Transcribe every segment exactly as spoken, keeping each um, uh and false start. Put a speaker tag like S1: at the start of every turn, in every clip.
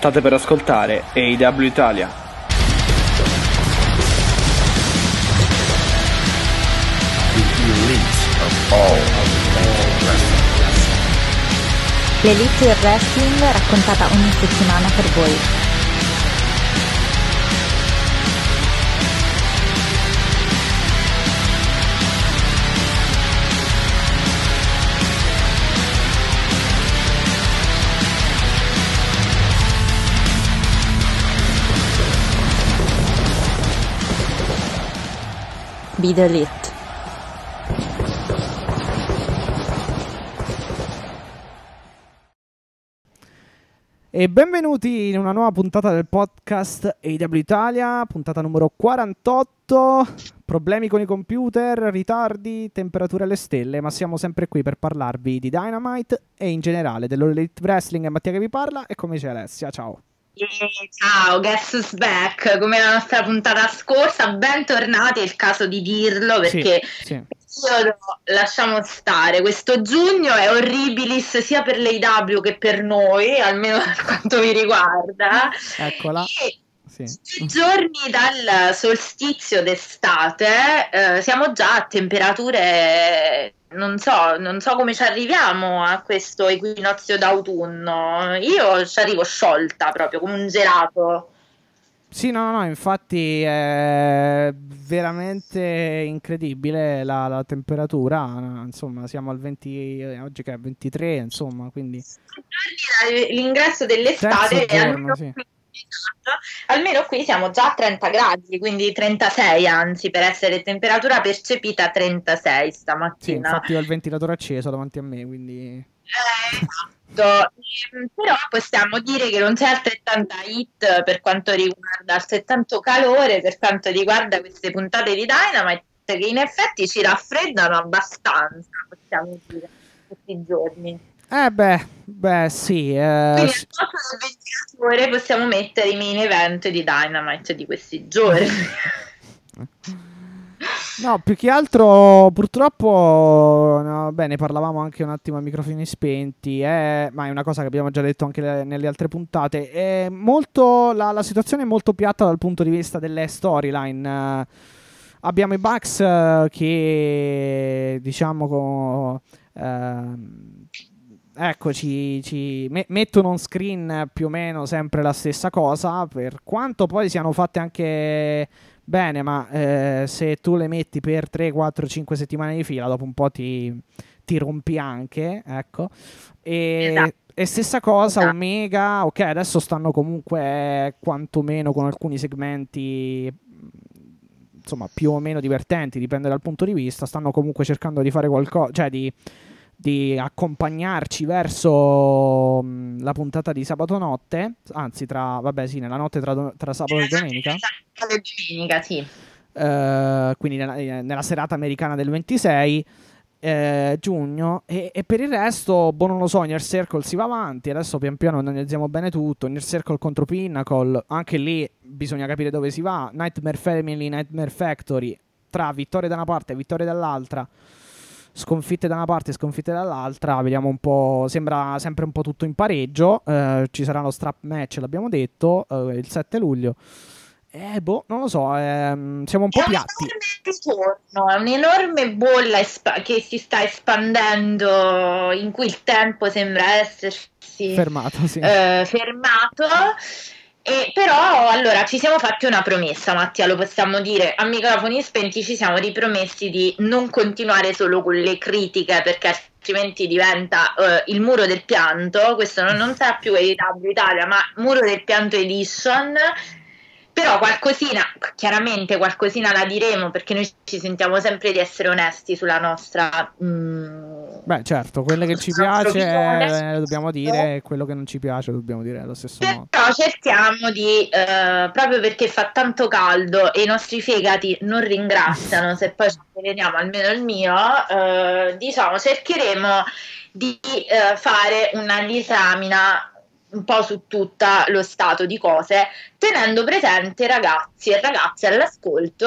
S1: State per ascoltare A E W Italia.
S2: L'elite del wrestling raccontata ogni settimana per voi. Be the Elite.
S3: E benvenuti in una nuova puntata del podcast A E W Italia, puntata numero quarantotto. Problemi con i computer, ritardi, temperature alle stelle, ma siamo sempre qui per parlarvi di Dynamite e in generale dell'Elite Wrestling. È Mattia che vi parla e come c'è Alessia, ciao.
S4: Ciao, guess who's back, come la nostra puntata scorsa, bentornati, è il caso di dirlo perché
S3: sì, sì.
S4: Io lasciamo stare, questo giugno è horribilis sia per l'A E W che per noi, almeno per quanto mi riguarda.
S3: Eccola.
S4: E
S3: sì.
S4: I giorni dal solstizio d'estate eh, siamo già a temperature... Non so, non so come ci arriviamo a questo equinozio d'autunno. Io ci arrivo sciolta proprio, come un gelato.
S3: Sì, no, no, infatti è veramente incredibile la, la temperatura. Insomma, siamo al venti, oggi che è ventitré, insomma, quindi...
S4: L'ingresso dell'estate è almeno,
S3: sì.
S4: qui, almeno qui siamo già a trenta gradi, quindi trentasei anzi, per essere temperatura percepita trentasei stamattina.
S3: Sì, infatti ho il ventilatore acceso davanti a me, quindi...
S4: Eh, esatto. Però possiamo dire che non c'è altrettanta hit per quanto riguarda, altrettanto calore per quanto riguarda queste puntate di Dynamite, che in effetti ci raffreddano abbastanza, possiamo dire, questi giorni.
S3: Eh beh, beh sì. Eh,
S4: Quindi
S3: sì.
S4: al posto del ventilatore possiamo mettere i main event di Dynamite di questi giorni.
S3: No, più che altro purtroppo, no, beh, ne parlavamo anche un attimo a microfoni spenti, eh, ma è una cosa che abbiamo già detto anche le, nelle altre puntate. È molto, la, la situazione è molto piatta dal punto di vista delle storyline. Eh, abbiamo i Bucks eh, che, diciamo, eh, ecco, ci, ci me- mettono on screen più o meno sempre la stessa cosa, per quanto poi siano fatte anche... Bene, ma eh, se tu le metti per tre, quattro, cinque settimane di fila, dopo un po' ti, ti rompi anche, ecco. E,
S4: Esatto.
S3: e stessa cosa,
S4: Esatto.
S3: Omega, ok, adesso stanno comunque quantomeno con alcuni segmenti, insomma, più o meno divertenti, dipende dal punto di vista, stanno comunque cercando di fare qualcosa, cioè di... di accompagnarci verso mh, la puntata di sabato notte, anzi tra, vabbè sì, nella notte tra, do- tra sabato e domenica.
S4: Sabato e domenica, sì.
S3: Uh, quindi nella, nella serata americana del ventisei eh, giugno e, e per il resto, boh, non lo so, Inner Circle si va avanti, adesso pian piano analizziamo bene tutto. Inner Circle contro Pinnacle, anche lì bisogna capire dove si va. Nightmare Family, Nightmare Factory, tra vittorie da una parte e vittorie dall'altra, sconfitte da una parte e sconfitte dall'altra, vediamo un po', sembra sempre un po' tutto in pareggio. Eh, ci sarà lo strap match, l'abbiamo detto, eh, il sette luglio. Eh, boh, non lo so, ehm, siamo un po'
S4: È
S3: piatti.
S4: un enorme ritorno, è un'enorme bolla espa- che si sta espandendo, in cui il tempo sembra essersi
S3: Fermato, sì.
S4: eh, fermato. E però allora ci siamo fatti una promessa, Mattia, lo possiamo dire a microfoni spenti, ci siamo ripromessi di non continuare solo con le critiche, perché altrimenti diventa uh, il muro del pianto. Questo non, non sarà più A E W Italia, ma muro del pianto edition. Però qualcosina, chiaramente qualcosina la diremo, perché noi ci sentiamo sempre di essere onesti sulla nostra... Mm,
S3: Beh, certo, quello che ci piace eh, dobbiamo dire, e quello che non ci piace dobbiamo dire allo stesso modo.
S4: Però cerchiamo di, eh, proprio perché fa tanto caldo e i nostri fegati non ringraziano, se poi ci avveleniamo, almeno il mio, eh, diciamo, cercheremo di eh, fare una disamina un po' su tutto lo stato di cose, tenendo presente, ragazzi e ragazze all'ascolto,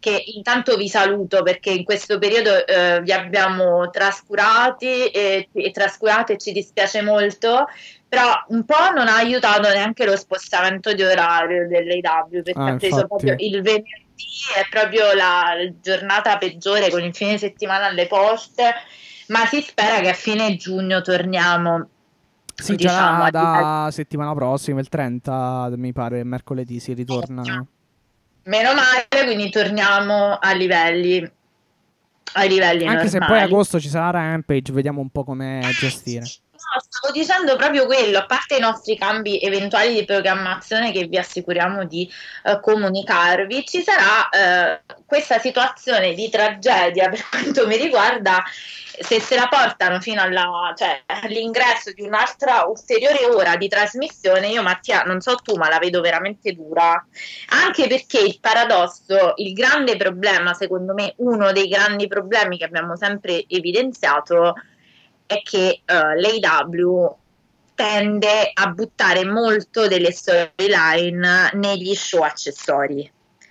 S4: che intanto vi saluto perché in questo periodo eh, vi abbiamo trascurati e, e trascurati e ci dispiace molto, però un po' non ha aiutato neanche lo spostamento di orario dell'A E W, perché
S3: Ah,
S4: ha preso
S3: infatti.
S4: proprio il venerdì, è proprio la giornata peggiore con il fine settimana alle porte, ma si spera che a fine giugno torniamo.
S3: Sì,
S4: diciamo,
S3: già da, da settimana prossima, il trenta, mi pare, mercoledì si ritorna.
S4: Meno male, quindi torniamo a livelli, ai livelli
S3: Anche
S4: normali.
S3: se poi agosto ci sarà Rampage, vediamo un po' come gestire.
S4: No, stavo dicendo proprio quello, a parte i nostri cambi eventuali di programmazione che vi assicuriamo di eh, comunicarvi, ci sarà eh, questa situazione di tragedia per quanto mi riguarda, se se la portano fino alla, cioè, all'ingresso di un'altra ulteriore ora di trasmissione. Io Mattia, non so tu, ma la vedo veramente dura, anche perché il paradosso, il grande problema, secondo me uno dei grandi problemi che abbiamo sempre evidenziato è che uh, l'A E W tende a buttare molto delle storyline negli show accessori.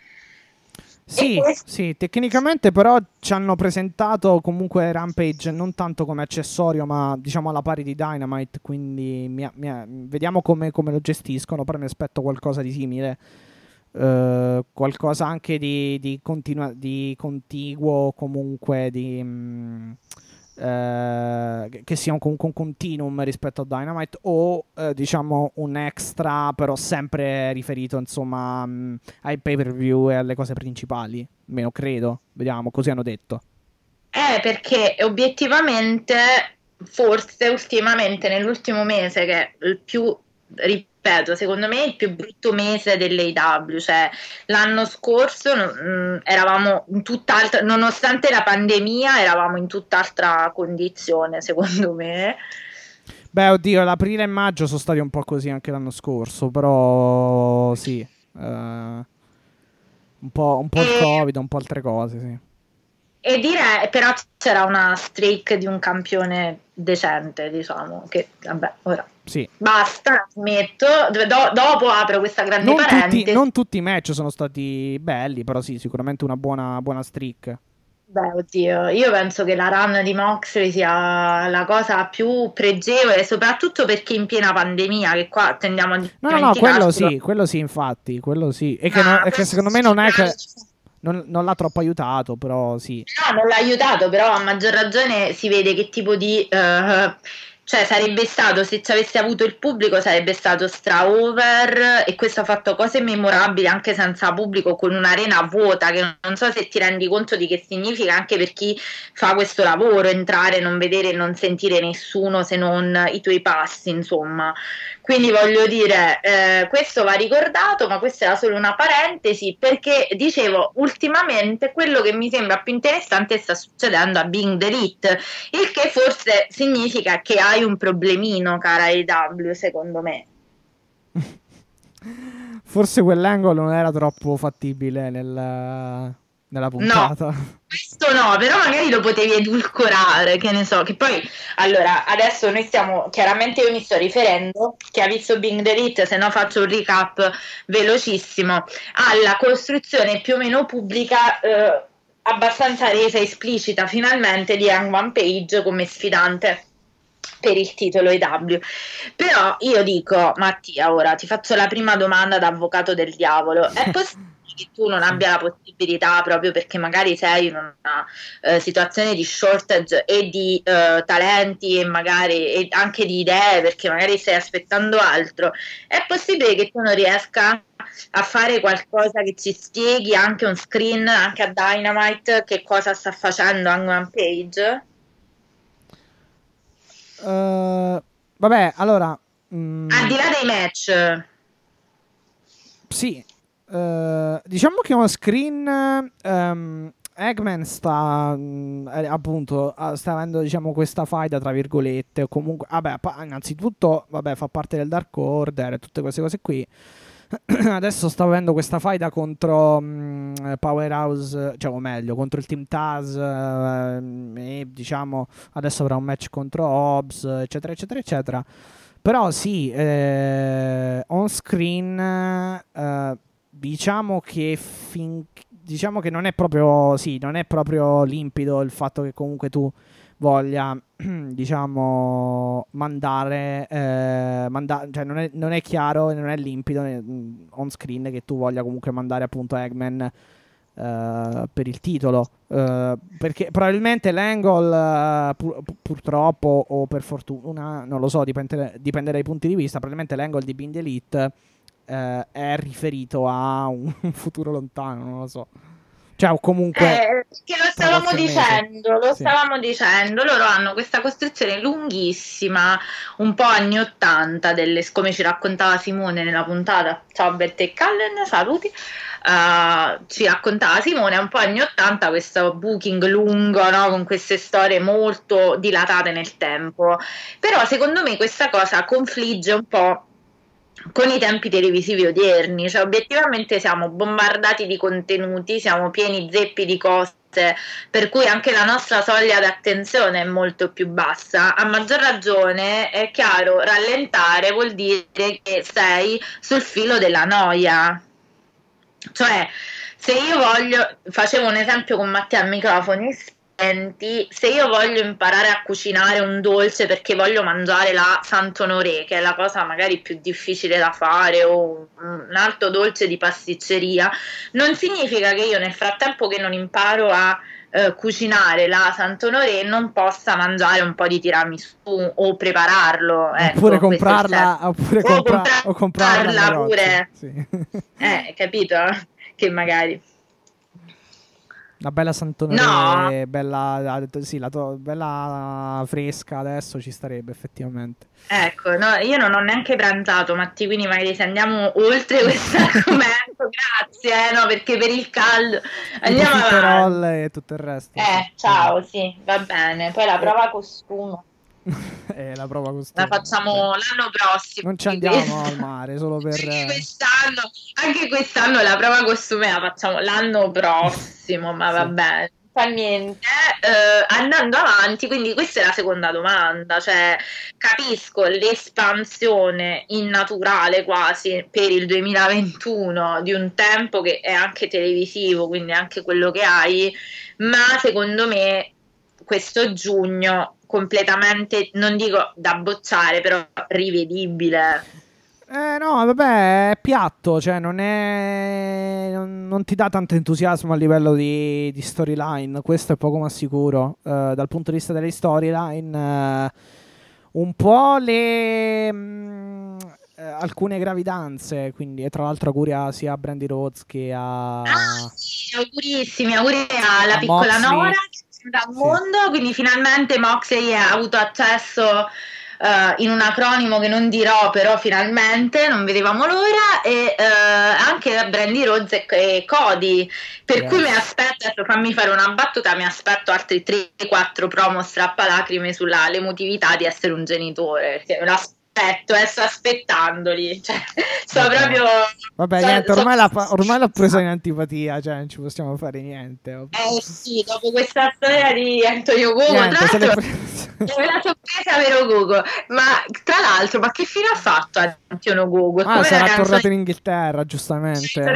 S3: Sì,
S4: questo...
S3: sì, tecnicamente però ci hanno presentato comunque Rampage non tanto come accessorio, ma diciamo alla pari di Dynamite, quindi mi, mi, vediamo come, come lo gestiscono, però mi aspetto qualcosa di simile. Uh, qualcosa anche di, di, continua, di contiguo, comunque di... Mh, Uh, che sia un, comunque un continuum rispetto a Dynamite o uh, diciamo un extra, però sempre riferito insomma um, ai pay per view e alle cose principali, almeno credo, vediamo, così hanno detto.
S4: Eh, perché obiettivamente forse ultimamente nell'ultimo mese, che è il più, ripeto, secondo me il più brutto mese dell'A E W, cioè l'anno scorso mh, eravamo in tutt'altra, nonostante la pandemia eravamo in tutt'altra condizione, secondo me.
S3: Beh, oddio, l'aprile e maggio sono stati un po' così anche l'anno scorso, però sì, uh, un po', un po' il Covid, un po' altre cose, sì.
S4: E direi, però c'era una streak di un campione decente, diciamo, che vabbè, ora
S3: sì.
S4: Basta, smetto, Do- dopo apro questa grande
S3: non
S4: parentesi.
S3: Tutti, non tutti i match sono stati belli, però sì, sicuramente una buona, buona streak.
S4: Beh, oddio, io penso che la run di Moxley sia la cosa più pregevole, soprattutto perché in piena pandemia, che qua tendiamo a
S3: No, no, no, quello sì, quello sì, infatti, quello sì. E che, no, no, che secondo me non è che... Non, non l'ha troppo aiutato, però sì.
S4: No, non l'ha aiutato, però a maggior ragione si vede che tipo di... Uh, cioè sarebbe stato, se ci avesse avuto il pubblico, sarebbe stato stra-over, e questo ha fatto cose memorabili anche senza pubblico, con un'arena vuota, che non so se ti rendi conto di che significa anche per chi fa questo lavoro, entrare, non vedere e non sentire nessuno se non i tuoi passi, insomma. Quindi voglio dire, eh, questo va ricordato, ma questa era solo una parentesi, perché dicevo, ultimamente quello che mi sembra più interessante sta succedendo a Being the Elite, il che forse significa che hai un problemino, cara A E W, secondo me.
S3: Forse quell'angolo non era troppo fattibile nel... nella puntata.
S4: No, questo no, però magari lo potevi edulcorare, che ne so, che poi, allora, adesso noi stiamo, chiaramente io mi sto riferendo, chi ha visto Being the Elite, se no faccio un recap velocissimo, alla costruzione più o meno pubblica, eh, abbastanza resa esplicita finalmente di Hangman Page come sfidante per il titolo A E W. Però io dico, Mattia, ora ti faccio la prima domanda da avvocato del diavolo, è possibile che tu non abbia la possibilità, proprio perché magari sei in una uh, situazione di shortage e di uh, talenti e magari e anche di idee, perché magari stai aspettando altro, è possibile che tu non riesca a fare qualcosa che ci spieghi anche on screen, anche a Dynamite, che cosa sta facendo Hangman Page?
S3: Uh, vabbè, allora
S4: mm, al di là dei match,
S3: sì, uh, diciamo che on screen um, Eggman sta um, appunto sta avendo, diciamo, questa faida tra virgolette, o comunque vabbè, innanzitutto vabbè, fa parte del Dark Order e tutte queste cose qui. Adesso sta avendo questa faida contro um, Powerhouse, cioè o meglio contro il Team Taz, uh, e diciamo adesso avrà un match contro Hobbs, eccetera eccetera eccetera. Però sì, eh, on screen uh, diciamo che fin, diciamo che non è proprio, sì, non è proprio limpido il fatto che comunque tu voglia, diciamo, mandare, eh, manda- cioè non è, non è chiaro e non è limpido eh, on screen che tu voglia comunque mandare appunto Eggman eh, per il titolo, eh, perché probabilmente l'angle, eh, pur- purtroppo o per fortuna, non lo so, dipende, dipende dai punti di vista, probabilmente l'angle di Being the Elite eh, è riferito a un, un futuro lontano, non lo so. Cioè, o comunque
S4: Eh, che lo
S3: tra
S4: stavamo
S3: qualche mese.
S4: dicendo, lo
S3: Sì.
S4: stavamo dicendo, loro hanno questa costruzione lunghissima, un po' anni ottanta, delle, come ci raccontava Simone nella puntata, ciao Bette e Callen, saluti, uh, ci raccontava Simone, un po' anni ottanta, questo booking lungo, no? Con queste storie molto dilatate nel tempo, però secondo me questa cosa confligge un po' con i tempi televisivi odierni, cioè obiettivamente siamo bombardati di contenuti, siamo pieni zeppi di cose, per cui anche la nostra soglia d'attenzione è molto più bassa. A maggior ragione è chiaro, rallentare vuol dire che sei sul filo della noia, cioè se io voglio, facevo un esempio con Mattia a microfoni spenti, se io voglio imparare a cucinare un dolce perché voglio mangiare la Saint-Honoré, che è la cosa magari più difficile da fare, o un altro dolce di pasticceria, non significa che io nel frattempo che non imparo a eh, cucinare la Saint-Honoré non possa mangiare un po' di tiramisù o prepararlo, ecco,
S3: oppure
S4: questo è il
S3: comprarla,
S4: senso.
S3: oppure
S4: O
S3: compra- o comprarla al
S4: comprarla
S3: negozio.
S4: pure,
S3: Sì.
S4: eh, capito? Che magari
S3: Una bella
S4: no,
S3: Santonoré, bella, sì, la to- bella fresca adesso ci starebbe effettivamente.
S4: ecco, no, io non ho neanche pranzato, Matti, quindi magari se andiamo oltre questo argomento, grazie, eh, no, perché per il caldo
S3: I
S4: andiamo avanti.
S3: profiterol e tutto il resto.
S4: Eh,
S3: sì.
S4: ciao, sì, va bene. Poi la
S3: Eh.
S4: prova costume
S3: Eh, la prova
S4: la
S3: costume.
S4: facciamo
S3: Beh,
S4: l'anno prossimo.
S3: non ci
S4: quindi
S3: andiamo al mare solo per
S4: Anche
S3: eh,
S4: quest'anno, anche quest'anno la prova costume la facciamo l'anno prossimo, ma va
S3: sì.
S4: bene. Fa niente. Eh, andando avanti, quindi questa è la seconda domanda, cioè capisco l'espansione innaturale quasi per il duemilaventuno di un tempo che è anche televisivo, quindi anche quello che hai, ma secondo me questo giugno completamente, non dico da bocciare, però rivedibile.
S3: Eh, no, vabbè, è piatto, cioè non è. Non, non ti dà tanto entusiasmo a livello di, di storyline, questo è poco ma sicuro. Eh, dal punto di vista delle storyline, eh, un po' le. mh, eh, alcune gravidanze, quindi, e tra l'altro auguri a- sia a Brandy Rhodes che a.
S4: Ah, sì, augurissimi, auguri alla
S3: a
S4: piccola
S3: Moxley.
S4: Nora che è venuta al
S3: Sì.
S4: mondo, quindi finalmente Moxley ha avuto accesso eh, in un acronimo che non dirò, però finalmente non vedevamo l'ora, e eh, anche da Brandy Rhodes e, e Cody, per
S3: Yes.
S4: cui mi aspetto, adesso fammi fare una battuta, mi aspetto altri tre quattro promo strappalacrime sulla l'emotività di essere un genitore, perché me lo aspetto, eh, sto aspettandoli, cioè, sto
S3: Vabbè.
S4: proprio...
S3: Vabbè,
S4: so-
S3: niente,
S4: so-
S3: ormai, l'ha, fa- ormai l'ho preso in antipatia, cioè non ci possiamo fare niente.
S4: Eh sì, dopo questa storia di Antonio Gogo,
S3: Niente,
S4: tra
S3: se l'è
S4: l'altro
S3: preso.
S4: è una sorpresa vero Gogo, ma tra l'altro, ma che fine ha fatto Antonio Gogo?
S3: Ah,
S4: Come
S3: sarà
S4: la canzone
S3: tornato in Inghilterra, giustamente.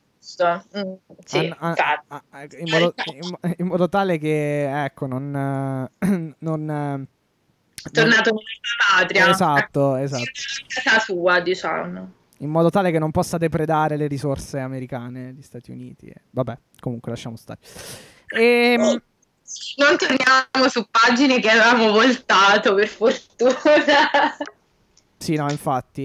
S4: Mm, sì,
S3: An- a-
S4: infatti.
S3: a- a- in, modo, in- in modo tale che, ecco, non... eh, non eh,
S4: È tornato nella sua patria,
S3: Esatto,
S4: a
S3: esatto.
S4: casa sua, diciamo.
S3: In modo tale che non possa depredare le risorse americane negli Stati Uniti. eh. Vabbè, comunque lasciamo stare. Ehm,
S4: Non torniamo su pagine che avevamo voltato, per fortuna.
S3: Sì, no, infatti.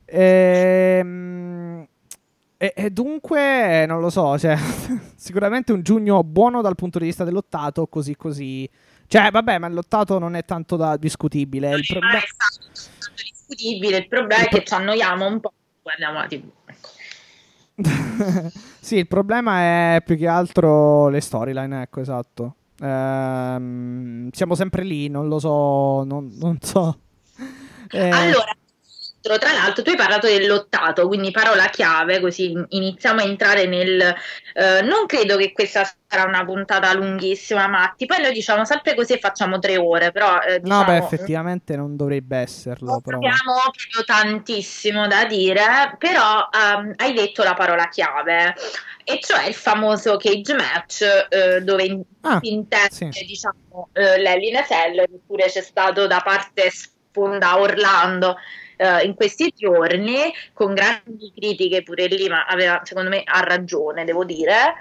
S3: Ehm, E, e dunque, non lo so, cioè, sicuramente un giugno buono dal punto di vista dell'ottato, così così. Cioè, vabbè, ma l'ottato non è tanto da discutibile.
S4: Non
S3: Il
S4: è
S3: problema...
S4: mai stato discutibile, il problema
S3: Il
S4: è
S3: pro-
S4: che ci annoiamo un po', guardiamo la tivù. Ecco.
S3: Sì, il problema è più che altro le storyline, ecco, esatto. Ehm, siamo sempre lì, non lo so, non, non so. Eh,
S4: Allora, l'altro, tra l'altro tu hai parlato dell'ottato, quindi parola chiave, così iniziamo a entrare nel... Eh, non credo che questa sarà una puntata lunghissima, Matti, poi noi diciamo sempre così e facciamo tre ore, però... Eh, diciamo,
S3: no, beh, effettivamente non dovrebbe esserlo,
S4: non
S3: però...
S4: abbiamo proprio tantissimo da dire, però um, hai detto la parola chiave, e cioè il famoso cage match, eh, dove in-
S3: Ah,
S4: si intende,
S3: sì.
S4: diciamo, eh, l'Hell in a Cell, che pure c'è stato da parte Sponda Orlando eh, in questi giorni, con grandi critiche pure lì, ma aveva, secondo me ha ragione, devo dire.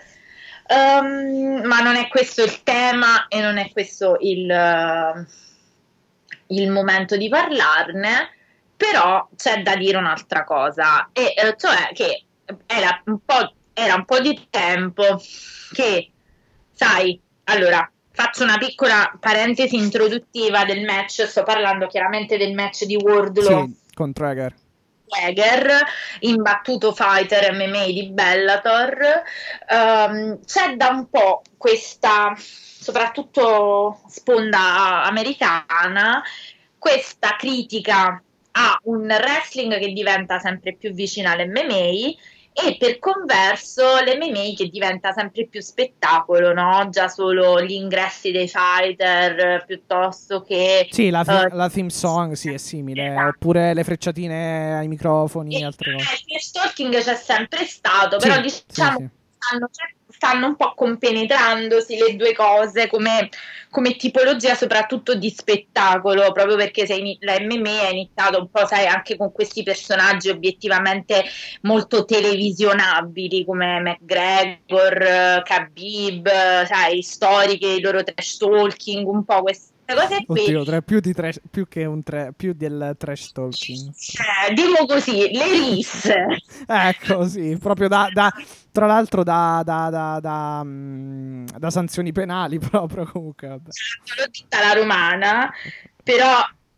S4: Um, ma non è questo il tema e non è questo il, uh, il momento di parlarne, però c'è da dire un'altra cosa, e eh, cioè che era un po', era un po' di tempo che, sai, allora faccio una piccola parentesi introduttiva del match, sto parlando chiaramente del match di Wardlow
S3: Sì, con Traeger.
S4: Traeger, imbattuto fighter M M A di Bellator. Um, c'è da un po' questa, soprattutto sponda americana, questa critica a un wrestling che diventa sempre più vicino all'M M A, e per converso l'M M A che diventa sempre più spettacolo, no? Già solo gli ingressi dei fighter piuttosto che...
S3: Sì, la, fi-
S4: uh,
S3: la theme song sì, è simile,
S4: esatto.
S3: Oppure le frecciatine ai microfoni e altre cose.
S4: Il trash talking c'è sempre stato,
S3: Sì,
S4: però
S3: sì,
S4: diciamo
S3: sì.
S4: stanno, stanno un po' compenetrandosi le due cose come, come tipologia, soprattutto di spettacolo, proprio perché sei, la M M A è iniziato un po', sai, anche con questi personaggi obiettivamente molto televisionabili come McGregor, Khabib, sai, storiche, i loro trash talking, un po' queste cose qui.
S3: Oddio, tra- più, di trash, più che un tra- più del trash talking.
S4: Eh, diciamo così, le risse.
S3: Ecco, sì, proprio da, da tra l'altro da, da, da, da, mm, da sanzioni penali proprio, comunque, vabbè.
S4: L'ho detta la romana, però,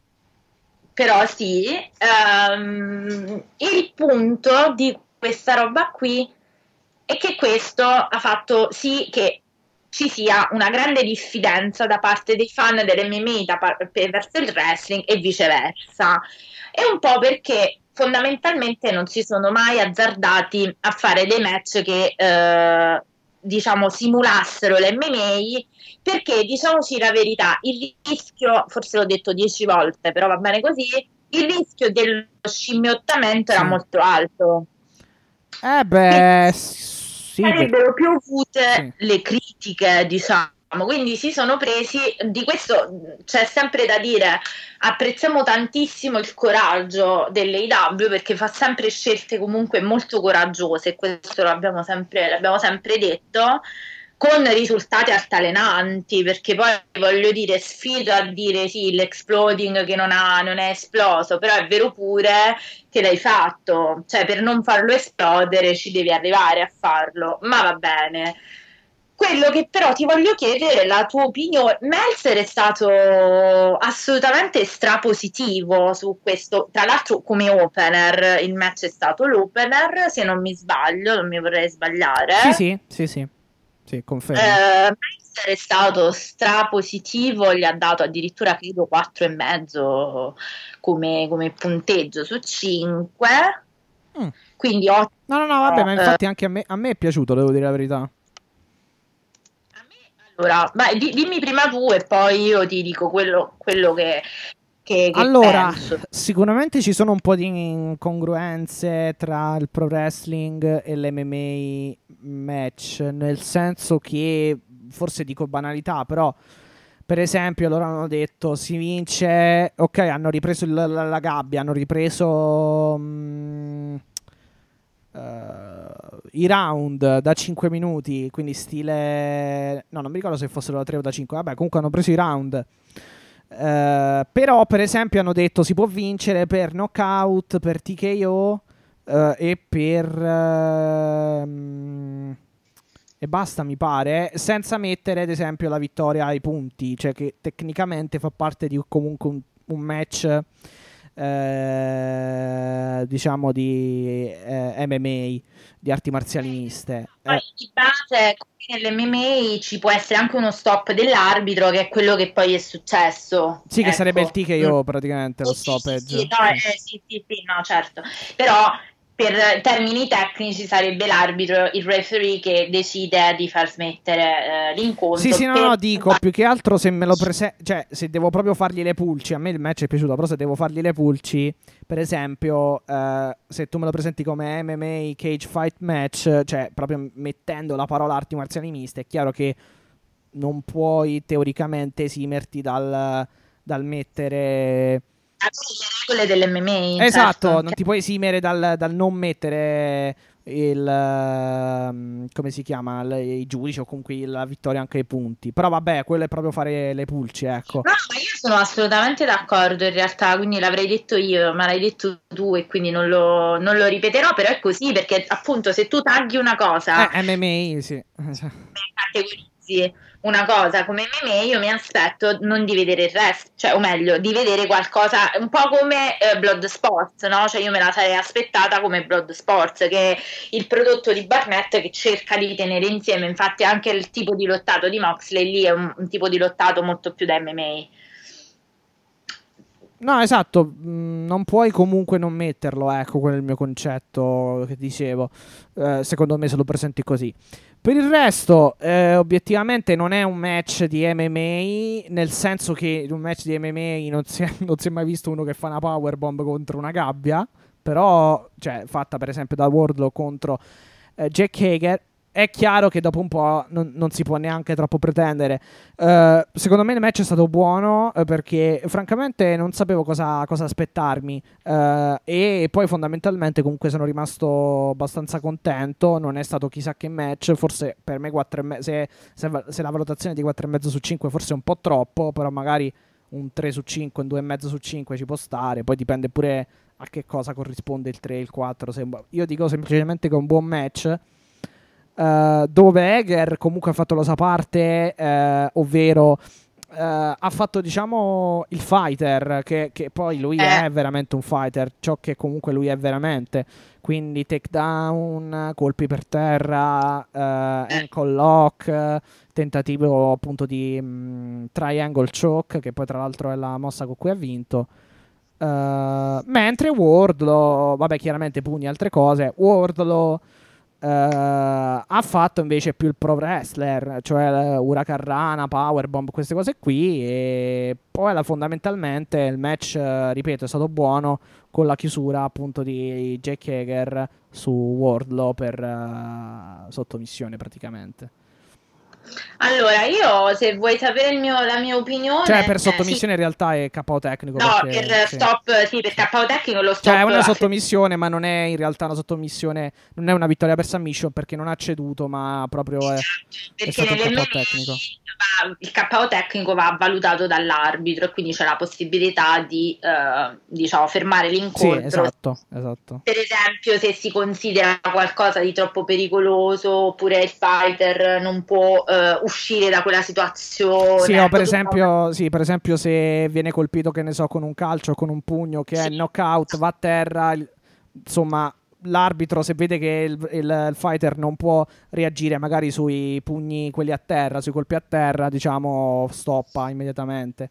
S4: però sì, ehm, il punto di questa roba qui è che questo ha fatto sì che ci sia una grande diffidenza da parte dei fan dell'M M A da par- verso il wrestling e viceversa. È un po' perché fondamentalmente non si sono mai azzardati a fare dei match che eh, diciamo simulassero l'M M A, perché diciamoci la verità, il rischio, forse l'ho detto dieci volte, però va bene così, il rischio dello scimmiottamento
S3: Sì.
S4: era molto alto.
S3: Eh beh, sì, per-
S4: Sarebbero piovute
S3: sì.
S4: le critiche, diciamo, quindi si sono presi, di questo c'è sempre da dire, apprezziamo tantissimo il coraggio dell'A E W perché fa sempre scelte comunque molto coraggiose, e questo l'abbiamo sempre, l'abbiamo sempre detto, con risultati altalenanti, perché poi voglio dire, sfido a dire sì, l'exploding che non, ha, non è esploso, però è vero pure che l'hai fatto, cioè per non farlo esplodere ci devi arrivare a farlo, ma va bene. Quello che però ti voglio chiedere è la tua opinione. Meltzer è stato assolutamente strapositivo su questo, tra l'altro come opener, il match è stato l'opener, se non mi sbaglio, non mi vorrei sbagliare.
S3: Sì, sì, sì, sì, sì, confermo.
S4: Eh, Meltzer è stato strapositivo, gli ha dato addirittura credo quattro e mezzo come, come punteggio su cinque,
S3: Mm.
S4: quindi ottimo.
S3: No, no, no, vabbè, ma
S4: Eh,
S3: infatti anche a me, a me è piaciuto, devo dire la verità.
S4: Allora, vai, di- dimmi prima tu e poi io ti dico quello, quello che, che, che
S3: Allora,
S4: penso.
S3: sicuramente ci sono un po' di incongruenze tra il pro wrestling e l'M M A match, nel senso che, forse dico banalità, però per esempio loro hanno detto si vince, ok, hanno ripreso il- la, la gabbia, hanno ripreso mm, eh, i round da cinque minuti, quindi stile... No, non mi ricordo se fossero da tre o da cinque, vabbè, comunque hanno preso i round. Eh, però per esempio hanno detto si può vincere per knockout, per T K O eh, e per ehm, e basta, mi pare, senza mettere ad esempio la vittoria ai punti, cioè che tecnicamente fa parte di comunque un, un match eh, diciamo di eh, M M A, di arti marziali miste.
S4: Poi
S3: Eh,
S4: di base, come nell'M M A ci può essere anche uno stop dell'arbitro, che è quello che poi è successo.
S3: Sì, che
S4: ecco.
S3: sarebbe il T K O
S4: Mm.
S3: praticamente, lo
S4: Sì, sì,
S3: stoppage.
S4: sì, no, eh, sì, sì, sì, no, certo. Però per termini tecnici sarebbe l'arbitro, il referee, che decide di far smettere eh, l'incontro.
S3: Sì, sì, no,
S4: per...
S3: no, dico, più che altro se me lo presento, cioè se devo proprio fargli le pulci, a me il match è piaciuto, però se devo fargli le pulci, per esempio, eh, se tu me lo presenti come M M A cage fight match, cioè proprio mettendo la parola arti marziali miste, è chiaro che non puoi teoricamente esimerti dal, dal mettere...
S4: le regole dell'M M A.
S3: Esatto,
S4: certo.
S3: non ti puoi esimere dal, dal non mettere il ehm, come si chiama il- i giudici o comunque la vittoria anche ai punti. Però vabbè, quello è proprio fare le pulci, ecco.
S4: No, ma io sono assolutamente d'accordo in realtà, quindi l'avrei detto io, ma l'hai detto tu e quindi non lo, non lo ripeterò, però è così perché appunto se tu tagli una cosa,
S3: Eh, M M A, sì.
S4: categorizzi una cosa come M M A, io mi aspetto non di vedere il resto, cioè o meglio, di vedere qualcosa un po' come eh, Blood Sports, no? Cioè io me la sarei aspettata come Blood Sports, che è il prodotto di Barnett che cerca di tenere insieme, infatti anche il tipo di lottato di Moxley lì è un, un tipo di lottato molto più da M M A.
S3: No, esatto, mh, non puoi comunque non metterlo, ecco, quello è il mio concetto che dicevo. Eh, secondo me se lo presenti così. Per il resto, eh, obiettivamente non è un match di M M A, nel senso che in un match di M M A non si è, non si è mai visto uno che fa una powerbomb contro una gabbia, però, cioè, fatta per esempio da Wardlow contro eh, Jack Hager. È chiaro che dopo un po' non, non si può neanche troppo pretendere. Uh, secondo me il match è stato buono uh, perché francamente non sapevo cosa, cosa aspettarmi uh, e poi fondamentalmente comunque sono rimasto abbastanza contento. Non è stato chissà che match, forse per me quattro e me- se, se, se la valutazione di quattro virgola cinque su cinque forse è un po' troppo, però magari un tre su cinque, un due virgola cinque su cinque ci può stare. Poi dipende pure a che cosa corrisponde il tre e il quattro. Se, io dico semplicemente che è un buon match. Uh, dove Eger comunque ha fatto la sua parte, uh, ovvero uh, ha fatto diciamo il fighter, che, che poi lui
S4: Eh.
S3: è veramente un fighter, ciò che comunque lui è veramente, quindi takedown, colpi per terra, uh, ankle lock, tentativo appunto di mh, triangle choke, che poi tra l'altro è la mossa con cui ha vinto. Uh, mentre Wardlow, vabbè, chiaramente pugni e altre cose, Wardlow Uh, ha fatto invece più il pro wrestler, cioè Huracan Rana, Powerbomb, queste cose qui. E poi la, fondamentalmente il match, uh, ripeto, è stato buono con la chiusura appunto di Jack Hager su Wardlow per uh, sottomissione praticamente.
S4: Allora, io se vuoi sapere il mio, la mia opinione,
S3: cioè per
S4: eh,
S3: sottomissione
S4: sì.
S3: in realtà è K O tecnico.
S4: No,
S3: perché,
S4: per
S3: sì.
S4: stop, sì, per K O tecnico lo stop.
S3: Cioè è una sottomissione, ma non è in realtà una sottomissione, non è una vittoria per submission perché non ha ceduto, ma proprio è, è stato un K O tecnico.
S4: Il K O tecnico va valutato dall'arbitro e quindi c'è la possibilità di eh, diciamo fermare l'incontro.
S3: Sì, esatto, esatto.
S4: Per esempio, se si considera qualcosa di troppo pericoloso oppure il fighter non può eh, uscire da quella situazione.
S3: Sì, o per esempio, sì, per esempio se viene colpito, che ne so, con un calcio o con un pugno che sì. è knockout, va a terra, il, insomma, l'arbitro se vede che il, il, il fighter non può reagire magari sui pugni quelli a terra, sui colpi a terra, diciamo, stoppa immediatamente.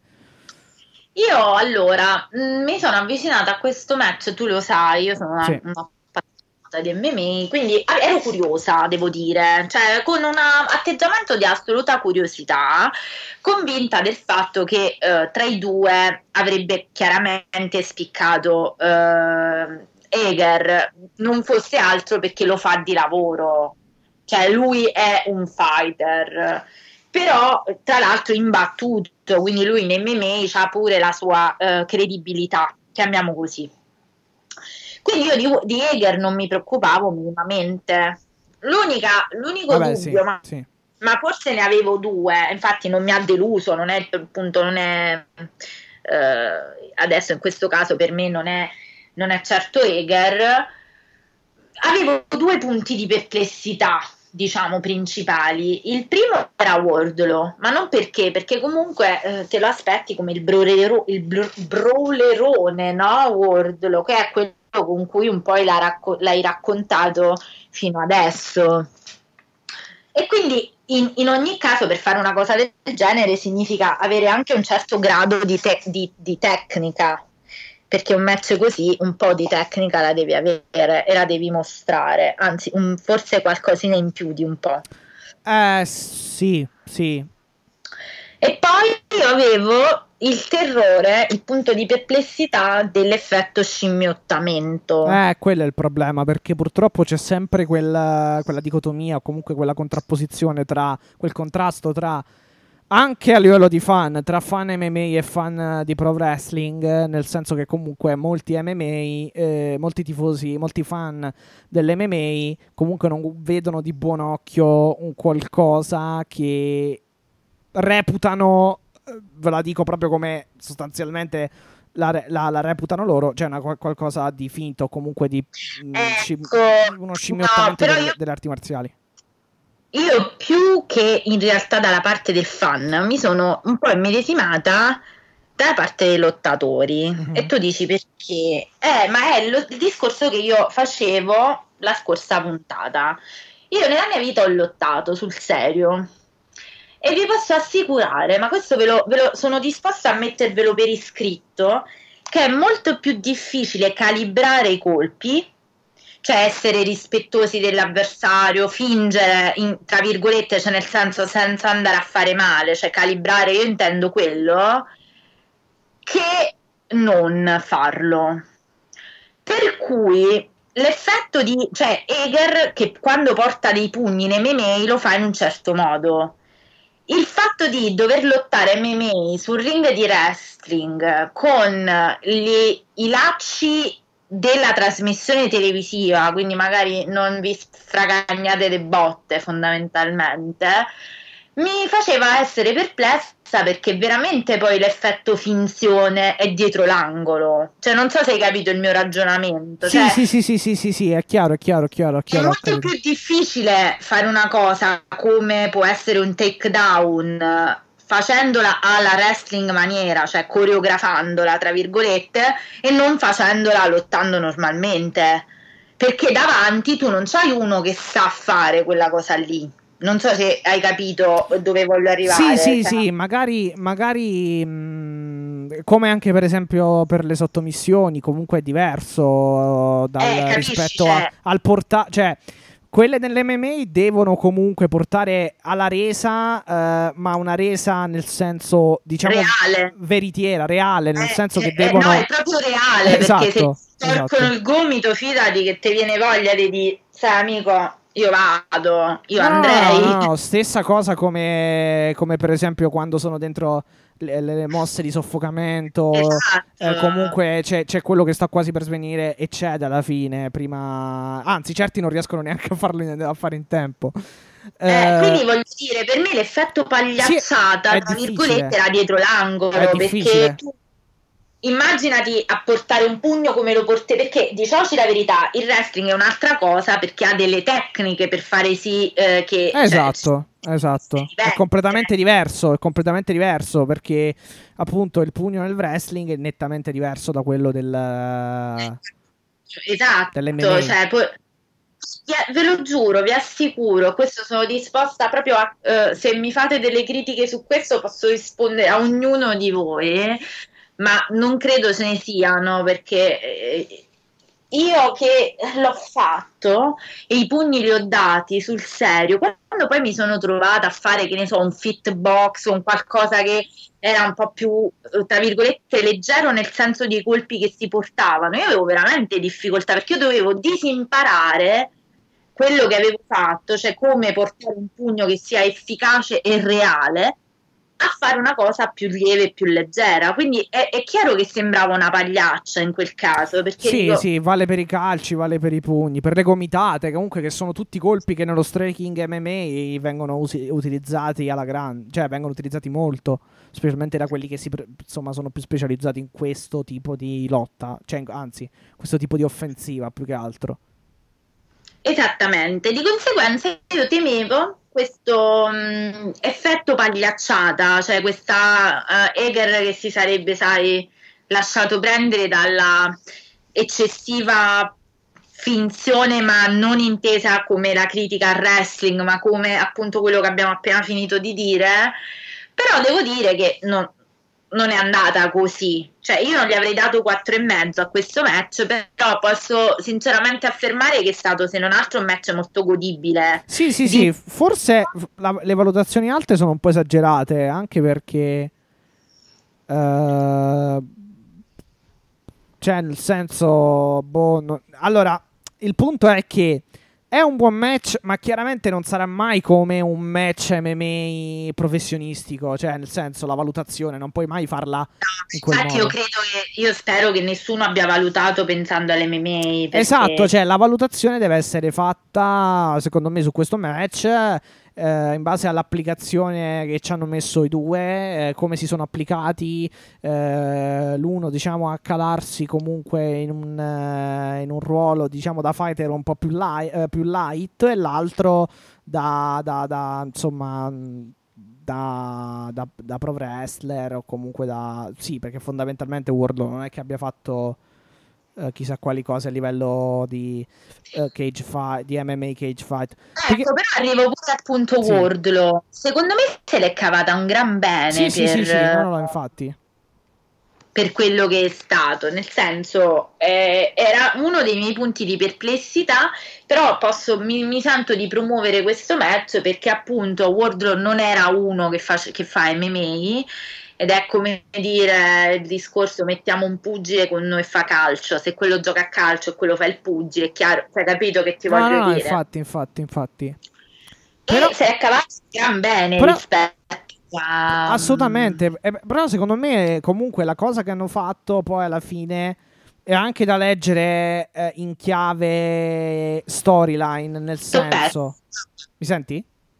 S4: Io allora mh, mi sono avvicinata a questo match, tu lo sai, io sono una,
S3: sì.
S4: una di M M A, quindi ero curiosa, devo dire, cioè con un atteggiamento di assoluta curiosità, convinta del fatto che eh, tra i due avrebbe chiaramente spiccato eh, Hager, non fosse altro perché lo fa di lavoro, cioè lui è un fighter, però tra l'altro imbattuto, quindi lui in M M A ha pure la sua eh, credibilità, chiamiamo così. Quindi io di, di Hager non mi preoccupavo minimamente. L'unica, l'unico
S3: Vabbè,
S4: dubbio,
S3: sì,
S4: ma,
S3: sì.
S4: ma forse ne avevo due, infatti non mi ha deluso, non è appunto, non è eh, adesso in questo caso per me non è, non è certo Hager. Avevo due punti di perplessità, diciamo, principali. Il primo era Wardlow, ma non perché, perché comunque eh, te lo aspetti come il, brolero, il bro, brawlerone, no? Wardlow, che è quello con cui un po' l'hai, racco- l'hai raccontato fino adesso. E quindi in, in ogni caso per fare una cosa del genere significa avere anche un certo grado di, te- di, di tecnica, perché un match così un po' di tecnica la devi avere e la devi mostrare, anzi un, forse qualcosina in più di un po'.
S3: Eh sì, sì.
S4: E poi io avevo il terrore, il punto di perplessità dell'effetto scimmiottamento.
S3: Eh, quello è il problema, perché purtroppo c'è sempre quella, quella dicotomia o comunque quella contrapposizione tra, quel contrasto tra, anche a livello di fan, tra fan M M A e fan di pro wrestling, nel senso che comunque molti M M A, eh, molti tifosi, molti fan dell'M M A comunque non vedono di buon occhio un qualcosa che reputano, ve la dico proprio come sostanzialmente la, la, la reputano loro, cioè una, qualcosa di finto o comunque di
S4: ecco,
S3: mh, uno scimmiottamento
S4: no,
S3: delle,
S4: io,
S3: delle arti marziali.
S4: Io più che in realtà dalla parte del fan mi sono un po' immedesimata dalla parte dei lottatori. Mm-hmm. E tu dici perché? Eh, ma è lo, il discorso che io facevo la scorsa puntata. Io nella mia vita ho lottato sul serio. E vi posso assicurare, ma questo ve lo, ve lo sono disposta a mettervelo per iscritto, che è molto più difficile calibrare i colpi, cioè essere rispettosi dell'avversario, fingere, in, tra virgolette, cioè nel senso senza andare a fare male, cioè calibrare, io intendo quello, che non farlo. Per cui l'effetto di, cioè Eger che quando porta dei pugni in M M A lo fa in un certo modo. Il fatto di dover lottare M M A sul ring di wrestling con gli, i lacci della trasmissione televisiva, quindi magari non vi sfragagnate le botte fondamentalmente, mi faceva essere perplessa perché veramente poi l'effetto finzione è dietro l'angolo. Cioè non so se hai capito il mio ragionamento.
S3: Sì,
S4: cioè,
S3: sì, sì, sì, sì, sì, sì, è chiaro, è chiaro, è chiaro, è chiaro.
S4: È molto più difficile fare una cosa come può essere un takedown facendola alla wrestling maniera, cioè coreografandola tra virgolette, e non facendola lottando normalmente, perché davanti tu non c'hai uno che sa fare quella cosa lì. Non so se hai capito dove voglio arrivare.
S3: Sì, sì,
S4: cioè...
S3: sì, magari, magari mh, come anche per esempio per le sottomissioni, comunque è diverso dal,
S4: eh, capisci,
S3: rispetto
S4: cioè...
S3: a, al portare, cioè quelle dell'M M A devono comunque portare alla resa, eh, ma una resa nel senso, diciamo,
S4: reale,
S3: veritiera, reale, nel
S4: eh,
S3: senso che
S4: eh,
S3: devono...
S4: No, è proprio reale,
S3: esatto,
S4: perché se ti
S3: esatto.
S4: tolgono il gomito, fidati che ti viene voglia di dire, sai amico, io vado, io
S3: no,
S4: andrei.
S3: No, no, stessa cosa come, come per esempio quando sono dentro le, le mosse di soffocamento.
S4: Esatto.
S3: Eh, comunque c'è, c'è quello che sta quasi per svenire e cede alla fine. Prima, anzi, certi non riescono neanche a farlo in, a fare in tempo.
S4: Eh,
S3: Eh,
S4: quindi voglio dire, per me l'effetto pagliacciata,
S3: sì,
S4: tra
S3: difficile.
S4: virgolette, era dietro l'angolo,
S3: è
S4: perché
S3: difficile.
S4: tu immaginati a portare un pugno come lo porti, perché diciamoci la verità, il wrestling è un'altra cosa perché ha delle tecniche per fare sì eh, che...
S3: Esatto,
S4: cioè,
S3: esatto. È completamente diverso, è completamente diverso perché appunto il pugno nel wrestling è nettamente diverso da quello del...
S4: Esatto, cioè, poi, ve lo giuro, vi assicuro, questo sono disposta proprio a... Uh, se mi fate delle critiche su questo posso rispondere a ognuno di voi, ma non credo ce ne siano, perché eh, io che l'ho fatto e i pugni li ho dati sul serio, quando poi mi sono trovata a fare, che ne so, un fit box o un qualcosa che era un po' più, tra virgolette, leggero nel senso dei colpi che si portavano, io avevo veramente difficoltà perché io dovevo disimparare quello che avevo fatto, cioè come portare un pugno che sia efficace e reale, a fare una cosa più lieve e più leggera. Quindi è, è chiaro che sembrava una pagliaccia in quel caso, perché
S3: sì,
S4: dico...
S3: sì, vale per i calci, vale per i pugni, per le gomitate, comunque, che sono tutti colpi che nello striking M M A vengono usi- utilizzati alla grande, cioè vengono utilizzati molto, specialmente da quelli che si pre- insomma sono più specializzati in questo tipo di lotta, cioè anzi, questo tipo di offensiva più che altro.
S4: Esattamente, di conseguenza io temevo questo mh, effetto pagliacciata, cioè questa uh, Eger che si sarebbe, sai, lasciato prendere dalla eccessiva finzione, ma non intesa come la critica al wrestling, ma come appunto quello che abbiamo appena finito di dire. Però devo dire che non, non è andata così, cioè io non gli avrei dato quattro e mezzo a questo match, però posso sinceramente affermare che è stato, se non altro, un match molto godibile.
S3: Sì, sì,
S4: Di-
S3: sì, forse la- le valutazioni alte sono un po' esagerate, anche perché eh, cioè nel senso boh, no- allora il punto è che è un buon match, ma chiaramente non sarà mai come un match M M A professionistico, cioè nel senso la valutazione non puoi mai farla in quel
S4: Infatti io
S3: modo.
S4: credo che, io spero che nessuno abbia valutato pensando all'M M A, perché
S3: Esatto, cioè la valutazione deve essere fatta, secondo me, su questo match eh, in base all'applicazione che ci hanno messo i due, eh, come si sono applicati, eh, l'uno diciamo a calarsi comunque in un, eh, in un ruolo diciamo da fighter un po' più, li- eh, più light e l'altro da, da- da, insomma mh, da, da- da pro wrestler o comunque da... Sì, perché fondamentalmente Wardlow non è che abbia fatto eh, chissà quali cose a livello di eh, cage fight, di M M A cage fight. Perché...
S4: ecco, però arrivo pure al punto
S3: Sì.
S4: Wardlow. Secondo me se l'è cavata un gran bene
S3: Sì, sì,
S4: per,
S3: sì, sì, no, no, no, infatti.
S4: per quello che è stato, nel senso eh, era uno dei miei punti di perplessità, però posso, mi, mi sento di promuovere questo match perché appunto Wardlow non era uno che fa, che fa M M A, ed è come dire il discorso mettiamo un pugile con uno che fa calcio, se quello gioca a calcio e quello fa il pugile, è chiaro, hai capito che ti
S3: No,
S4: voglio
S3: no, no,
S4: dire?
S3: infatti, infatti, infatti.
S4: E se è cavato gran bene
S3: però-
S4: rispetto a...
S3: Assolutamente, eh, però secondo me comunque la cosa che hanno fatto poi alla fine è anche da leggere eh, in chiave storyline, nel senso... Mi senti?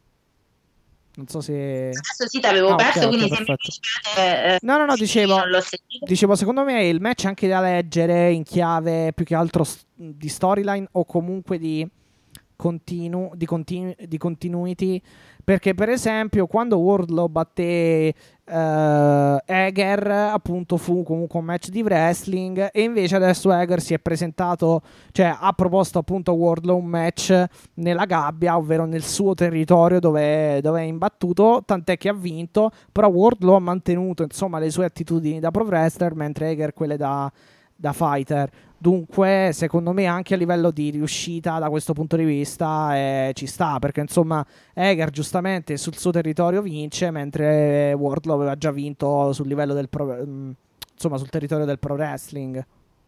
S3: Non so se...
S4: Adesso sì, t'avevo
S3: Ah, ok,
S4: perso,
S3: ok,
S4: quindi se mi
S3: perfetto.
S4: dicevate, eh,
S3: No, no, no, dicevo,
S4: non l'ho sentito.
S3: dicevo, secondo me il match è anche da leggere in chiave più che altro s- di storyline o comunque di, continu- di, continu- di continuity, perché per esempio quando Wardlow batté eh, Hager, appunto fu comunque un match di wrestling, e invece adesso Hager si è presentato, cioè ha proposto appunto a Wardlow un match nella gabbia, ovvero nel suo territorio dove, dove è imbattuto, tant'è che ha vinto, però Wardlow ha mantenuto insomma le sue attitudini da pro wrestler, mentre Hager quelle da, da fighter. Dunque, secondo me, anche a livello di riuscita da questo punto di vista eh, ci sta, perché insomma Hager giustamente sul suo territorio vince, mentre Wardlow aveva già vinto sul livello del pro, mh, insomma sul territorio del pro wrestling.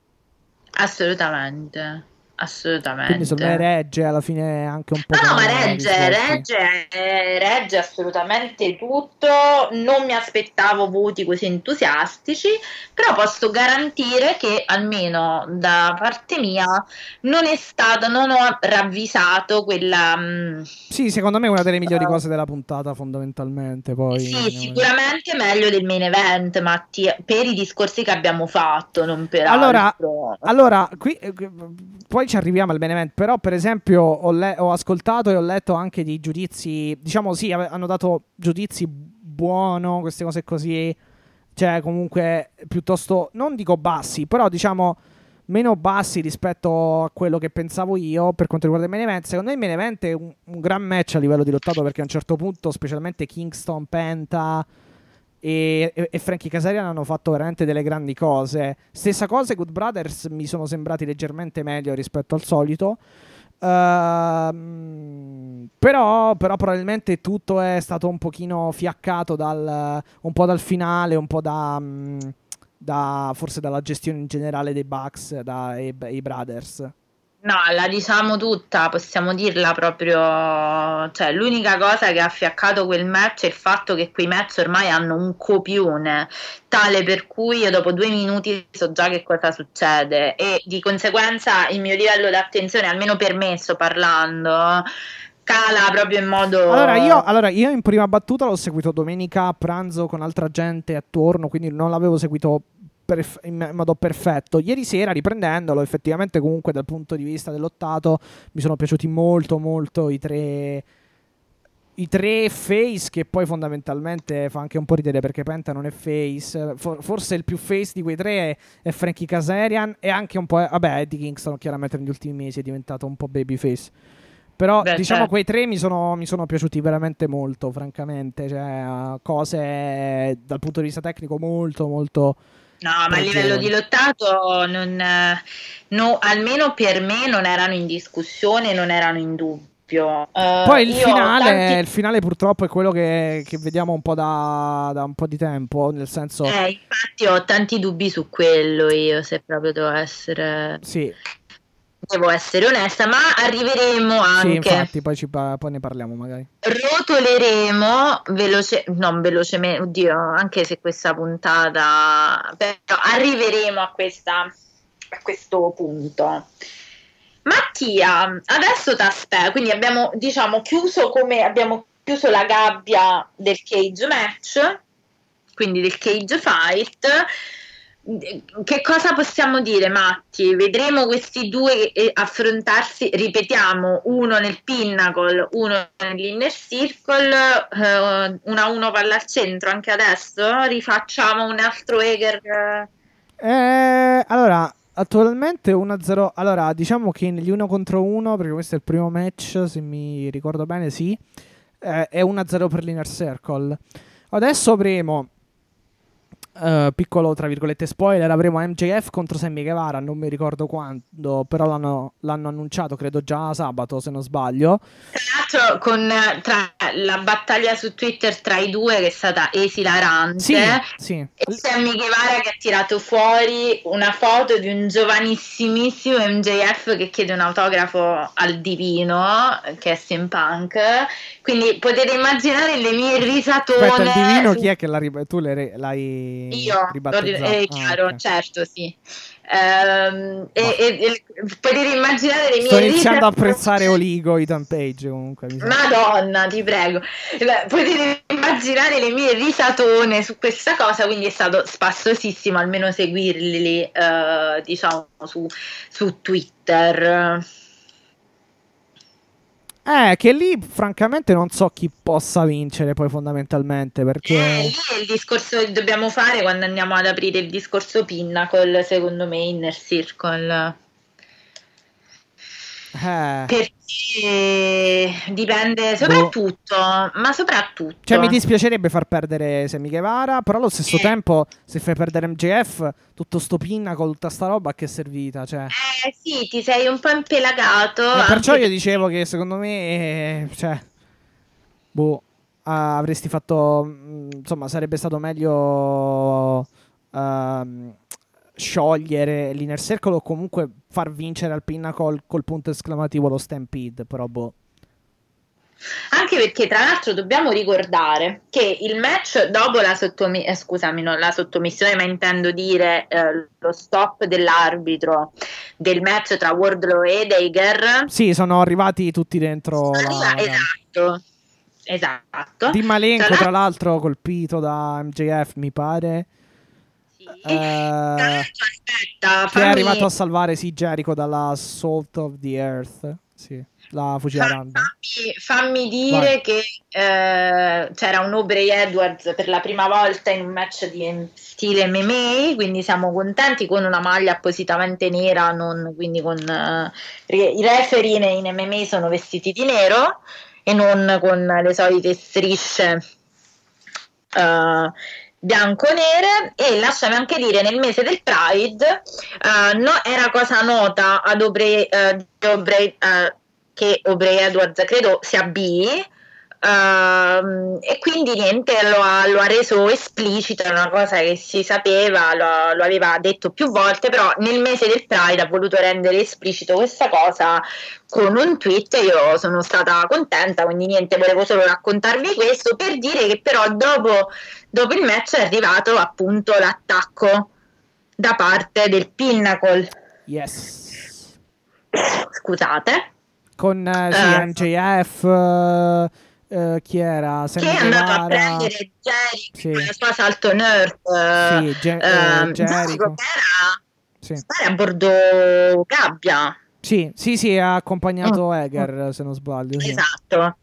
S4: Assolutamente, assolutamente.
S3: Quindi secondo me regge alla fine anche un po'.
S4: No, no, ma
S3: come
S4: regge,
S3: risvolti.
S4: regge, eh, regge assolutamente tutto. Non mi aspettavo voti così entusiastici, però posso garantire che almeno da parte mia non è stato, non ho ravvisato quella. mh,
S3: Sì, secondo me è una delle migliori cose della puntata, fondamentalmente. Poi
S4: Sì, sicuramente meglio del main event, Matti, per i discorsi che abbiamo fatto, non per
S3: Allora,
S4: altro.
S3: allora qui, eh, poi ci arriviamo al main event, però per esempio ho, le- ho ascoltato e ho letto anche di giudizi, diciamo sì, ave- hanno dato giudizi buono, queste cose così, cioè comunque piuttosto, non dico bassi, però diciamo meno bassi rispetto a quello che pensavo io per quanto riguarda il main event. Secondo me il main event è un, un gran match a livello di lottato, perché a un certo punto, specialmente Kingston, Penta e, e, e Frankie Kazarian hanno fatto veramente delle grandi cose. Stessa cosa, i Good Brothers mi sono sembrati leggermente meglio rispetto al solito. Ehm, però, però probabilmente tutto è stato un pochino fiaccato dal, un po' dal finale, un po' da, mm, da forse dalla gestione in generale dei Bucks, dai i Brothers.
S4: No, la diciamo tutta, possiamo dirla proprio, cioè l'unica cosa che ha fiaccato quel match è il fatto che quei match ormai hanno un copione, tale per cui io dopo due minuti so già che cosa succede, e di conseguenza il mio livello di attenzione, almeno per me sto parlando, cala proprio in modo...
S3: Allora io, allora, io in prima battuta l'ho seguito domenica a pranzo con altra gente attorno, quindi non l'avevo seguito perf- in modo perfetto. Ieri sera, riprendendolo, effettivamente comunque dal punto di vista dell'ottato mi sono piaciuti molto molto i tre, i tre face, che poi fondamentalmente fa anche un po' ridere perché Penta non è face. For- forse il più face di quei tre è, è Frankie Kazarian, e anche un po', vabbè, Eddie Kingston chiaramente negli ultimi mesi è diventato un po' babyface. Però
S4: Beh,
S3: diciamo
S4: certo.
S3: quei tre mi sono, mi sono piaciuti veramente molto, francamente, cioè uh, cose dal punto di vista tecnico molto molto
S4: No, ma a livello di lottato non, eh, no, almeno per me non erano in discussione, non erano in dubbio. Uh,
S3: Poi il
S4: io
S3: finale,
S4: tanti...
S3: il finale purtroppo è quello che, che vediamo un po' da, da un po' di tempo, nel senso...
S4: Eh, infatti ho tanti dubbi su quello io, se proprio devo essere...
S3: Sì.
S4: Devo essere onesta, ma arriveremo anche.
S3: Sì, infatti, poi, ci, poi ne parliamo magari.
S4: Rotoleremo veloce, non velocemente, oddio, anche se questa puntata, però arriveremo a, questa, a questo punto. Mattia, adesso ti aspetto, quindi abbiamo, diciamo, chiuso come abbiamo chiuso la gabbia del cage match, quindi del cage fight. Che cosa possiamo dire, Matti? Vedremo questi due affrontarsi, ripetiamo, uno nel Pinnacle, uno nell'Inner Circle, uh, uno a uno palla al centro anche adesso? Rifacciamo un altro Eger?
S3: Eh, allora, attualmente uno a zero. Allora, diciamo che negli uno contro uno, perché questo è il primo match, se mi ricordo bene, sì, eh, è uno a zero per l'Inner Circle. Adesso avremo... Uh, piccolo tra virgolette spoiler, avremo M J F contro Sammy Guevara, non mi ricordo quando, però l'hanno, l'hanno annunciato, credo già sabato se non sbaglio.
S4: Tra l'altro con tra, la battaglia su Twitter tra i due che è stata esilarante,
S3: sì, sì.
S4: E Sammy Guevara che ha tirato fuori una foto di un giovanissimissimo M J F che chiede un autografo al divino, che è C M Punk, quindi potete immaginare le mie risatone.
S3: Aspetta, il divino chi è che l'ha rib- tu l'hai
S4: io,
S3: ribattezzato?
S4: è chiaro,
S3: ah, okay.
S4: Certo, sì. Um, e, e, e potete immaginare le mie
S3: sto iniziando a
S4: risate...
S3: apprezzare Oligo, Ethan Page comunque mi
S4: Madonna, ti prego, potete immaginare le mie risatone su questa cosa, quindi è stato spassosissimo almeno seguirli uh, diciamo su, su Twitter.
S3: Eh, che lì francamente non so chi possa vincere poi fondamentalmente, perché...
S4: Eh, lì è il discorso che dobbiamo fare quando andiamo ad aprire il discorso Pinnacle, secondo me, Inner Circle.
S3: Eh.
S4: Perché dipende soprattutto, boh. ma soprattutto...
S3: Cioè mi dispiacerebbe far perdere Sammy Guevara, però allo stesso eh. tempo se fai perdere M J F, tutto sto Pinnacle, tutta sta roba, a che è servita? Cioè...
S4: Eh sì, ti sei un po' impelagato.
S3: Eh, perciò io dicevo che secondo me, eh, cioè, boh, ah, avresti fatto, mh, insomma, sarebbe stato meglio... Uh, sciogliere l'Inner Circle o comunque far vincere al Pinnacle col punto esclamativo lo Stampede, però boh.
S4: Anche perché tra l'altro dobbiamo ricordare che il match dopo la sottomissione, eh, scusami, non la sottomissione, ma intendo dire eh, lo stop dell'arbitro del match tra Wardlow ed Hager.
S3: Sì, sono arrivati tutti dentro.
S4: La... Esatto, esatto.
S3: Di Malenko, tra, tra l'altro, colpito da M J F, mi pare.
S4: Uh, aspetta,
S3: fammi... che è arrivato a salvare sì, Jericho dalla Salt of the Earth, sì, la fucile random.
S4: Fammi, fammi dire Vai. che eh, c'era un Aubrey Edwards per la prima volta in un match di stile M M A, quindi siamo contenti, con una maglia appositamente nera, non, quindi con uh, i referee in M M A sono vestiti di nero e non con le solite strisce uh, bianco-nere. E lasciami anche dire, nel mese del Pride uh, no, era cosa nota ad Aubrey, uh, Aubrey uh, che Aubrey Edwards credo sia bi, uh, e quindi niente, lo ha, lo ha reso esplicito, è una cosa che si sapeva, lo, lo aveva detto più volte, però nel mese del Pride ha voluto rendere esplicito questa cosa con un tweet. Io sono stata contenta, quindi niente, volevo solo raccontarvi questo per dire che però dopo, dopo il match è arrivato appunto l'attacco da parte del Pinnacle.
S3: Yes.
S4: Scusate.
S3: Con uh, sì, uh, M J F, uh, uh, chi era?
S4: Sammy che è andato Guevara. a prendere Jericho, sì. con la sua Salto Nerd. Uh,
S3: sì, Ge-
S4: uh,
S3: Jericho.
S4: Era
S3: sì.
S4: a bordo gabbia.
S3: Sì, sì, sì, ha accompagnato mm. Eger, se non sbaglio. Sì.
S4: Esatto.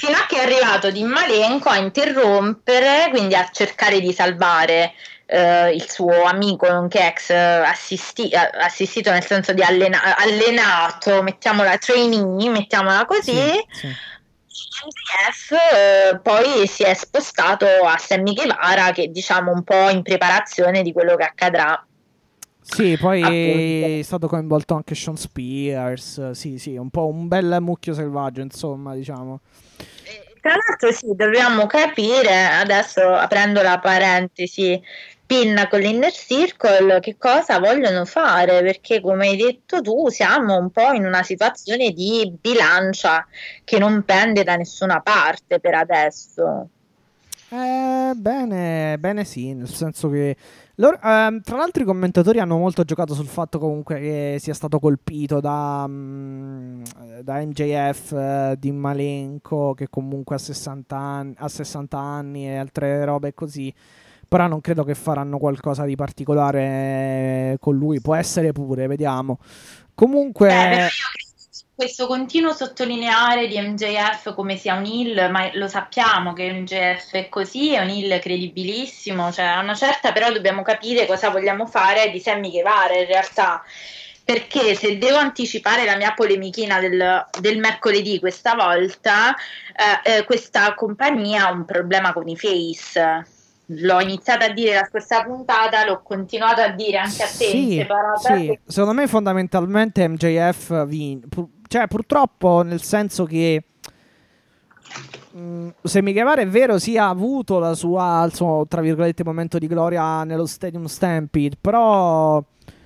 S4: fino a che è arrivato Dean Malenko a interrompere, quindi a cercare di salvare eh, il suo amico, nonché ex assisti- assistito, nel senso di allena- allenato, mettiamola trainee, mettiamola così.
S3: Sì, sì.
S4: M J F eh, poi si è spostato a Sammy Guevara, che diciamo un po' in preparazione di quello che accadrà.
S3: Sì, poi
S4: Appunto.
S3: è stato coinvolto anche Sean Spears. Sì, sì, un po' un bel mucchio selvaggio, insomma, diciamo.
S4: Tra l'altro sì, dobbiamo capire, adesso aprendo la parentesi, Pinnacle Inner Circle, che cosa vogliono fare, perché come hai detto tu siamo un po' in una situazione di bilancia che non pende da nessuna parte per adesso.
S3: Eh, bene, bene sì, nel senso che loro, ehm, tra l'altro i commentatori hanno molto giocato sul fatto comunque che sia stato colpito da, mm, da M J F, eh, di Malenko, che comunque ha sessanta anni, ha sessanta anni e altre robe così. Però non credo che faranno qualcosa di particolare con lui. Può essere pure, vediamo. Comunque...
S4: Eh, però io credo che questo continuo sottolineare di M J F come sia un heel, ma lo sappiamo che M J F è così, è un heel credibilissimo, cioè a una certa però dobbiamo capire cosa vogliamo fare di Sammy Guevara in realtà, perché se devo anticipare la mia polemichina del, del mercoledì questa volta, eh, eh, questa compagnia ha un problema con i face. L'ho iniziato a dire la scorsa puntata, l'ho continuato a dire anche a te in
S3: Sì,
S4: separata.
S3: sì, secondo me fondamentalmente M J F vince, cioè purtroppo nel senso che mh, Sammy Guevara è vero sì ha avuto la sua, il suo tra virgolette momento di gloria nello Stadium Stampede, però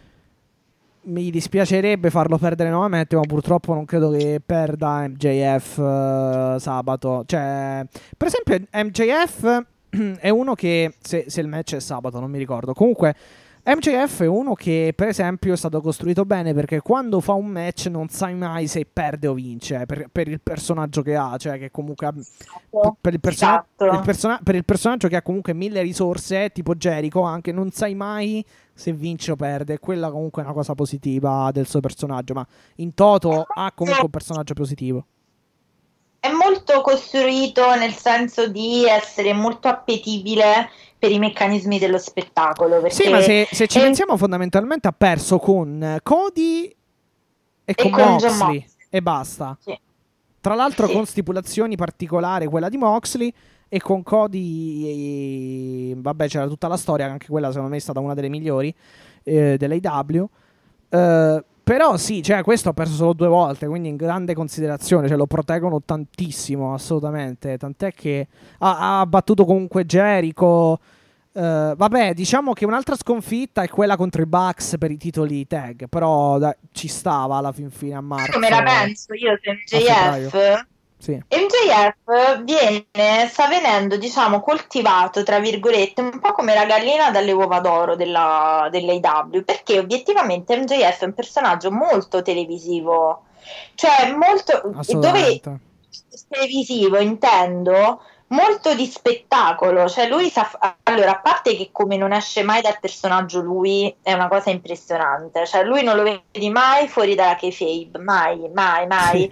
S3: mi dispiacerebbe farlo perdere nuovamente, ma purtroppo non credo che perda M J F eh, sabato, cioè per esempio M J F è uno che, se, se il match è sabato, non mi ricordo. Comunque, M J F è uno che, per esempio, è stato costruito bene perché quando fa un match non sai mai se perde o vince per, per il personaggio che ha, cioè che comunque ha, per, il persona-
S4: Esatto.
S3: il persona- per il personaggio che ha comunque mille risorse, tipo Jericho, anche non sai mai se vince o perde. Quella comunque è una cosa positiva del suo personaggio, ma in toto ha comunque un personaggio positivo.
S4: È molto costruito nel senso di essere molto appetibile per i meccanismi dello spettacolo. Perché
S3: Sì, ma se, se ci
S4: è-
S3: pensiamo, fondamentalmente ha perso con Cody e
S4: e
S3: con,
S4: con John
S3: Moxley
S4: Moxley.
S3: e basta.
S4: Sì.
S3: Tra l'altro
S4: Sì.
S3: con stipulazioni particolari, quella di Moxley, e con Cody, e- vabbè, c'era tutta la storia, anche quella secondo me è stata una delle migliori eh, dell'A E W. Eh, però sì, cioè questo ha perso solo due volte, quindi in grande considerazione, cioè lo proteggono tantissimo, assolutamente, tant'è che ha, ha battuto comunque Jericho. Eh, vabbè, diciamo che un'altra sconfitta è quella contro i Bucks per i titoli tag, però dai, ci stava alla fin fine a marzo.
S4: Come la penso io su
S3: a febbraio.
S4: M J F?
S3: Sì.
S4: M J F viene, sta venendo, diciamo, coltivato, tra virgolette, un po' come la gallina dalle uova d'oro della, dell'A E W, perché obiettivamente M J F è un personaggio molto televisivo, cioè molto, dove
S3: Assolutamente.
S4: televisivo intendo, molto di spettacolo, cioè lui sa, f- allora, a parte che come non esce mai dal personaggio lui è una cosa impressionante, cioè lui non lo vedi mai fuori dalla kayfabe, mai, mai, mai.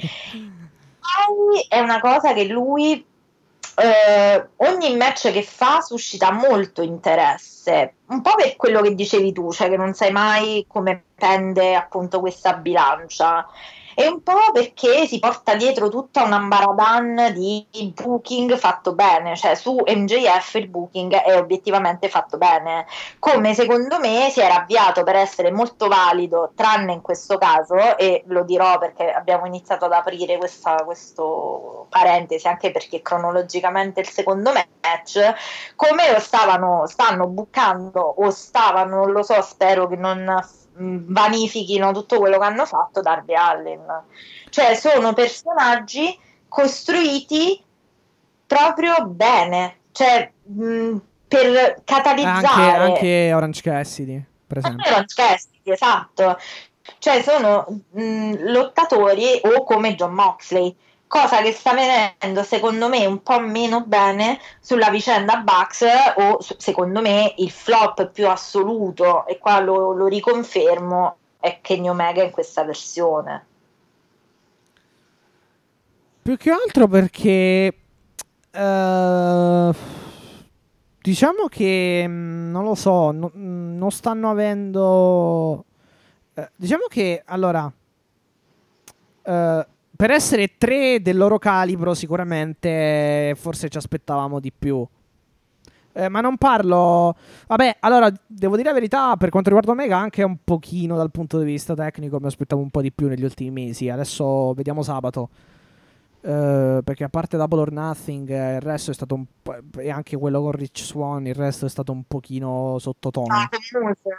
S4: Mai è una cosa che lui eh, ogni match che fa suscita molto interesse, un po' per quello che dicevi tu, cioè che non sai mai come pende appunto questa bilancia, e un po' perché si porta dietro tutta una ambaradan di booking fatto bene, cioè su M J F il booking è obiettivamente fatto bene, come secondo me si era avviato per essere molto valido, tranne in questo caso, e lo dirò perché abbiamo iniziato ad aprire questa questo parentesi, anche perché cronologicamente il secondo match, come lo stavano, stanno bucando o stavano, non lo so, spero che non vanifichino tutto quello che hanno fatto Darby Allin, cioè sono personaggi costruiti proprio bene, cioè mh, per catalizzare
S3: Anche, anche Orange Cassidy, per esempio.
S4: Orange Cassidy, esatto, cioè sono mh, lottatori o come John Moxley, cosa che sta venendo secondo me un po' meno bene sulla vicenda Bucks, o secondo me il flop più assoluto, e qua lo, lo riconfermo, è Kenny Omega in questa versione.
S3: più che altro perché uh, diciamo che mh, non lo so, no, mh, non stanno avendo uh, diciamo che allora uh, per essere tre del loro calibro sicuramente forse ci aspettavamo di più. Eh, ma non parlo. Vabbè, allora devo dire la verità. Per quanto riguarda Omega, anche un pochino dal punto di vista tecnico, mi aspettavo un po' di più negli ultimi mesi. Adesso vediamo sabato. Eh, perché a parte Double or Nothing, eh, il resto è stato un po'. E anche quello con Rich Swann, il resto è stato un pochino sottotono.
S4: Ah, comunque.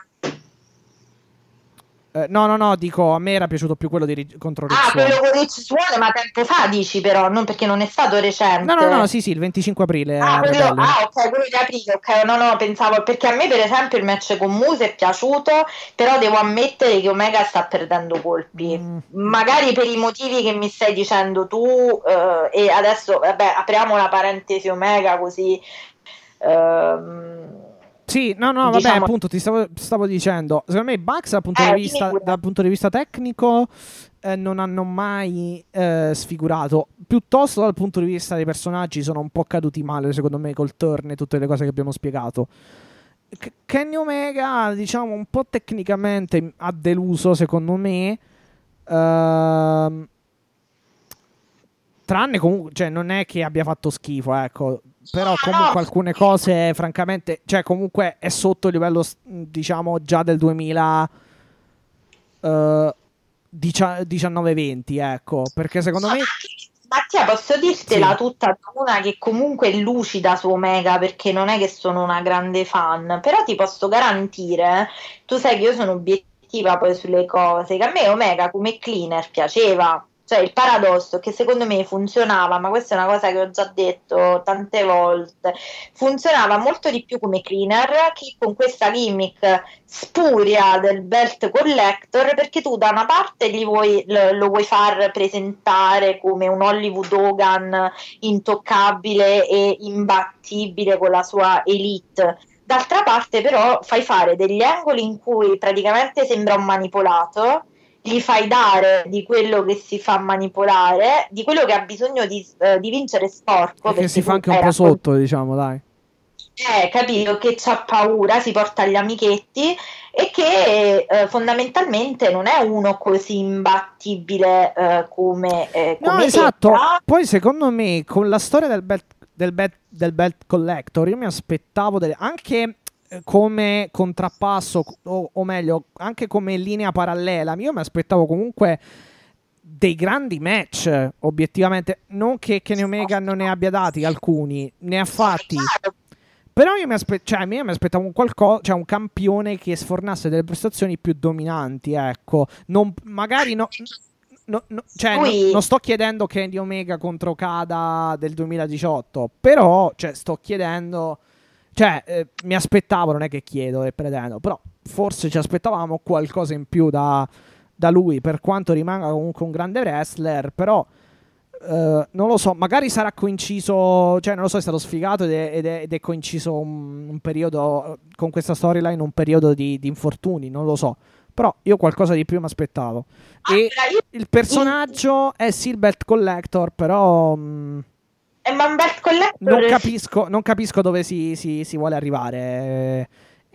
S3: Eh, no, no, no, dico, a me era piaciuto più quello di Rich, contro Rich
S4: Ah,
S3: Swann.
S4: quello con Rich Swann, ma tempo fa dici però, non perché non è stato recente.
S3: No, no, no, sì, sì, il venticinque aprile.
S4: Ah,
S3: a
S4: quello,
S3: Rebellion.
S4: ah, ok, quello di aprile, ok, no, no, pensavo, perché a me per esempio il match con Muse è piaciuto, però devo ammettere che Omega sta perdendo colpi,
S3: Mm.
S4: magari per i motivi che mi stai dicendo tu, eh, e adesso, vabbè, apriamo la parentesi Omega così... Ehm,
S3: Sì, no, no, vabbè,
S4: diciamo-
S3: appunto, ti stavo, stavo dicendo, secondo me i Bucks dal punto,
S4: Eh,
S3: di,
S4: dimmi
S3: vista,
S4: pure.
S3: dal punto di vista tecnico eh, non hanno mai eh, sfigurato, piuttosto dal punto di vista dei personaggi sono un po' caduti male, secondo me, col turn e tutte le cose che abbiamo spiegato. K- Kenny Omega, diciamo, un po' tecnicamente ha deluso, secondo me, ehm, tranne comunque, cioè non è che abbia fatto schifo, ecco. Però
S4: No,
S3: comunque
S4: no.
S3: alcune cose, francamente, cioè comunque è sotto il livello, s- diciamo, già del duemila diciannove venti, ecco. Perché secondo me...
S4: Mattia, posso dirtela
S3: Sì.
S4: tutta da una che comunque è lucida su Omega, perché non è che sono una grande fan, però ti posso garantire, tu sai che io sono obiettiva poi sulle cose, che a me Omega come cleaner piaceva. Cioè il paradosso è che secondo me funzionava, ma questa è una cosa che ho già detto tante volte, funzionava molto di più come cleaner che con questa gimmick spuria del belt collector, perché tu da una parte gli vuoi, lo, lo vuoi far presentare come un Hollywood Hogan intoccabile e imbattibile con la sua elite, d'altra parte però fai fare degli angoli in cui praticamente sembra un manipolato, gli fai dare di quello che si fa manipolare, di quello che ha bisogno di, eh, di vincere sporco,
S3: Che si
S4: perché
S3: fa
S4: tu
S3: anche un
S4: hai
S3: po'
S4: raccon-
S3: sotto, diciamo, dai.
S4: eh, capito che c'ha paura, si porta gli amichetti e che eh, fondamentalmente non è uno così imbattibile eh, come, eh,
S3: No,
S4: come
S3: esatto.
S4: sembra.
S3: Poi secondo me con la storia del belt, del belt, del belt collector io mi aspettavo delle, anche eh, come contrappasso o, o meglio anche come linea parallela, io mi aspettavo comunque dei grandi match, obiettivamente. Non che Kenny Omega non ne abbia dati alcuni, ne ha fatti. Però io mi, aspe- cioè, io mi aspettavo un, qualco- cioè, un campione che sfornasse delle prestazioni più dominanti, ecco. Non, magari no, no, no, cioè, no-
S4: Lui-
S3: non sto chiedendo Kenny Omega contro Okada del duemiladiciotto, però cioè, sto chiedendo... Cioè, eh, mi aspettavo, non è che chiedo e pretendo, però forse ci aspettavamo qualcosa in più da, da lui, per quanto rimanga comunque un grande wrestler, però... Uh, non lo so, magari sarà coinciso, cioè non lo so, è stato sfigato ed è, ed è, ed è coinciso un, un periodo con questa storyline, un periodo di, di infortuni, non lo so. Però io qualcosa di più mi aspettavo. E
S4: Allora, io-
S3: il personaggio è sì il belt collector, però mh,
S4: Eh, ma un belt collector
S3: non capisco, non capisco dove si, si, si vuole arrivare. E,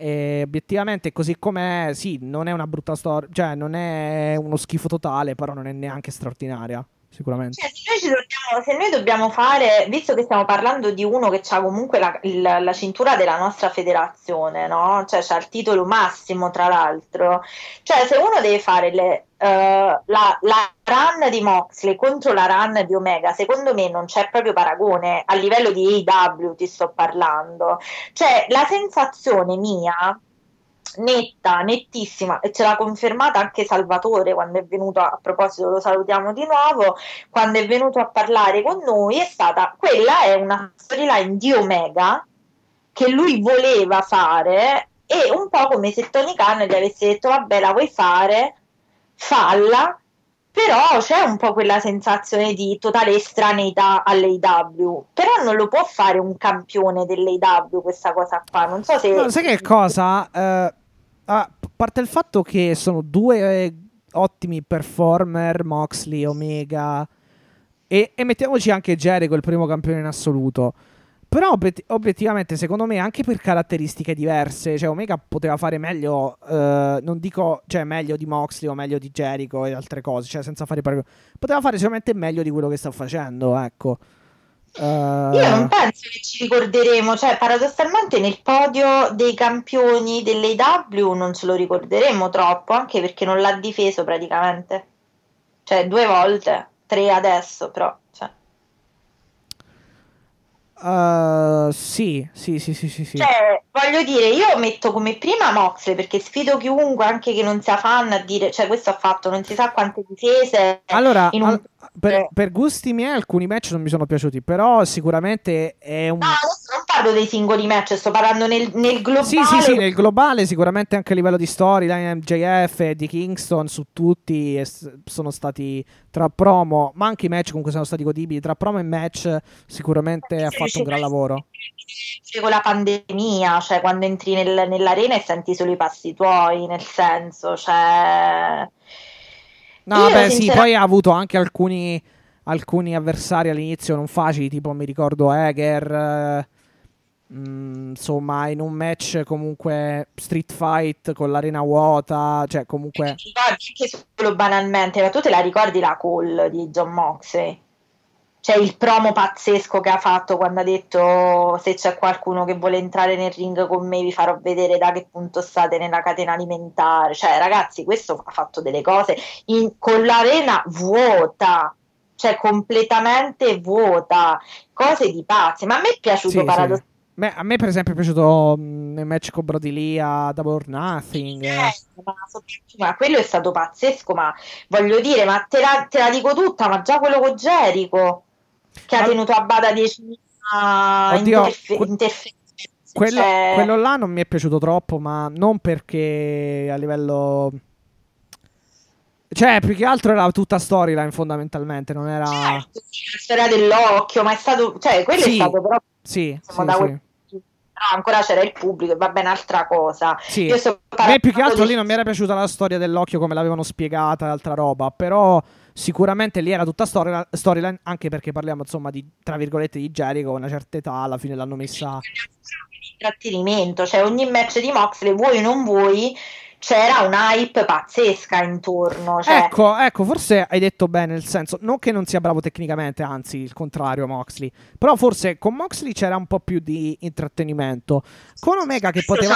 S3: e obiettivamente, così com'è, sì, non è una brutta storia, cioè non è uno schifo totale, però non è neanche straordinaria. Sicuramente.
S4: Cioè, se, noi ci dobbiamo, se noi dobbiamo fare, visto che stiamo parlando di uno che ha comunque la, il- la cintura della nostra federazione, no? Cioè c'ha il titolo massimo, tra l'altro. Cioè, se uno deve fare le, eh, la, la run di Moxley contro la run di Omega, secondo me non c'è proprio paragone. A livello di A E W ti sto parlando. Cioè, la sensazione mia, netta, nettissima, e ce l'ha confermata anche Salvatore quando è venuto, a, a proposito lo salutiamo di nuovo, quando è venuto a parlare con noi, è stata, quella è una storyline di Omega che lui voleva fare, e un po' come se Tony Khan gli avesse detto vabbè, la vuoi fare, falla, però c'è un po' quella sensazione di totale estraneità all'A E W, però non lo può fare un campione dell'A E W questa cosa qua, non so se...
S3: No, sai che cosa? Eh, a parte il fatto che sono due eh, ottimi performer, Moxley, Omega, E, e mettiamoci anche Jericho, il primo campione in assoluto. Però obiet- obiettivamente, secondo me, anche per caratteristiche diverse, cioè Omega poteva fare meglio, eh, non dico, cioè meglio di Moxley o meglio di Jericho e altre cose, cioè senza fare paragoni. Poteva fare sicuramente meglio di quello che sta facendo, ecco. Uh...
S4: Io non penso che ci ricorderemo, cioè paradossalmente nel podio dei campioni dell'A E W non ce lo ricorderemo troppo, anche perché non l'ha difeso praticamente. Cioè due volte, tre adesso, però... Cioè.
S3: Uh, sì, sì, sì, sì, sì, sì.
S4: Cioè, voglio dire, io metto come prima Moxley perché sfido chiunque, anche che non sia fan, a dire, cioè questo ha fatto non si sa quante difese.
S3: Allora,
S4: in un...
S3: al- per, per gusti miei alcuni match non mi sono piaciuti, però sicuramente è un...
S4: No, adesso non parlo dei singoli match, sto parlando nel, nel globale.
S3: Sì, sì, sì, nel globale sicuramente anche a livello di storyline, M J F e di Kingston su tutti es- sono stati tra promo, ma anche i match comunque sono stati godibili, tra promo e match sicuramente ha fatto un gran lavoro.
S4: Con la pandemia, cioè quando entri nel, nell'arena e senti solo i passi tuoi, nel senso, cioè...
S3: No,
S4: Io,
S3: vabbè,
S4: sincer-
S3: sì, poi ha avuto anche alcuni, alcuni avversari all'inizio non facili, tipo mi ricordo Eger, eh, mh, insomma, in un match comunque street fight con l'arena vuota, cioè comunque...
S4: Ti ricordi anche solo banalmente, ma tu te la ricordi la call di Jon Moxley? Cioè il promo pazzesco che ha fatto quando ha detto se c'è qualcuno che vuole entrare nel ring con me vi farò vedere da che punto state nella catena alimentare. Cioè ragazzi, questo ha fatto delle cose in, con l'arena vuota, cioè completamente vuota, cose di pazzi. Ma a me è piaciuto
S3: Sì,
S4: paradossalmente.
S3: sì. Beh, a me per esempio è piaciuto mh, nel match con Brody Lee a Double or Nothing.
S4: Eh, ma, ma quello è stato pazzesco, ma voglio dire, ma te la, te la dico tutta, ma già quello con Jericho che ha
S3: Al-
S4: tenuto a bada diecimila
S3: Oddio,
S4: interfe-
S3: que-
S4: interferenze,
S3: quello,
S4: cioè...
S3: quello là non mi è piaciuto troppo, ma non perché a livello... Cioè, più che altro era tutta storyline fondamentalmente, non era...
S4: Certo, sì, la storia dell'occhio, ma è stato, cioè, quello
S3: Sì,
S4: è stato però
S3: sì,
S4: siamo
S3: sì,
S4: da
S3: sì.
S4: quel- però ancora c'era il pubblico e va bene altra cosa.
S3: Sì.
S4: Io sto
S3: A me più che
S4: parlando
S3: altro
S4: di-
S3: lì non mi era piaciuta la storia dell'occhio come l'avevano spiegata e altra roba, però sicuramente lì era tutta story- storyline, anche perché parliamo insomma di, tra virgolette, di Jericho, a una certa età, alla fine l'hanno messa...
S4: intrattenimento, cioè ogni match di Moxley, vuoi o non vuoi, c'era una hype pazzesca intorno, cioè...
S3: Ecco, ecco, forse hai detto bene, nel senso, non che non sia bravo tecnicamente, anzi, il contrario, Moxley, però forse con Moxley c'era un po' più di intrattenimento. Con Omega che poteva...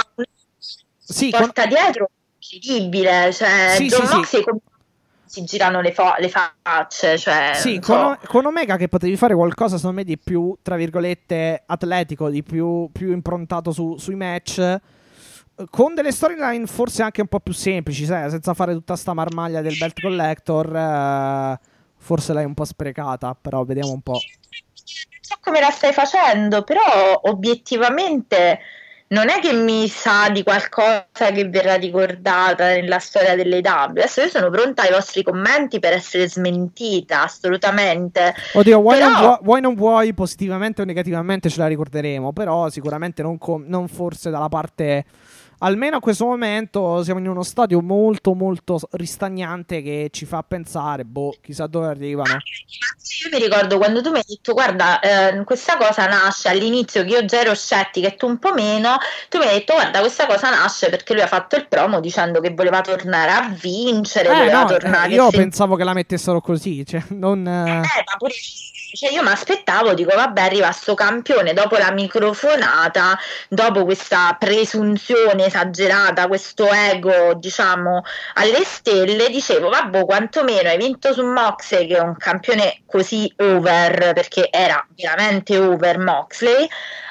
S3: Sì, con...
S4: porta dietro incredibile, cioè
S3: Sì,
S4: Jon
S3: sì, sì.
S4: Moxley com- si girano le, fo- le facce, cioè
S3: Sì,
S4: non
S3: con,
S4: so.
S3: O- con Omega che potevi fare qualcosa, secondo me, di più, tra virgolette, atletico, di più, più improntato su- sui match, eh, con delle storyline forse anche un po' più semplici, sai, senza fare tutta sta marmaglia del belt collector, eh, forse l'hai un po' sprecata, però vediamo un po'.
S4: Non so come la stai facendo, però obiettivamente non è che mi sa di qualcosa che verrà ricordata nella storia delle W. Adesso io sono pronta ai vostri commenti per essere smentita, assolutamente.
S3: Oddio, vuoi,
S4: Però-
S3: non vuoi, vuoi non vuoi, positivamente o negativamente ce la ricorderemo, però sicuramente non, com- non forse dalla parte... Almeno a questo momento siamo in uno stadio molto molto ristagnante che ci fa pensare, boh, chissà dove arrivano.
S4: Io mi ricordo quando tu mi hai detto guarda, eh, questa cosa nasce all'inizio che io già ero scettica e tu un po' meno, tu mi hai detto guarda questa cosa nasce perché lui ha fatto il promo dicendo che voleva tornare a vincere,
S3: Eh,
S4: voleva
S3: no,
S4: tornare
S3: eh, io
S4: sem-
S3: pensavo che la mettessero così, cioè non... eh,
S4: Eh, ma pure cioè io mi aspettavo, dico vabbè arriva sto campione dopo la microfonata, dopo questa presunzione esagerata, questo ego diciamo alle stelle, dicevo vabbè quantomeno hai vinto su Moxley che è un campione così over, perché era veramente over Moxley,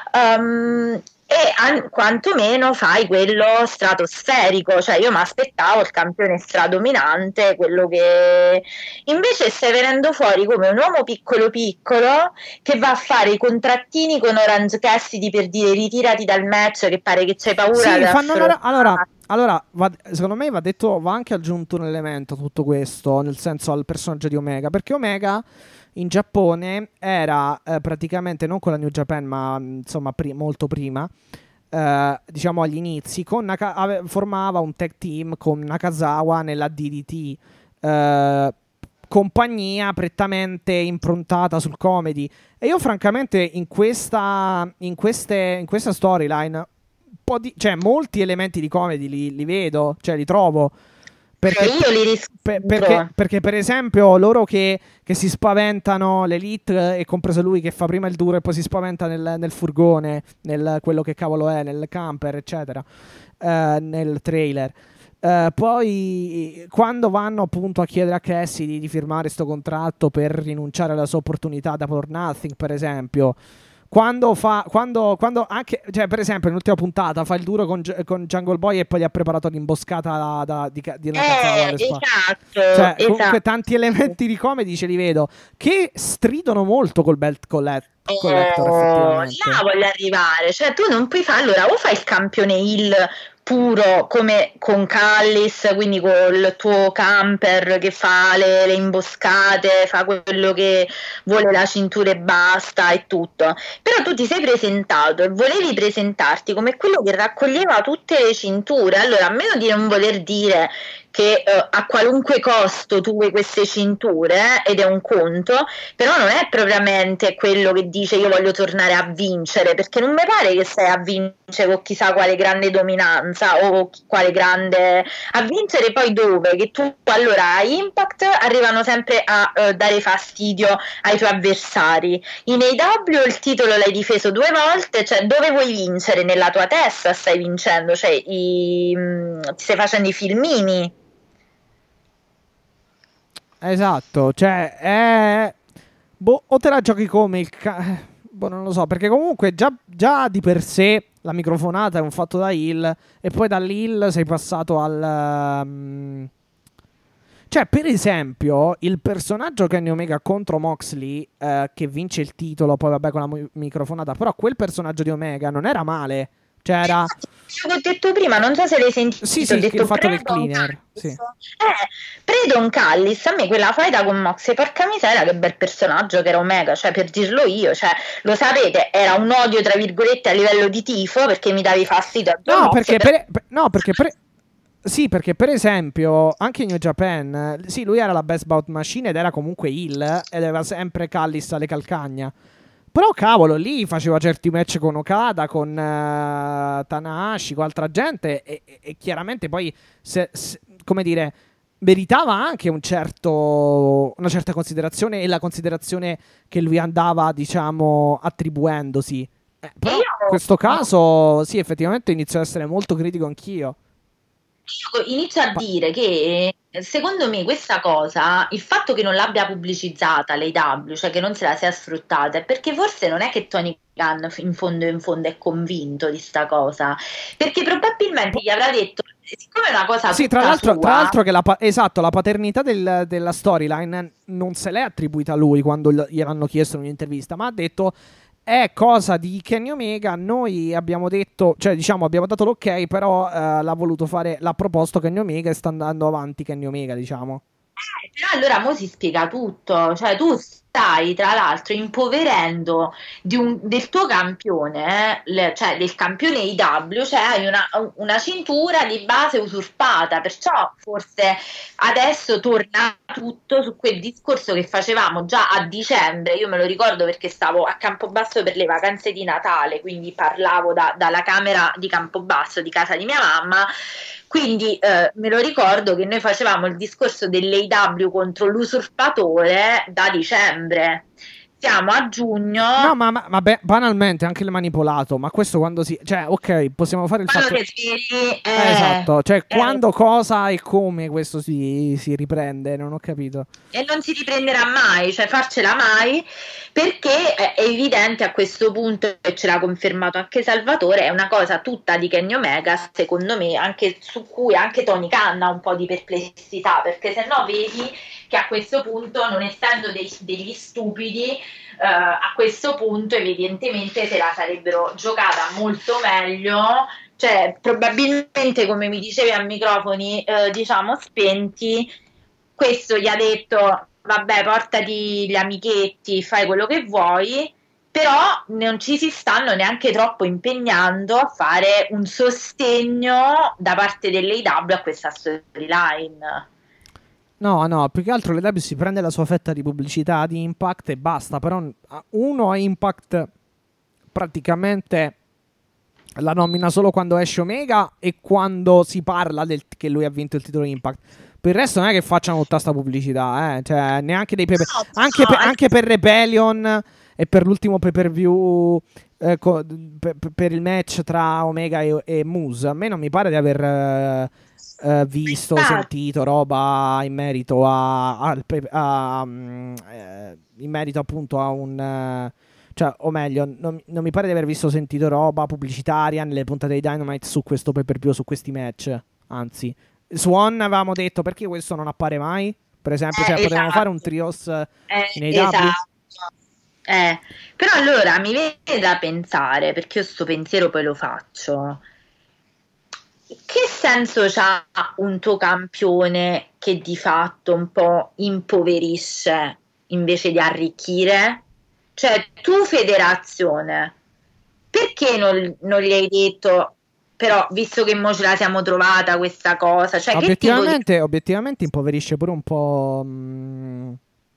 S4: um, e an- quantomeno fai quello stratosferico, cioè io mi aspettavo il campione stradominante, quello che invece stai venendo fuori come un uomo piccolo piccolo che va a fare i contrattini con Orange Cassidy per dire ritirati dal match che pare che c'hai paura
S3: Sì,
S4: di
S3: fanno una-
S4: affrontare.
S3: allora, allora va- secondo me va detto, va anche aggiunto un elemento a tutto questo, nel senso al personaggio di Omega, perché Omega in Giappone era eh, praticamente non con la New Japan, ma mh, insomma pri- molto prima, eh, diciamo agli inizi, con Naka- ave- formava un tag team con Nakazawa nella D D T. eh, compagnia prettamente improntata sul comedy. E io francamente in questa in queste in questa storyline un po' di, cioè molti elementi di comedy li, li vedo, cioè li trovo. Perché,
S4: io li riscontro.
S3: per, perché, perché per esempio loro che, che si spaventano, l'Elite, e compreso lui che fa prima il duro e poi si spaventa nel, nel furgone, nel quello che cavolo è, nel camper, eccetera, uh, nel trailer. Uh, poi quando vanno appunto a chiedere a Cassidy di firmare sto contratto per rinunciare alla sua opportunità da For Nothing, per esempio, quando fa quando, quando anche, cioè per esempio nell'ultima puntata fa il duro con, con Jungle Boy e poi gli ha preparato l'imboscata da, da, di, di una cazzata alle spalle.
S4: Esatto,
S3: cioè
S4: esatto.
S3: Comunque tanti elementi di comedy ce li vedo che stridono molto col Belt Collector. Collector
S4: Oh,
S3: effettivamente.
S4: là voglio arrivare, cioè tu non puoi fare, allora o fai il campione Hill puro come con Callis, quindi col tuo camper che fa le, le imboscate, fa quello che vuole la cintura e basta e tutto, però tu ti sei presentato e volevi presentarti come quello che raccoglieva tutte le cinture, allora a meno di non voler dire che uh, a qualunque costo tu vuoi queste cinture, eh, ed è un conto, però non è propriamente quello che dice io voglio tornare a vincere, perché non mi pare che stai a vincere con chissà quale grande dominanza o quale grande, a vincere poi dove? Che tu allora a Impact arrivano sempre a uh, dare fastidio ai tuoi avversari, in A E W il titolo l'hai difeso due volte, cioè dove vuoi vincere? Nella tua testa stai vincendo, cioè i, mh, ti stai facendo i filmini.
S3: Esatto, cioè è boh, o te la giochi come il ca- boh, non lo so, perché comunque già, già di per sé la microfonata è un fatto da heel e poi dall'heel sei passato al um... cioè per esempio il personaggio Kenny Omega contro Moxley, eh, che vince il titolo poi vabbè con la mi- microfonata, però quel personaggio di Omega non era male, cioè era
S4: Come ho detto prima, non so se l'hai sentito.
S3: sì, sì,
S4: ho detto
S3: il fatto del
S4: Predon
S3: cleaner,
S4: Callis.
S3: sì.
S4: Eh, Predon Callis, a me quella faida con Moxley, porca miseria che bel personaggio che era Omega, cioè per dirlo io, cioè lo sapete, era un odio tra virgolette a livello di tifo perché mi davi fastidio a John
S3: no,
S4: Moxley,
S3: perché
S4: per...
S3: per, no, perché per, sì, perché per esempio anche in New Japan, sì, lui era la Best Bout Machine ed era comunque heel ed aveva sempre Callis alle calcagna. Però cavolo, lì faceva certi match con Okada, con uh, Tanahashi, con altra gente e, e, e chiaramente poi, se, se, come dire, meritava anche un certo, una certa considerazione e la considerazione che lui andava, diciamo, attribuendosi. Eh, però
S4: Io...
S3: in questo caso, sì, effettivamente inizio ad essere molto critico anch'io.
S4: Io inizio a dire che secondo me questa cosa, il fatto che non l'abbia pubblicizzata l'A E W, cioè che non se la sia sfruttata, è perché forse non è che Tony Khan in fondo in fondo è convinto di sta cosa, perché probabilmente gli avrà detto, siccome è una cosa
S3: sì,
S4: tutta
S3: tra l'altro,
S4: sua,
S3: tra l'altro che la, esatto, la paternità del, della storyline non se l'è attribuita a lui quando gliel'hanno chiesto in un'intervista, ma ha detto è cosa di Kenny Omega, noi abbiamo detto, cioè diciamo abbiamo dato l'ok, però eh, l'ha voluto fare, l'ha proposto Kenny Omega e sta andando avanti Kenny Omega, diciamo.
S4: Eh, però allora mo si spiega tutto, cioè tu stai tra l'altro impoverendo di un, del tuo campione, eh, le, cioè del campione I W, cioè hai una, una cintura di base usurpata, perciò forse adesso torna tutto su quel discorso che facevamo già a dicembre, io me lo ricordo perché stavo a Campobasso per le vacanze di Natale, quindi parlavo da, dalla camera di Campobasso, di casa di mia mamma. Quindi eh, me lo ricordo che noi facevamo il discorso dell'A E W contro l'usurpatore da dicembre. Siamo a giugno.
S3: No, ma, ma, ma beh, banalmente anche il manipolato. Ma questo quando si. Cioè, ok, possiamo fare il
S4: Quando
S3: fatto.
S4: che svegli, eh,
S3: Eh, esatto, cioè
S4: eh,
S3: quando, cosa e come questo si, si riprende, non ho capito.
S4: E non si riprenderà mai, cioè farcela mai, perché è evidente a questo punto, e ce l'ha confermato anche Salvatore, è una cosa tutta di Kenny Omega, secondo me, anche su cui anche Tony Khan ha un po' di perplessità, perché se no vedi che a questo punto, non essendo dei, degli stupidi, eh, a questo punto evidentemente se la sarebbero giocata molto meglio, cioè probabilmente, come mi dicevi a microfoni eh, diciamo spenti, questo gli ha detto vabbè portati gli amichetti, fai quello che vuoi, però non ci si stanno neanche troppo impegnando a fare un sostegno da parte dell'A E W a questa storyline.
S3: No, no, più che altro le W si prende la sua fetta di pubblicità di Impact e basta. Però uno a Impact praticamente la nomina solo quando esce Omega e quando si parla del che lui ha vinto il titolo Impact. Per il resto non è che facciano tutta sta pubblicità, eh. Cioè, neanche dei pay per...
S4: No,
S3: anche,
S4: no,
S3: per,
S4: è-
S3: anche per Rebellion e per l'ultimo pay per view eh, co- per, per il match tra Omega e, e Moose. A me non mi pare di aver eh, eh, visto,
S4: Infatti.
S3: sentito roba in merito a, al pay- a, mm, eh, in merito appunto a un eh, cioè, o meglio, non, non mi pare di aver visto, sentito roba pubblicitaria nelle puntate di Dynamite su questo pay per view, su questi match. Anzi, Swan avevamo detto perché questo non appare mai. Per esempio,
S4: Eh,
S3: cioè, potevamo
S4: esatto.
S3: fare un trios eh,
S4: Eh,
S3: in A E W.
S4: esatto. Eh, però allora mi viene da pensare, perché io sto pensiero poi lo faccio. Che senso c'ha un tuo campione che di fatto un po' impoverisce invece di arricchire? Cioè, tu federazione, perché non, non gli hai detto, però, visto che mo ce la siamo trovata questa cosa, cioè che tipo di...
S3: Obiettivamente, obiettivamente impoverisce pure un po' mm,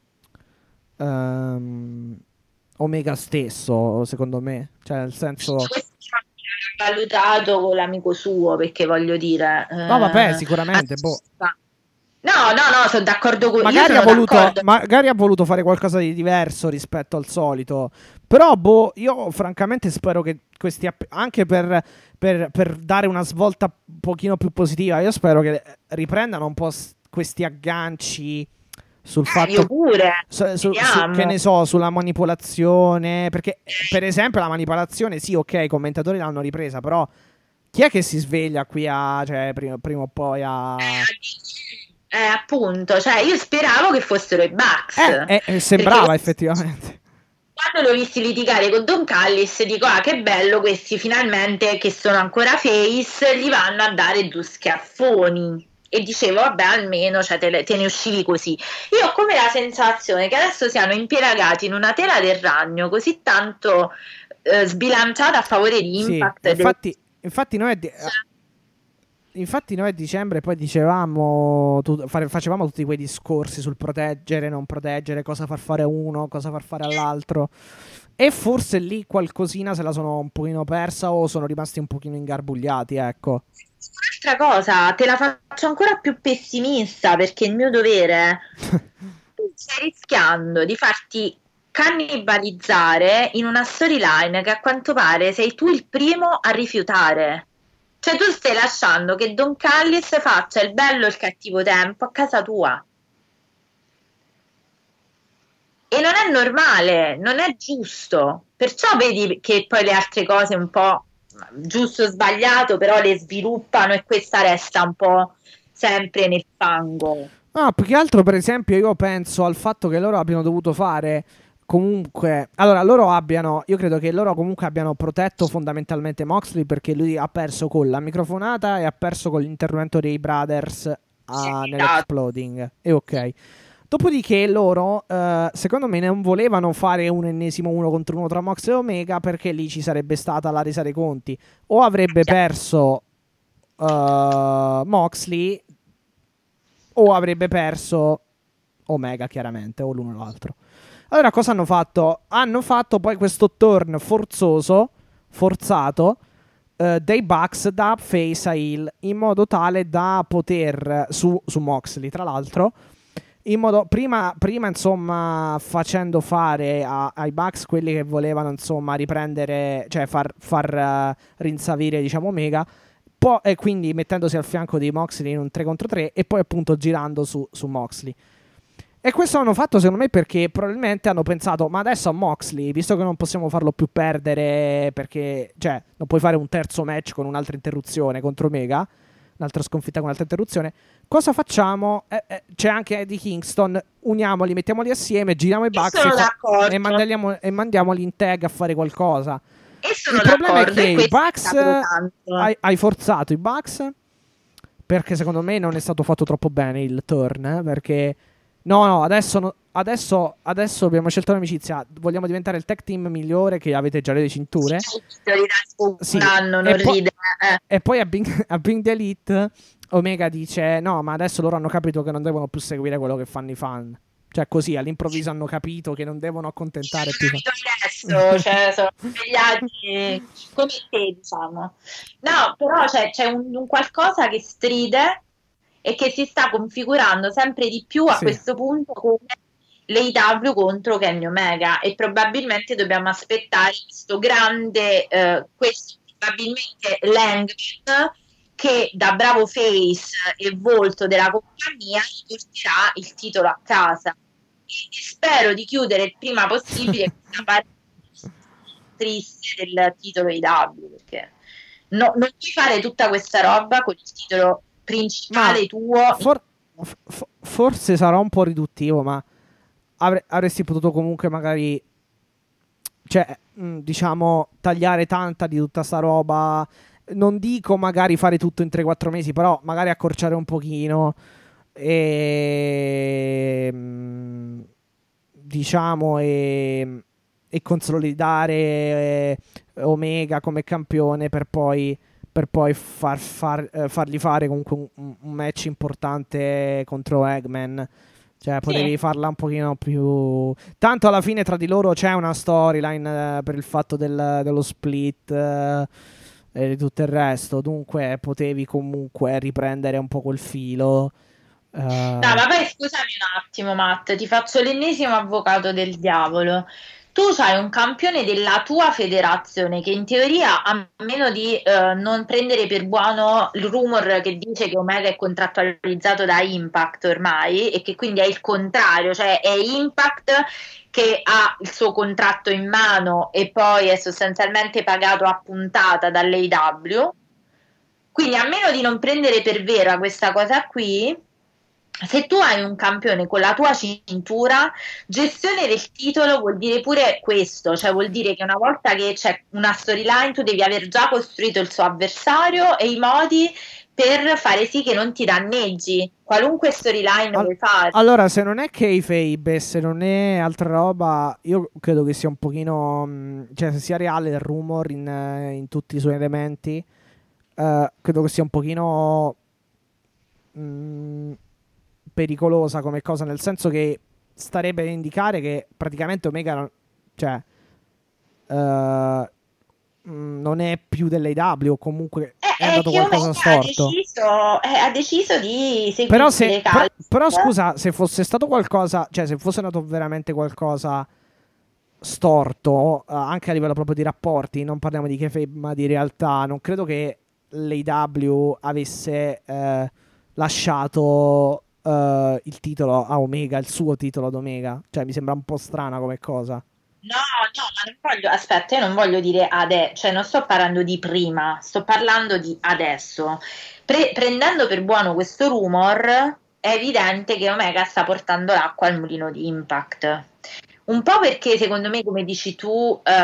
S3: ehm, Omega stesso, secondo me. Cioè, nel senso...
S4: Questo l'ha valutato con l'amico suo, perché voglio dire...
S3: No, vabbè,
S4: eh,
S3: sicuramente, boh.
S4: No, no, no, sono d'accordo con... io
S3: Magari ha,
S4: sono
S3: voluto,
S4: d'accordo.
S3: magari ha voluto fare qualcosa di diverso rispetto al solito. Però, boh, io francamente spero che questi app- anche per, per, per dare una svolta un pochino più positiva, io spero che riprendano un po' s- questi agganci sul
S4: Eh,
S3: fatto
S4: io pure.
S3: su, su- su-
S4: Vediamo.
S3: che ne so, sulla manipolazione. Perché, eh, per esempio, la manipolazione, sì, ok, i commentatori l'hanno ripresa, però chi è che si sveglia qui a, cioè, prima, prima o poi a...
S4: Eh, appunto, cioè io speravo che fossero i Bucks.
S3: Eh, eh, sembrava
S4: Perché
S3: effettivamente.
S4: quando l'ho visti litigare con Don Callis dico, ah che bello, questi finalmente che sono ancora face gli vanno a dare due schiaffoni. E dicevo, vabbè, almeno cioè, te, le- te ne uscivi così. Io ho come la sensazione che adesso siano impelagati in una tela del ragno così tanto eh, sbilanciata a favore di
S3: Sì,
S4: Impact. e del-
S3: infatti, infatti noi a di- infatti noi a dicembre poi dicevamo tu- fare- facevamo tutti quei discorsi sul proteggere, non proteggere, cosa far fare a uno, cosa far fare all'altro. E forse lì qualcosina se la sono un pochino persa o sono rimasti un pochino ingarbugliati, ecco.
S4: Un'altra cosa, te la faccio ancora più pessimista perché è il mio dovere. Tu stai rischiando di farti cannibalizzare in una storyline che a quanto pare sei tu il primo a rifiutare. Cioè tu stai lasciando che Don Callis faccia il bello e il cattivo tempo a casa tua. E non è normale, non è giusto. Perciò vedi che poi le altre cose un po' giusto o sbagliato, però le sviluppano e questa resta un po' sempre nel fango.
S3: No, più che altro, per esempio, io penso al fatto che loro abbiano dovuto fare comunque. Allora, loro abbiano. Io credo che loro comunque abbiano protetto fondamentalmente Moxley perché lui ha perso con la microfonata e ha perso con l'intervento dei Brothers a,
S4: Sì,
S3: nell'Exploding. E ok. Dopodiché loro, eh, secondo me, non volevano fare un ennesimo uno contro uno tra Mox e Omega perché lì ci sarebbe stata la resa dei conti. O avrebbe perso eh, Moxley o avrebbe perso Omega, chiaramente, o l'uno o l'altro. Allora cosa hanno fatto? Hanno fatto poi questo turn forzoso, forzato, eh, dei Bucks da face a heel, in modo tale da poter, su, su Moxley tra l'altro, in modo, prima, prima insomma facendo fare a, ai Bucks quelli che volevano insomma riprendere, cioè far, far uh, rinsavire diciamo Omega, po- e quindi mettendosi al fianco di Moxley in un tre contro tre e poi appunto girando su, su Moxley. E questo hanno fatto secondo me perché probabilmente hanno pensato, ma adesso a Moxley, visto che non possiamo farlo più perdere perché, cioè, non puoi fare un terzo match con un'altra interruzione contro Omega, un'altra sconfitta con un'altra interruzione, cosa facciamo? Eh, eh, c'è anche Eddie Kingston, uniamoli, mettiamoli assieme, giriamo i Bucks
S4: sono
S3: e, fa-
S4: d'accordo.
S3: e, mandiamo, e mandiamoli in tag a fare qualcosa.
S4: E sono
S3: Il problema è
S4: d'accordo,
S3: che
S4: e
S3: i
S4: questo
S3: Bucks
S4: è stato tanto.
S3: hai, hai forzato i Bucks perché secondo me non è stato fatto troppo bene il turn, eh, perché no no adesso, no, adesso adesso abbiamo scelto l'amicizia, vogliamo diventare il tag team migliore che avete già le cinture.
S4: Sì,
S3: Sì,
S4: un anno, non
S3: e, po-
S4: ride. Eh.
S3: e poi a Bring, a Bring the Elite Omega dice no, ma adesso loro hanno capito che non devono più seguire quello che fanno i fan. Cioè così all'improvviso hanno capito che non devono accontentare più.
S4: Adesso, cioè, sono svegliati come te, diciamo. No, però c'è, c'è un, un qualcosa che stride e che si sta configurando sempre di più a
S3: Sì.
S4: questo punto come l'A E W contro Kenny Omega, e probabilmente dobbiamo aspettare questo grande, eh, questo probabilmente Langman, che da bravo face e volto della compagnia porterà il titolo a casa. E spero di chiudere il prima possibile questa parte triste del titolo A E W, perché no, non puoi fare tutta questa roba con il titolo principale
S3: Ma
S4: tuo.
S3: for- f- forse sarà un po' riduttivo, ma avre- avresti potuto comunque magari, cioè, mh, diciamo, tagliare tanta di tutta sta roba. Non dico magari fare tutto in tre quattro mesi, però magari accorciare un pochino e mh, diciamo e, e consolidare eh, Omega come campione per poi, per poi far, far, eh, fargli fare comunque un, un match importante contro Eggman. Cioè, potevi
S4: Sì.
S3: farla un pochino più. Tanto alla fine tra di loro c'è una storyline eh, per il fatto del- dello split eh, e di tutto il resto. Dunque, potevi comunque riprendere un po' quel filo. eh,
S4: No, ma poi scusami un attimo, Matt, ti faccio l'ennesimo avvocato del diavolo. Tu hai un campione della tua federazione che in teoria, a meno di eh, non prendere per buono il rumor che dice che Omega è contrattualizzato da Impact ormai e che quindi è il contrario, cioè è Impact che ha il suo contratto in mano e poi è sostanzialmente pagato a puntata dall'A E W. Quindi a meno di non prendere per vera questa cosa qui, se tu hai un campione con la tua cintura, gestione del titolo vuol dire pure questo, cioè vuol dire che una volta che c'è una storyline tu devi aver già costruito il suo avversario e i modi per fare sì che non ti danneggi qualunque storyline
S3: Al-
S4: vuoi fare.
S3: allora, se non è kayfabe, se non è altra roba, io credo che sia un pochino. mh, Cioè, se sia reale il rumor in, eh, in tutti i suoi elementi, eh, credo che sia un pochino. mh, pericolosa come cosa, nel senso che starebbe a indicare che praticamente Omega non, cioè, eh, mh, non è più dell'A E W o comunque
S4: Eh,
S3: è
S4: è
S3: andato
S4: che
S3: qualcosa
S4: Omega ha
S3: storto.
S4: deciso, eh, ha deciso di
S3: Però,
S4: seguirsi
S3: se,
S4: le
S3: però,
S4: calze.
S3: però scusa, se fosse stato qualcosa, cioè se fosse andato veramente qualcosa storto, eh, anche a livello proprio di rapporti, non parliamo di kayfabe ma di realtà, non credo che l'A E W avesse eh, lasciato eh, il titolo a Omega, il suo titolo ad Omega. Cioè mi sembra un po' strana come cosa.
S4: No, no, ma non voglio, aspetta, io non voglio dire adesso, cioè non sto parlando di prima, sto parlando di adesso. Pre- prendendo per buono questo rumor, è evidente che Omega sta portando l'acqua al mulino di Impact. Un po' perché secondo me, come dici tu, eh,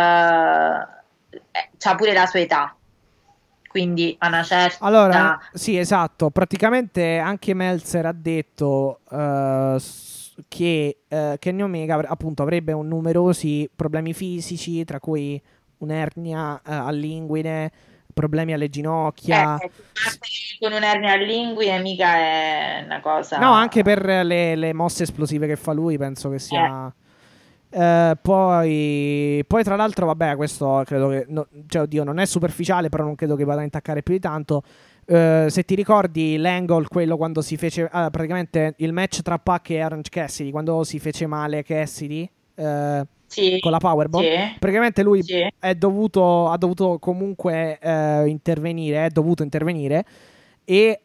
S4: c'ha pure la sua età, quindi a una certa.
S3: Allora, sì, esatto. Praticamente anche Meltzer ha detto eh, s- che eh, Kenny Omega avr- appunto avrebbe un numerosi problemi fisici, tra cui un'ernia eh, all'inguine, problemi alle ginocchia.
S4: Eh, con un'ernia all'inguine mica è una cosa.
S3: No, anche per le, le mosse esplosive che fa lui, penso che sia. Eh, poi, poi, tra l'altro, vabbè, questo credo che. No, cioè, oddio, non è superficiale, però non credo che vada a intaccare più di tanto. Eh, se ti ricordi l'angle, quello quando si fece. ah, praticamente il match tra Pac e Orange Cassidy, quando si fece male Cassidy eh,
S4: Sì,
S3: con la Powerbomb,
S4: sì,
S3: praticamente lui
S4: sì.
S3: è dovuto, ha dovuto comunque eh, intervenire, è dovuto intervenire e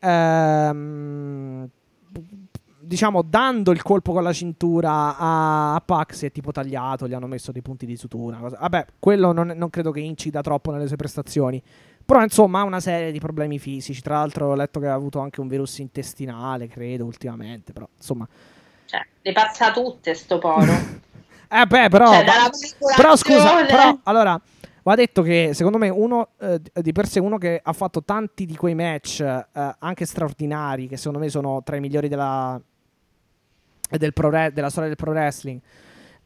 S3: ehm, diciamo dando il colpo con la cintura a, a Pac si è tipo tagliato, gli hanno messo dei punti di sutura, una cosa- vabbè, quello non, non credo che incida troppo nelle sue prestazioni, però insomma ha una serie di problemi fisici, tra l'altro ho letto che ha avuto anche un virus intestinale, credo, ultimamente, però insomma.
S4: Cioè, le passa tutte sto poro.
S3: Eh beh, però,
S4: Cioè,
S3: ma-
S4: dalla
S3: però scusa,
S4: manipolazione-
S3: però allora va detto che secondo me uno eh, di per sé uno che ha fatto tanti di quei match eh, anche straordinari, che secondo me sono tra i migliori della del pro re- della storia del pro wrestling,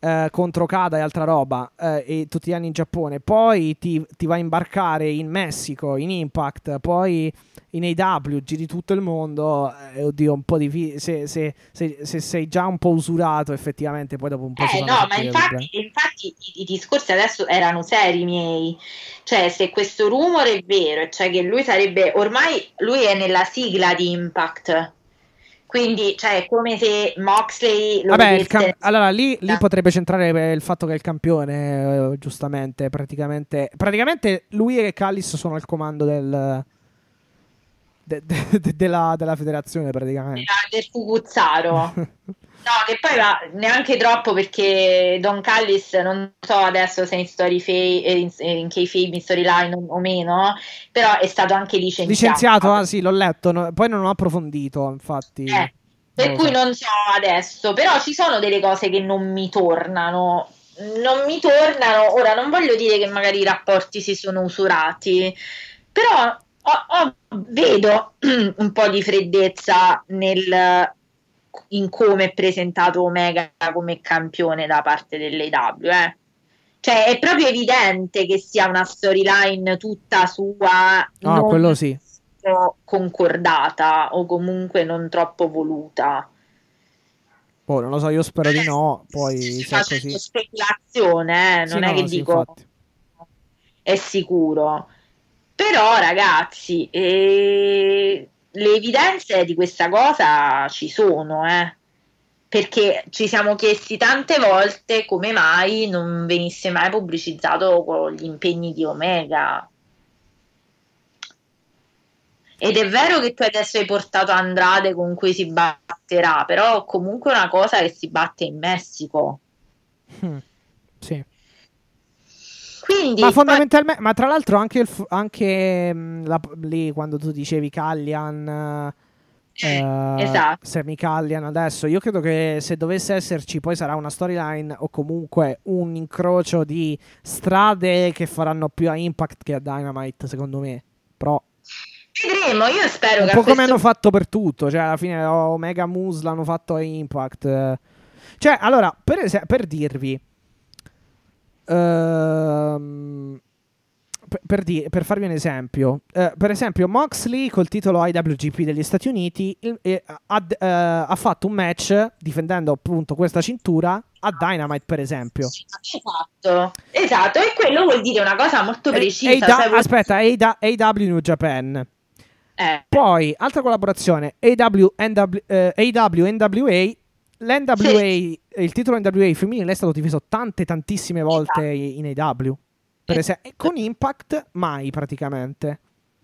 S3: eh, contro Okada e altra roba, eh, e tutti gli anni in Giappone, poi ti, ti vai a imbarcare in Messico, in Impact, poi in A E W, giri tutto il mondo, eh, oddio, un po' di se, se, se, se sei già un po' usurato effettivamente, poi dopo un po'
S4: Eh
S3: si
S4: no,
S3: fanno
S4: ma
S3: sentire
S4: infatti, infatti i, i discorsi adesso erano seri miei, cioè se questo rumore è vero, cioè che lui sarebbe, ormai lui è nella sigla di Impact, quindi cioè è come se Moxley lo
S3: Vabbè, il
S4: vedesse...
S3: cam- allora lì, lì potrebbe centrare il fatto che è il campione, eh, giustamente, praticamente, praticamente lui e Callis sono al comando del, de- de- de- della, della federazione, praticamente.
S4: del Fukuzzaro. No, che poi va neanche troppo, perché Don Callis non so adesso se in story fa- in, in kayfabe, in storyline o meno, però è stato anche licenziato.
S3: Licenziato, ah sì, l'ho letto, no- poi non ho approfondito, infatti.
S4: Eh, per
S3: non lo
S4: cui
S3: so.
S4: non so adesso, però ci sono delle cose che non mi tornano. Non mi tornano, ora non voglio dire che magari i rapporti si sono usurati, però ho- ho- vedo un po' di freddezza nel, in come è presentato Omega come campione da parte dell'A E W, eh. Cioè è proprio evidente che sia una storyline tutta sua,
S3: Ah,
S4: non
S3: quello sì.
S4: concordata o comunque non troppo voluta.
S3: Poi non lo so, io spero di no, poi
S4: Sto
S3: se è
S4: facendo
S3: così.
S4: speculazione, eh,
S3: Sì,
S4: non
S3: no,
S4: è che
S3: no, sì,
S4: dico
S3: infatti.
S4: è sicuro. Però ragazzi, eh, le evidenze di questa cosa ci sono, eh. Perché ci siamo chiesti tante volte come mai non venisse mai pubblicizzato con gli impegni di Omega. Ed è vero che tu adesso hai portato Andrade con cui si batterà, però comunque è una cosa che si batte in Messico.
S3: Hmm, sì.
S4: Quindi,
S3: Ma fondamentalmente, ma tra l'altro anche, il f- anche mh, la- lì quando tu dicevi Callian, eh,
S4: esatto.
S3: Sami Callian adesso, io credo che se dovesse esserci poi sarà una storyline o comunque un incrocio di strade che faranno più a Impact che a Dynamite, secondo me. Però
S4: Vedremo, io spero
S3: un
S4: che
S3: po'
S4: a
S3: come
S4: questo
S3: hanno fatto per tutto, cioè alla fine Omega Moose l'hanno fatto a Impact. eh. Cioè, allora, per, es- per dirvi, ehm, per, per di- per farvi un esempio, eh, per esempio Moxley col titolo I W G P degli Stati Uniti il- eh, ha, eh, ha fatto un match difendendo appunto questa cintura a Dynamite, per esempio.
S4: Esatto, esatto, e quello vuol dire una cosa molto
S3: E-
S4: precisa.
S3: e i da-
S4: cioè vuol-
S3: aspetta, A W New Japan.
S4: eh,
S3: Poi, altra collaborazione, A E W N W eh, A E W N W A. L'N W A,
S4: sì.
S3: il titolo N W A femminile è stato difeso tante, tantissime volte
S4: Esatto.
S3: in A E W. Per esempio, e con Impact mai praticamente.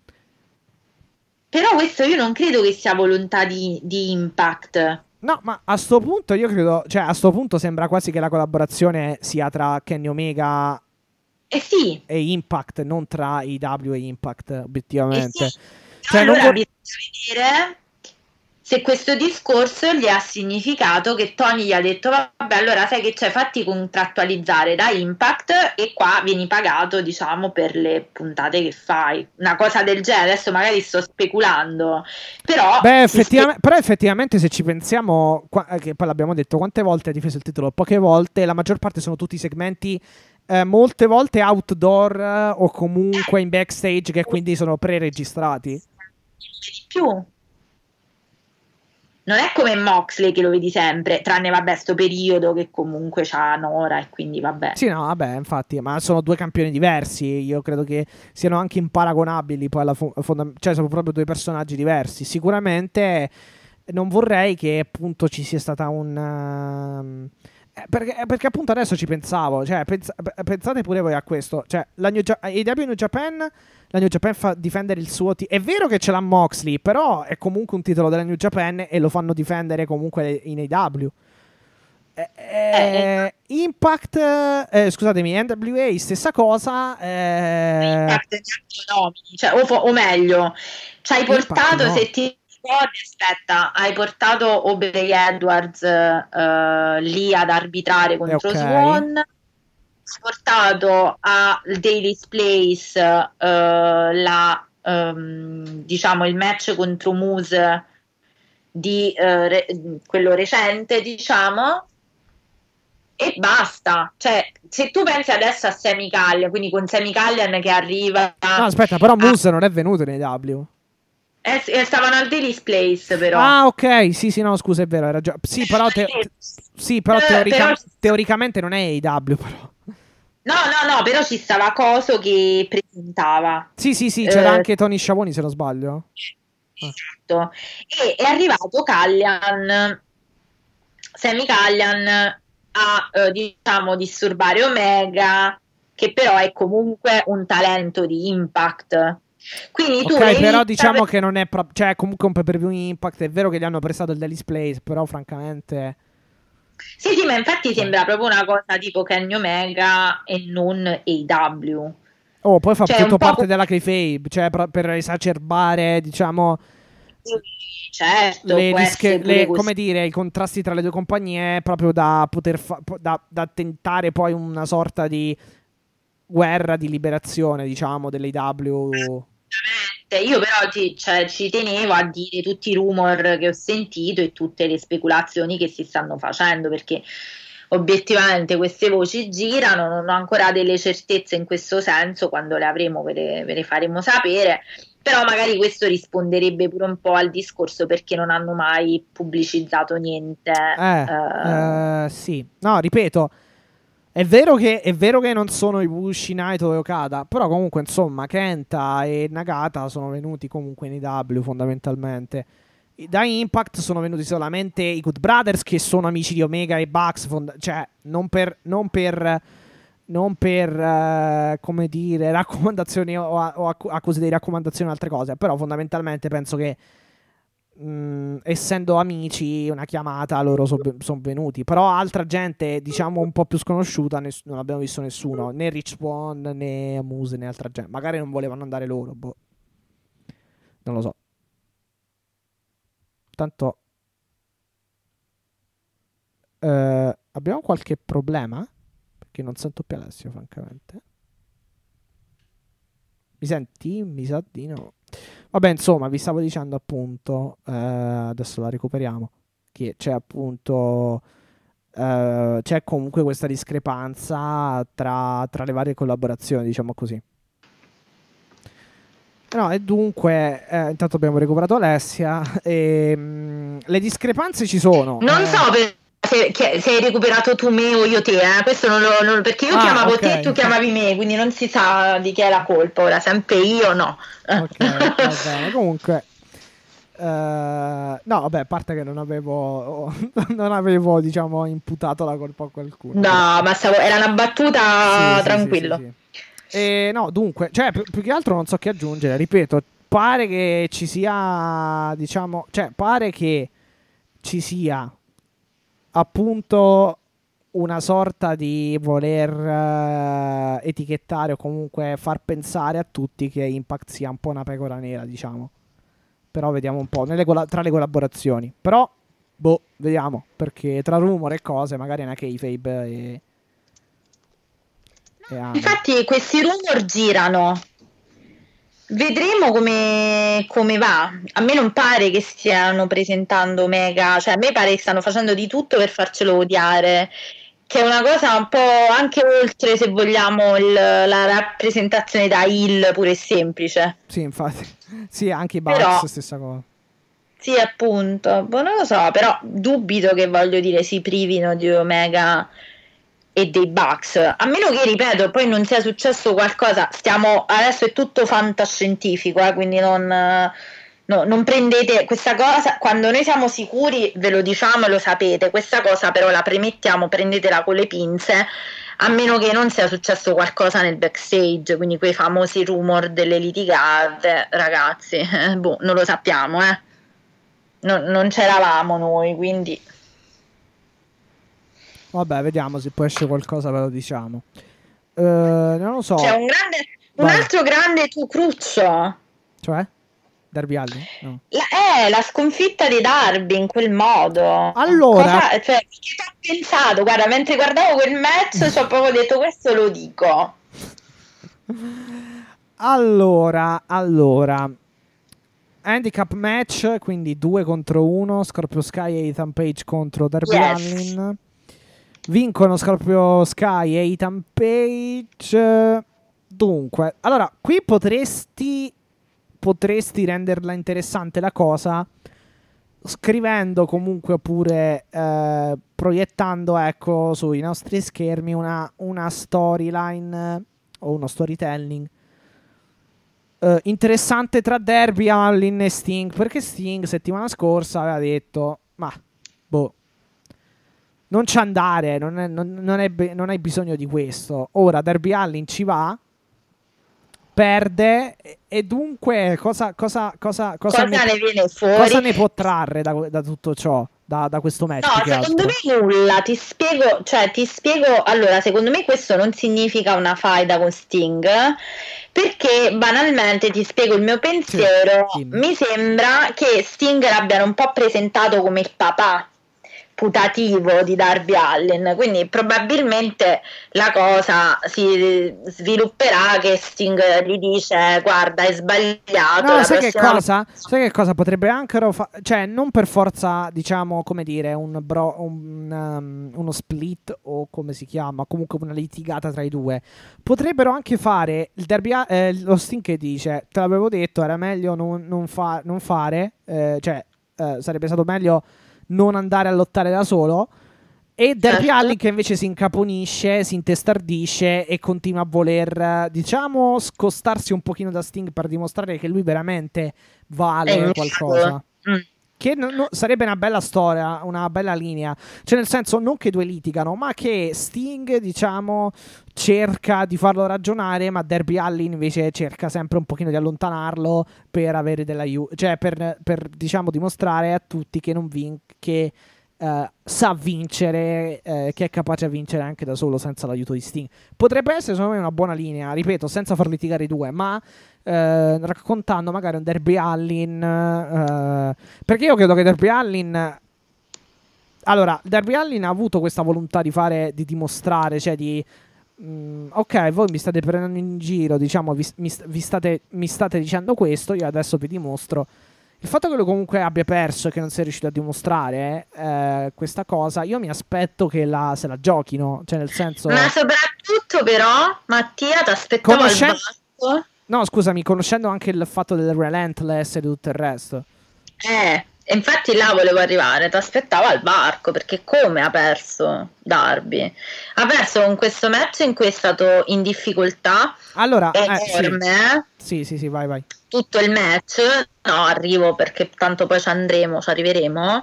S4: Però questo io non credo che sia volontà di, di Impact.
S3: No, ma a sto punto io credo, cioè a sto punto sembra quasi che la collaborazione sia tra Kenny Omega
S4: Eh sì,
S3: e Impact, non tra A E W e Impact,
S4: eh
S3: obiettivamente.
S4: sì.
S3: Cioè, non
S4: Allora
S3: vor-
S4: bisogna vedere se questo discorso gli ha significato che Tony gli ha detto vabbè, allora sai che c'è, fatti contrattualizzare da Impact e qua vieni pagato, diciamo, per le puntate che fai, una cosa del genere. Adesso magari sto speculando, però
S3: Beh,
S4: si
S3: effettivamente, però effettivamente se ci pensiamo, qua- eh, che poi l'abbiamo detto, quante volte ha difeso il titolo? Poche volte, la maggior parte sono tutti segmenti, eh, molte volte outdoor, eh, o comunque in backstage, che quindi sono pre-registrati.
S4: di più. Non è come Moxley che lo vedi sempre, tranne vabbè sto periodo che comunque c'ha Nora e quindi vabbè.
S3: Sì, no, vabbè, infatti, ma sono due campioni diversi. Io credo che siano anche imparagonabili. Poi alla fo- fonda- cioè, sono proprio due personaggi diversi. Sicuramente non vorrei che appunto ci sia stata un. um, eh, perché, perché appunto adesso ci pensavo. Cioè, pensa- pensate pure voi a questo. Cioè, la New Ja- A E W New Japan. La New Japan fa difendere il suo titolo. È vero che ce l'ha Moxley, però è comunque un titolo della New Japan e lo fanno difendere comunque in A E W. Eh, eh, Impact, eh, scusatemi, N W A stessa cosa. Eh,
S4: Impact neanche lo nomini, cioè, o, fo- o meglio, ci hai
S3: Impact
S4: portato,
S3: no.
S4: se ti ricordi, aspetta, hai portato Aubrey Edwards eh, lì ad arbitrare contro
S3: ok.
S4: Swan, hai portato al Daily's Place eh, la, ehm, diciamo il match contro Moose di eh, re- quello recente, diciamo. E poi basta. Cioè, se tu pensi adesso a Sami Callihan, quindi con Sami Callihan che arriva...
S3: No, aspetta, però Moose a... non è venuto nei W.
S4: Eh, stavano al Daily's Place, però.
S3: Ah, ok, sì, sì, no, scusa, è vero, hai ragione. Sì, però, te... sì, però, teorica... però... teoricamente non è A E W, però.
S4: No, no, no, però ci stava Coso che presentava.
S3: Sì, sì, sì, c'era eh... anche Tony Schiavone, se non sbaglio.
S4: Esatto. E è arrivato Callihan, Sami Callihan a, eh, diciamo, disturbare Omega, che però è comunque un talento di Impact. Quindi tu
S3: ok, però diciamo per... che non è proprio, cioè comunque un pay per view Impact. È vero che gli hanno prestato il Daily's Place, però francamente
S4: sì, sì, ma infatti sembra proprio una cosa tipo Kenny Omega e non A E W.
S3: Oh, poi fa cioè, tutto parte della kayfabe, cioè per esacerbare, diciamo,
S4: certo,
S3: le, dische, le come dire, i contrasti tra le due compagnie, proprio da poter fa, da, da tentare poi una sorta di guerra di liberazione, diciamo, dell'A E W.
S4: Io però ci, cioè, ci tenevo a dire tutti i rumor che ho sentito e tutte le speculazioni che si stanno facendo, perché obiettivamente queste voci girano, non ho ancora delle certezze in questo senso, quando le avremo ve le, ve le faremo sapere, però magari questo risponderebbe pure un po' al discorso perché non hanno mai pubblicizzato niente.
S3: Eh, uh... Uh, sì, no, ripeto, è vero, che, è vero che non sono i Bushi, Naito e Okada, però comunque insomma Kenta e Nagata sono venuti comunque in A E W fondamentalmente. Da Impact sono venuti solamente i Good Brothers, che sono amici di Omega e Bucks, fond- cioè non per, non per, non per uh, come dire, raccomandazioni o, a- o acc- accuse di raccomandazioni o altre cose, però fondamentalmente penso che mh, essendo amici una chiamata loro sono son venuti. Però altra gente, diciamo un po' più sconosciuta, ness- non abbiamo visto nessuno, né Rich Swann né Amuse né altra gente. Magari non volevano andare loro, boh. Non lo so. Tanto eh, abbiamo qualche problema? Perché non sento più Alessio, francamente. Mi senti? Mi sa di no. Vabbè, insomma, vi stavo dicendo appunto, eh, adesso la recuperiamo, che c'è appunto eh, c'è comunque questa discrepanza tra, tra le varie collaborazioni, diciamo così. No, e dunque, eh, intanto abbiamo recuperato Alessia. E, mh, le discrepanze ci sono.
S4: Non
S3: eh.
S4: so per, se, se hai recuperato tu me o io te, eh? Questo non lo, non, perché io ah, chiamavo okay. te e tu chiamavi me, quindi non si sa di chi è la colpa. Ora, sempre io o no.
S3: Ok, va bene. Comunque, uh, no, vabbè, a parte che non avevo, non avevo, diciamo, imputato la colpa a qualcuno.
S4: No, però. ma stavo, era una battuta sì, tranquillo.
S3: Sì, sì, sì, sì. E no, dunque, cioè, più, più che altro non so che aggiungere, ripeto, pare che ci sia, diciamo, cioè, pare che ci sia appunto una sorta di voler uh, etichettare o comunque far pensare a tutti che Impact sia un po' una pecora nera, diciamo. Però vediamo un po' nelle colla- tra le collaborazioni. Però, boh, vediamo, perché tra rumor e cose magari è una kayfabe e...
S4: Infatti questi rumor girano, vedremo come, come va. A me non pare che stiano presentando Omega, cioè a me pare che stanno facendo di tutto per farcelo odiare, che è una cosa un po' anche oltre, se vogliamo, il, la rappresentazione da heel pure e semplice.
S3: Sì, infatti, sì, anche i Bucks però, stessa cosa.
S4: Sì, appunto, boh, non lo so, però dubito che, voglio dire, si privino di Omega e dei Bucks, a meno che, ripeto, poi non sia successo qualcosa. Stiamo adesso, è tutto fantascientifico, eh, quindi non, no, non prendete questa cosa, quando noi siamo sicuri ve lo diciamo e lo sapete, questa cosa però la premettiamo, prendetela con le pinze, a meno che non sia successo qualcosa nel backstage, quindi quei famosi rumor delle litigate, ragazzi, eh, boh, non lo sappiamo, eh. non, non c'eravamo noi, quindi
S3: vabbè, vediamo se poi esce qualcosa, ve lo diciamo. Uh, non lo so.
S4: C'è un grande, un Vai. altro grande tu cruccio.
S3: Cioè? Darby Allin? No.
S4: La, eh, la sconfitta di Darby in quel modo.
S3: Allora,
S4: cosa, cioè, che ti ho pensato? Guarda, mentre guardavo quel match, ci ho proprio detto, questo lo dico.
S3: Allora, allora. Handicap match, quindi due contro uno. Scorpio Sky e Ethan Page contro Darby yes. Allin. vincono Scorpio Sky e Ethan Page. Dunque, allora, qui potresti potresti renderla interessante la cosa scrivendo comunque oppure eh, proiettando, ecco, sui nostri schermi una, una storyline eh, o uno storytelling eh, interessante tra Darby Allin e Sting, perché Sting settimana scorsa aveva detto ma boh, non ci andare, non, è, non, non, è, non hai bisogno di questo. Ora Darby Allin ci va, perde e, e dunque cosa, cosa, cosa, cosa,
S4: Cosa
S3: ne,
S4: ne viene fuori?
S3: cosa ne può trarre da, da tutto ciò, da, da questo match?
S4: No,
S3: che
S4: secondo
S3: altro?
S4: me nulla, ti spiego, cioè ti spiego, allora, secondo me questo non significa una faida con Sting, perché banalmente ti spiego il mio pensiero,
S3: Sì, dimmi.
S4: mi sembra che Sting l'abbiano un po' presentato come il papà putativo di Darby Allin, quindi probabilmente la cosa si svilupperà che Sting gli dice guarda hai sbagliato,
S3: No,
S4: la
S3: sai che
S4: prossima
S3: cosa? Sai che cosa potrebbe anche fa- cioè non per forza, diciamo, come dire, un, bro- un um, uno split o come si chiama, comunque una litigata tra i due. Potrebbero anche fare il derby a- eh, lo Sting che dice "Te l'avevo detto, era meglio non, non, fa- non fare, eh, cioè eh, sarebbe stato meglio non andare a lottare da solo", e Darby
S4: Certo.
S3: Allin che invece si incaponisce, si intestardisce e continua a voler, diciamo, scostarsi un pochino da Sting per dimostrare che lui veramente vale
S4: È
S3: qualcosa.
S4: Mm.
S3: Che no- no- sarebbe una bella storia, una bella linea. Cioè, nel senso, non che i due litigano, ma che Sting, diciamo, cerca di farlo ragionare, ma Darby Allin invece cerca sempre un pochino di allontanarlo per avere dell'aiuto. Cioè, per, per, diciamo, dimostrare a tutti che non vin- che eh, sa vincere, eh, che è capace a vincere anche da solo senza l'aiuto di Sting. Potrebbe essere, secondo me, una buona linea, ripeto, senza far litigare i due, ma eh, raccontando magari un Darby Allin, eh, perché io credo che Darby Allin, allora, Darby Allin ha avuto questa volontà di fare, di dimostrare, cioè di mm, ok, voi mi state prendendo in giro, diciamo, vi, mi, vi state, mi state dicendo questo, io adesso vi dimostro. Il fatto che lui comunque abbia perso e che non sia riuscito a dimostrare eh, questa cosa, io mi aspetto che la, se la giochino, cioè nel senso...
S4: Ma soprattutto però Mattia ti aspettavo
S3: Conosce-
S4: al varco.
S3: No, scusami, conoscendo anche il fatto del Relentless e tutto il resto.
S4: Eh, e infatti là volevo arrivare, ti aspettavo al varco, perché come ha perso Darby? Ha perso con questo match in cui è stato in difficoltà
S3: Allora, eh,
S4: enorme,
S3: sì. sì, sì, sì, vai, vai.
S4: tutto il match, no, arrivo perché tanto poi ci andremo, ci arriveremo.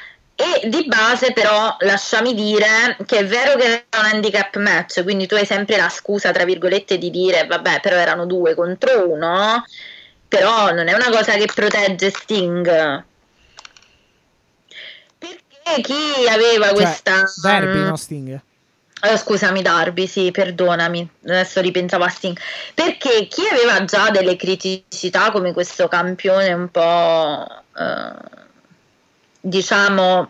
S4: E di base però lasciami dire che è vero che era un handicap match, quindi tu hai sempre la scusa tra virgolette di dire vabbè però erano due contro uno, però non è una cosa che protegge Sting, perché chi aveva
S3: Cioè,
S4: questa
S3: Darby, no Sting.
S4: Oh, scusami Darby, sì, perdonami, adesso ripensavo a Sting, perché chi aveva già delle criticità come questo campione un po' eh, diciamo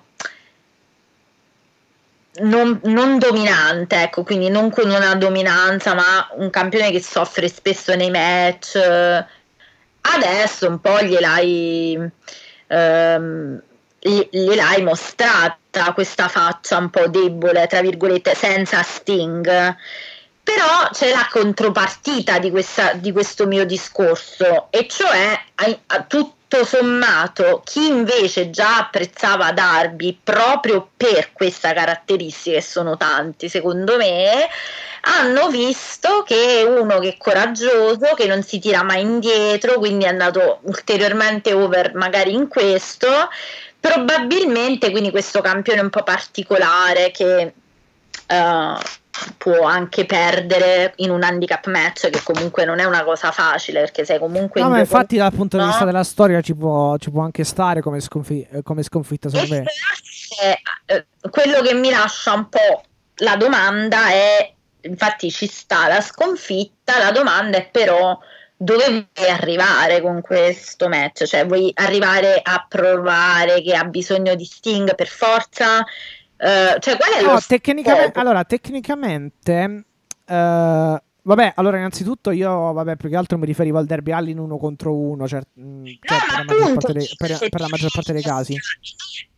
S4: non, non dominante, ecco, quindi non con una dominanza, ma un campione che soffre spesso nei match, adesso un po' gliel'hai ehm, gliel'hai mostrata questa faccia un po' debole, tra virgolette, senza Sting. Però c'è la contropartita di, questa, di questo mio discorso, e cioè a, a tutto sommato chi invece già apprezzava Darby proprio per questa caratteristica, e sono tanti secondo me, hanno visto che è uno che è coraggioso, che non si tira mai indietro, quindi è andato ulteriormente over magari in questo, probabilmente, quindi questo campione un po' particolare che uh, può anche perdere in un handicap match, che comunque non è una cosa facile, perché sei comunque
S3: no,
S4: in
S3: ma
S4: due
S3: infatti
S4: contro,
S3: dal punto di
S4: no?
S3: vista della storia ci può, ci può anche stare come, sconfi- come sconfitta, secondo
S4: E
S3: me.
S4: forse eh, quello che mi lascia un po' la domanda è, infatti ci sta la sconfitta, la domanda è però dove vuoi arrivare con questo match, cioè vuoi arrivare a provare che ha bisogno di Sting per forza? Uh, cioè qual è
S3: No,
S4: lo
S3: tecnicamente,
S4: scopo?
S3: allora, tecnicamente, eh, vabbè, allora innanzitutto io, vabbè, più che altro mi riferivo al Darby Allin uno contro uno, cioè, mh, cioè
S4: No,
S3: per,
S4: ma
S3: la maggior
S4: appunto,
S3: parte dei, per, per la maggior parte dei casi.
S4: per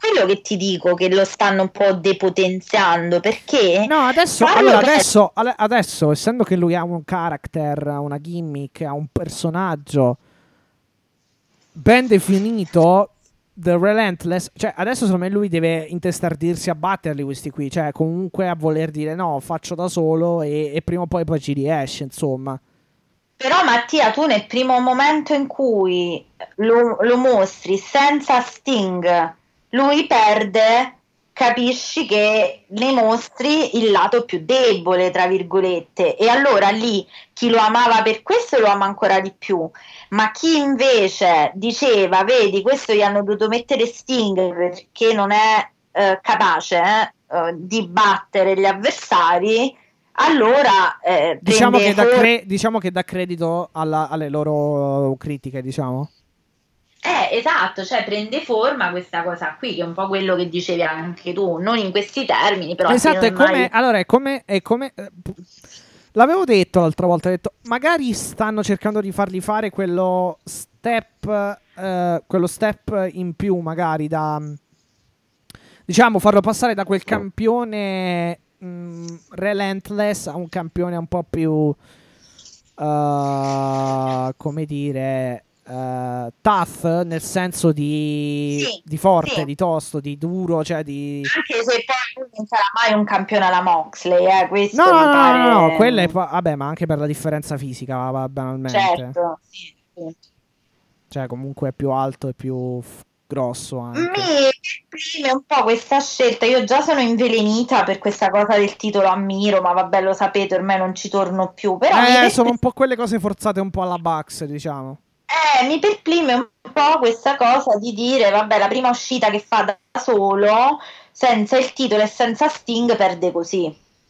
S4: quello che ti dico, che lo stanno un po' depotenziando, perché
S3: no, adesso,
S4: farlo
S3: allora,
S4: per-
S3: adesso, ale- adesso, essendo che lui ha un character, ha una gimmick, ha un personaggio ben definito, The Relentless, cioè adesso secondo me lui deve intestardirsi a batterli questi qui, cioè comunque a voler dire no, faccio da solo e, e prima o poi poi ci riesce, insomma.
S4: Però Mattia, tu nel primo momento in cui lo, lo mostri senza Sting, lui perde, capisci che ne mostri il lato più debole, tra virgolette, e allora lì chi lo amava per questo lo ama ancora di più, ma chi invece diceva, vedi, questo gli hanno dovuto mettere Sting perché non è eh, capace eh, eh, di battere gli avversari, allora eh,
S3: Diciamo
S4: prende
S3: che, dà
S4: for-
S3: cre- diciamo che dà credito alla- alle loro critiche, diciamo.
S4: Eh, esatto, cioè prende forma questa cosa qui, che è un po' quello che dicevi anche tu, non in questi termini, però
S3: Esatto,
S4: se
S3: è
S4: non
S3: come,
S4: hai-
S3: allora è come, è come eh, pu- l'avevo detto l'altra volta, ho detto, magari stanno cercando di fargli fare quello step, eh, quello step in più, magari da, diciamo, farlo passare da quel campione mh, relentless a un campione un po' più, eh, come dire, eh, tough, nel senso di,
S4: Sì,
S3: di forte,
S4: sì.
S3: di tosto, di duro, cioè di...
S4: Anche se poi lui non sarà mai un campione alla Moxley, eh, questo
S3: No, no,
S4: mi
S3: no,
S4: pare...
S3: no, no, quella è pa- vabbè, ma anche per la differenza fisica, va- va banalmente.
S4: Certo, sì, sì.
S3: Cioè, comunque è più alto e più f- grosso anche.
S4: Mi esprime un po' questa scelta. Io già sono invelenita per questa cosa del titolo a Miro, ma vabbè, lo sapete, ormai non ci torno più. Però mi
S3: Eh,
S4: perplime-
S3: sono un po' quelle cose forzate un po' alla Bucks, diciamo.
S4: eh, mi perplime un po' questa cosa di dire, vabbè, la prima uscita che fa da solo, senza il titolo e senza Sting, perde così.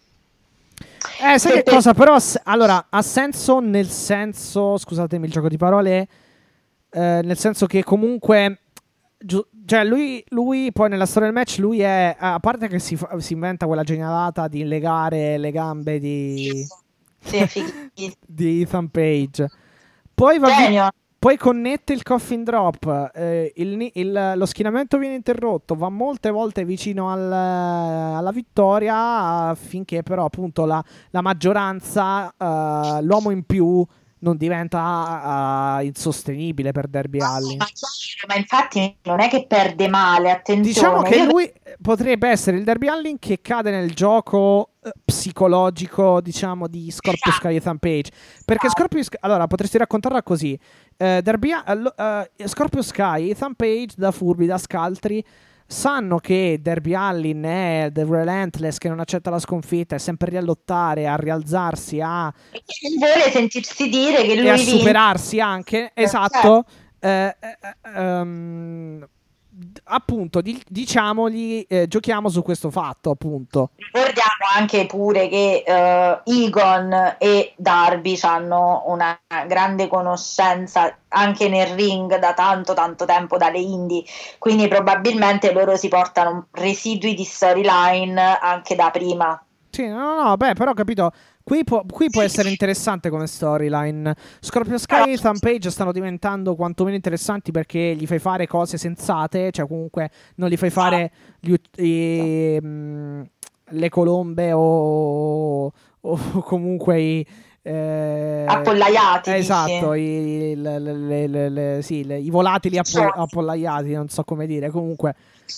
S3: Eh, sai
S4: Se
S3: che
S4: per-
S3: cosa? Però, s- allora, ha senso nel senso, scusatemi il gioco di parole, eh, nel senso che comunque, giu- cioè lui, lui poi nella storia del match, lui è, a parte che si, fa- si inventa quella genialata di legare le gambe di,
S4: Sì, fighissimo.
S3: di Ethan Page. Poi va vi-
S4: Genio.
S3: Poi connette il coffin drop, eh, il ni- il- lo schienamento viene interrotto, va molte volte vicino al- alla vittoria, finché però appunto la, la maggioranza, eh, l'uomo in più non diventa eh, insostenibile per Darby
S4: Ma,
S3: Allin.
S4: ma chiaro, ma infatti non è che perde male, attenzione.
S3: Diciamo che
S4: Io-
S3: lui potrebbe essere il Darby Allin che cade nel gioco eh, psicologico, diciamo, di Scorpio Sky e Ethan Page. Perché Scorpio Sky, allora potresti raccontarla così: eh, Darby, allo- eh, Scorpio Sky, Ethan Page, da furbi, da scaltri, sanno che Darby Allin è The Relentless, che non accetta la sconfitta, è sempre lì a lottare, a rialzarsi, a
S4: perché non vuole sentirsi dire che lui
S3: e a
S4: vince.
S3: superarsi anche, esatto. Eh, eh, eh, ehm, d- appunto, di- diciamogli, eh, giochiamo su questo fatto, appunto.
S4: Ricordiamo anche pure che eh, Egon e Darby hanno una grande conoscenza anche nel ring da tanto tanto tempo dalle indie, quindi probabilmente loro si portano residui di storyline anche da prima.
S3: Sì, no, no, no, beh, però ho capito. Qui può, qui può essere interessante come storyline. Scorpio Sky e Ethan Page stanno diventando quantomeno interessanti perché gli fai fare cose sensate, cioè comunque non gli fai fare gli ut- i, mm, le colombe o, o comunque i... eh,
S4: Appollaiati, dici?
S3: esatto, i, le- le- le- le- le- sì, le- i volatili appo-
S4: Sì.
S3: appollaiati, non so come dire, comunque.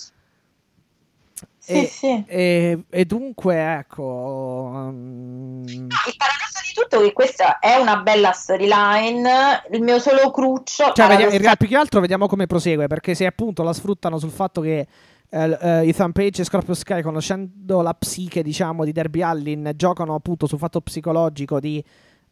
S4: Sì,
S3: e,
S4: sì.
S3: e- e dunque, ecco, um,
S4: Il paradosso di tutto è che questa è una bella storyline. Il mio solo cruccio,
S3: cioè, vediamo, in
S4: paradossal-
S3: realtà, più che altro vediamo come prosegue, perché se appunto la sfruttano sul fatto che eh, eh, Ethan Page e Scorpio Sky, conoscendo la psiche, diciamo, di Darby Allin, giocano appunto sul fatto psicologico di,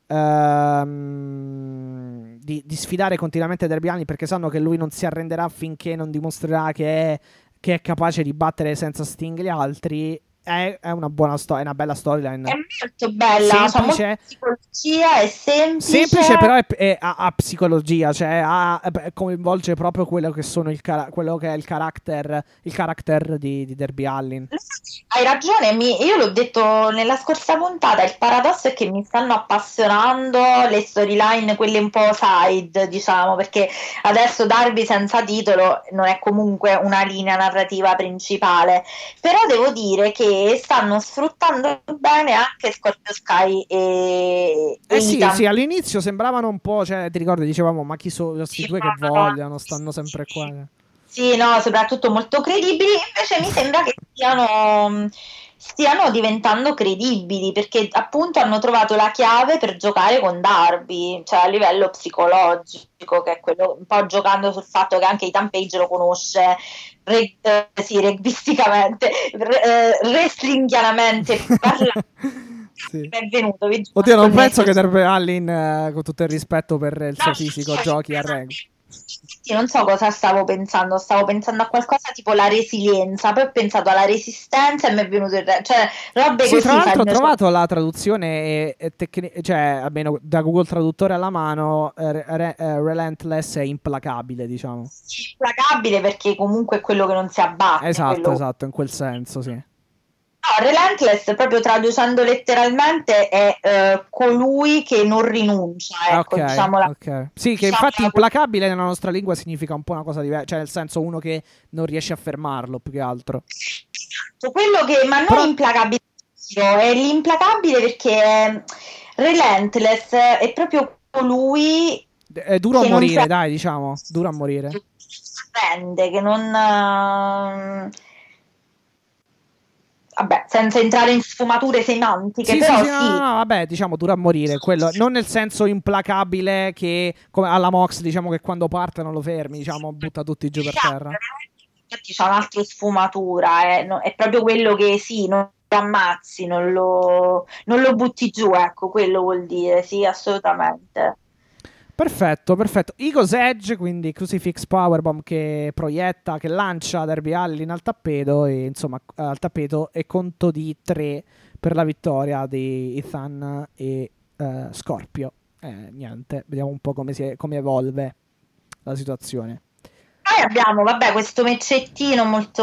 S3: ehm, di, di sfidare continuamente Darby Allin, perché sanno che lui non si arrenderà finché non dimostrerà che è, che è capace di battere senza Sting gli altri. è, è una buona storia, è una bella storyline.
S4: È molto bella,
S3: semplice,
S4: ha psicologia, è semplice.
S3: Semplice, però è, è, ha, ha psicologia, cioè ha, coinvolge proprio quello che sono il cara- quello che è il character, il character di, di Darby Allin.
S4: Hai ragione, mi, io l'ho detto nella scorsa puntata, il paradosso è che mi stanno appassionando le storyline, quelle un po' side, diciamo, perché adesso Darby senza titolo non è comunque una linea narrativa principale, però devo dire che stanno sfruttando bene anche Scorpio Sky e,
S3: eh
S4: e
S3: sì,
S4: Ethan.
S3: sì, all'inizio sembravano un po', cioè ti ricordi, dicevamo, ma chi sono questi
S4: Sì,
S3: due che
S4: no, no,
S3: vogliono,
S4: sì,
S3: stanno sempre
S4: sì.
S3: qua.
S4: Sì, no, soprattutto molto credibili, invece mi sembra che stiano, stiano diventando credibili, perché appunto hanno trovato la chiave per giocare con Darby, cioè a livello psicologico, che è quello, un po' giocando sul fatto che anche Ethan Page lo conosce re, eh, sì, rugbisticamente, re, eh, wrestlinghianamente parlando.
S3: Sì.
S4: Benvenuto, vi giuro,
S3: Oddio, non penso
S4: connesso.
S3: che Darby Allin, eh, con tutto il rispetto per il
S4: No,
S3: suo fisico,
S4: sì,
S3: giochi a rugby.
S4: sì, non so cosa stavo pensando, stavo pensando a qualcosa tipo la resilienza, poi ho pensato alla resistenza e mi è venuto il re- cioè robe
S3: Sì,
S4: così
S3: tra l'altro ho
S4: fanno-
S3: trovato la traduzione, e, e tecni- cioè almeno da Google Traduttore alla mano, eh, re- eh, Relentless è implacabile, diciamo.
S4: implacabile, perché comunque è quello che non si abbatte.
S3: Esatto,
S4: quello-
S3: esatto, in quel senso, sì.
S4: No, Relentless, proprio traducendo letteralmente, è eh, colui che non rinuncia, ecco,
S3: Ok,
S4: diciamola.
S3: ok. Sì, che
S4: diciamola
S3: infatti
S4: così.
S3: implacabile nella nostra lingua significa un po' una cosa diversa, cioè nel senso uno che non riesce a fermarlo, più che altro.
S4: Quello che, ma non
S3: Però-
S4: implacabile, è l'implacabile perché eh, Relentless è proprio colui
S3: È duro a
S4: che non
S3: morire,
S4: si
S3: dai, diciamo, duro a morire.
S4: arrende, che non... eh, vabbè, senza entrare in sfumature semantiche,
S3: Sì, sì,
S4: però
S3: sì, no,
S4: sì.
S3: no, no, vabbè, diciamo, dura a morire, quello, non nel senso implacabile che, come alla Mox, diciamo che quando parte non lo fermi, diciamo, butta tutti giù per terra.
S4: Infatti c'è un'altra sfumatura, eh, no, è proprio quello che sì, non lo ammazzi, non lo, non lo butti giù, ecco, quello vuol dire, sì, assolutamente.
S3: Perfetto, perfetto. Ego's Edge, quindi Crucifix Powerbomb che proietta, che lancia Darby Allin al tappeto, e insomma al tappeto, e conto di tre per la vittoria di Ethan e eh, Scorpio. Eh, niente, vediamo un po' come, si, come evolve la situazione.
S4: Poi abbiamo, vabbè, questo meccettino molto,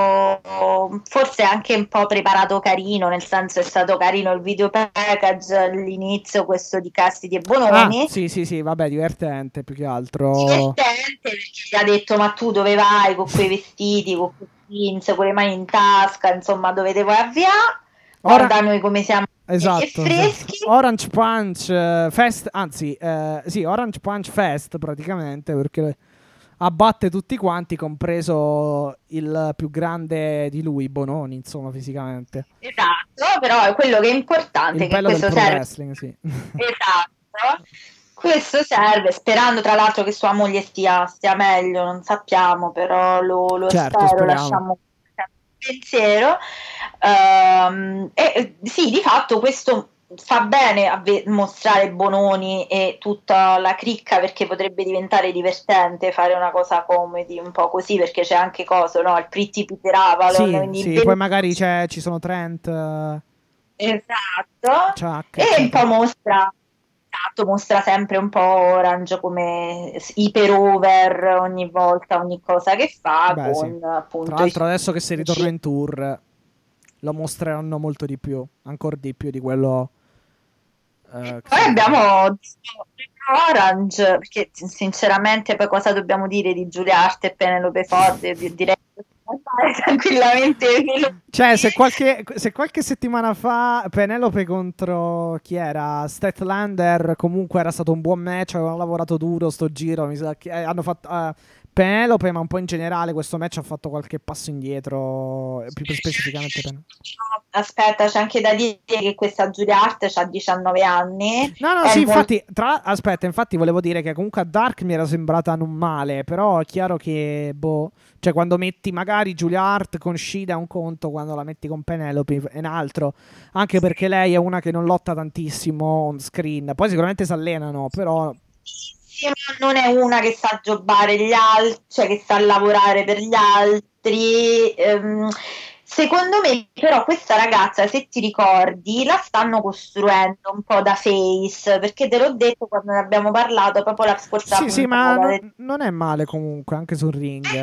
S4: forse anche un po' preparato carino, nel senso è stato carino il video package all'inizio, questo di Cassidy e Bononi.
S3: Ah, sì, sì, sì, vabbè, divertente più che altro.
S4: Divertente, perché gli ha detto: ma tu dove vai con quei vestiti, con quei jeans, con le mani in tasca, insomma, dove te vuoi avviare?
S3: Ora-
S4: Guarda noi come siamo
S3: Esatto,
S4: e freschi.
S3: esatto. Orange Punch eh, Fest, anzi, eh, sì, Orange Punch Fest praticamente, perché abbatte tutti quanti, compreso il più grande di lui, Bononi, insomma, fisicamente.
S4: Esatto, però è quello che è importante,
S3: Il
S4: che
S3: bello del
S4: questo
S3: pro
S4: serve.
S3: wrestling, sì.
S4: Esatto. Questo serve, sperando tra l'altro che sua moglie stia, stia meglio, non sappiamo, però lo, lo
S3: Certo,
S4: spero,
S3: speriamo.
S4: lasciamo pensiero. Ehm, e sì, di fatto questo fa bene a ve- mostrare Bononi e tutta la cricca, perché potrebbe diventare divertente fare una cosa comedy un po' così, perché c'è anche cosa, no? Il Pretty Peter Avalon,
S3: Sì,
S4: quindi il
S3: sì,
S4: ven-
S3: poi magari c'è, ci sono Trent, eh,
S4: esatto,
S3: Chuck,
S4: e un
S3: eccetera.
S4: po' mostra, esatto, mostra sempre un po' Orange come iper over ogni volta, ogni cosa che fa,
S3: Beh,
S4: con
S3: sì.
S4: appunto
S3: Tra l'altro
S4: i-
S3: adesso che si ritorna in tour lo mostreranno molto di più, ancora di più di quello eh, che
S4: Poi
S3: si-
S4: abbiamo Orange, perché sinceramente poi cosa dobbiamo dire di Giulia Hart e Penelope Ford? Io direi che possiamo fare tranquillamente
S3: Cioè, se qualche, se qualche settimana fa Penelope contro chi era? Statlander, comunque era stato un buon match, avevano lavorato duro sto giro, mi sa che eh, hanno fatto eh, Penelope, ma un po' in generale questo match ha fatto qualche passo indietro, più specificamente Penelope.
S4: Aspetta, c'è anche da dire che questa Giulia Hart ha diciannove anni.
S3: No, no,
S4: è
S3: sì,
S4: molto-
S3: infatti, tra, aspetta, infatti volevo dire che comunque a Dark mi era sembrata non male, però è chiaro che, boh, cioè quando metti magari Julia Hart con Shida è un conto, quando la metti con Penelope è un altro, anche perché lei è una che non lotta tantissimo on screen, poi sicuramente si allenano, però...
S4: Sì, ma non è una che sa jobbare gli altri, cioè che sa lavorare per gli altri. ehm, secondo me però questa ragazza, se ti ricordi, la stanno costruendo un po' da face, perché te l'ho detto quando ne abbiamo parlato proprio la scorsa
S3: Sì, sì, ma
S4: puntata.
S3: non, non è male comunque, anche sul ring.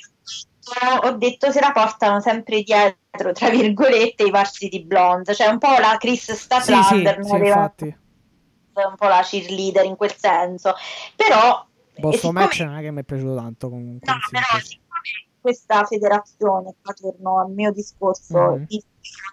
S4: Ho detto se la portano sempre dietro, tra virgolette, i Varsity Blondes, cioè un po' la Chris Statlander,
S3: sì, sì, sì, infatti.
S4: un po' la cheerleader in quel senso, però
S3: Boh, sto
S4: siccome...
S3: match non è che mi è piaciuto tanto comunque.
S4: No, però siccome questa federazione, qua torno al mio discorso,
S3: mm-hmm.
S4: di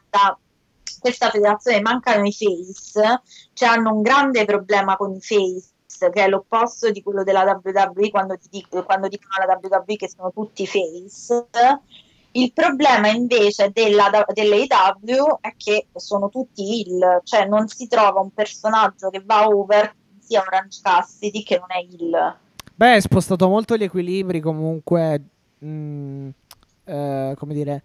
S4: questa federazione mancano i face, cioè hanno un grande problema con i face, che è l'opposto di quello della W W E quando, ti dico, quando dicono alla W W E che sono tutti face. Il problema invece della, dell'A E W è che sono tutti heel, cioè non si trova un personaggio che va over sia Orange Cassidy che non è heel.
S3: Beh, è spostato molto gli equilibri comunque, mh, eh, come dire,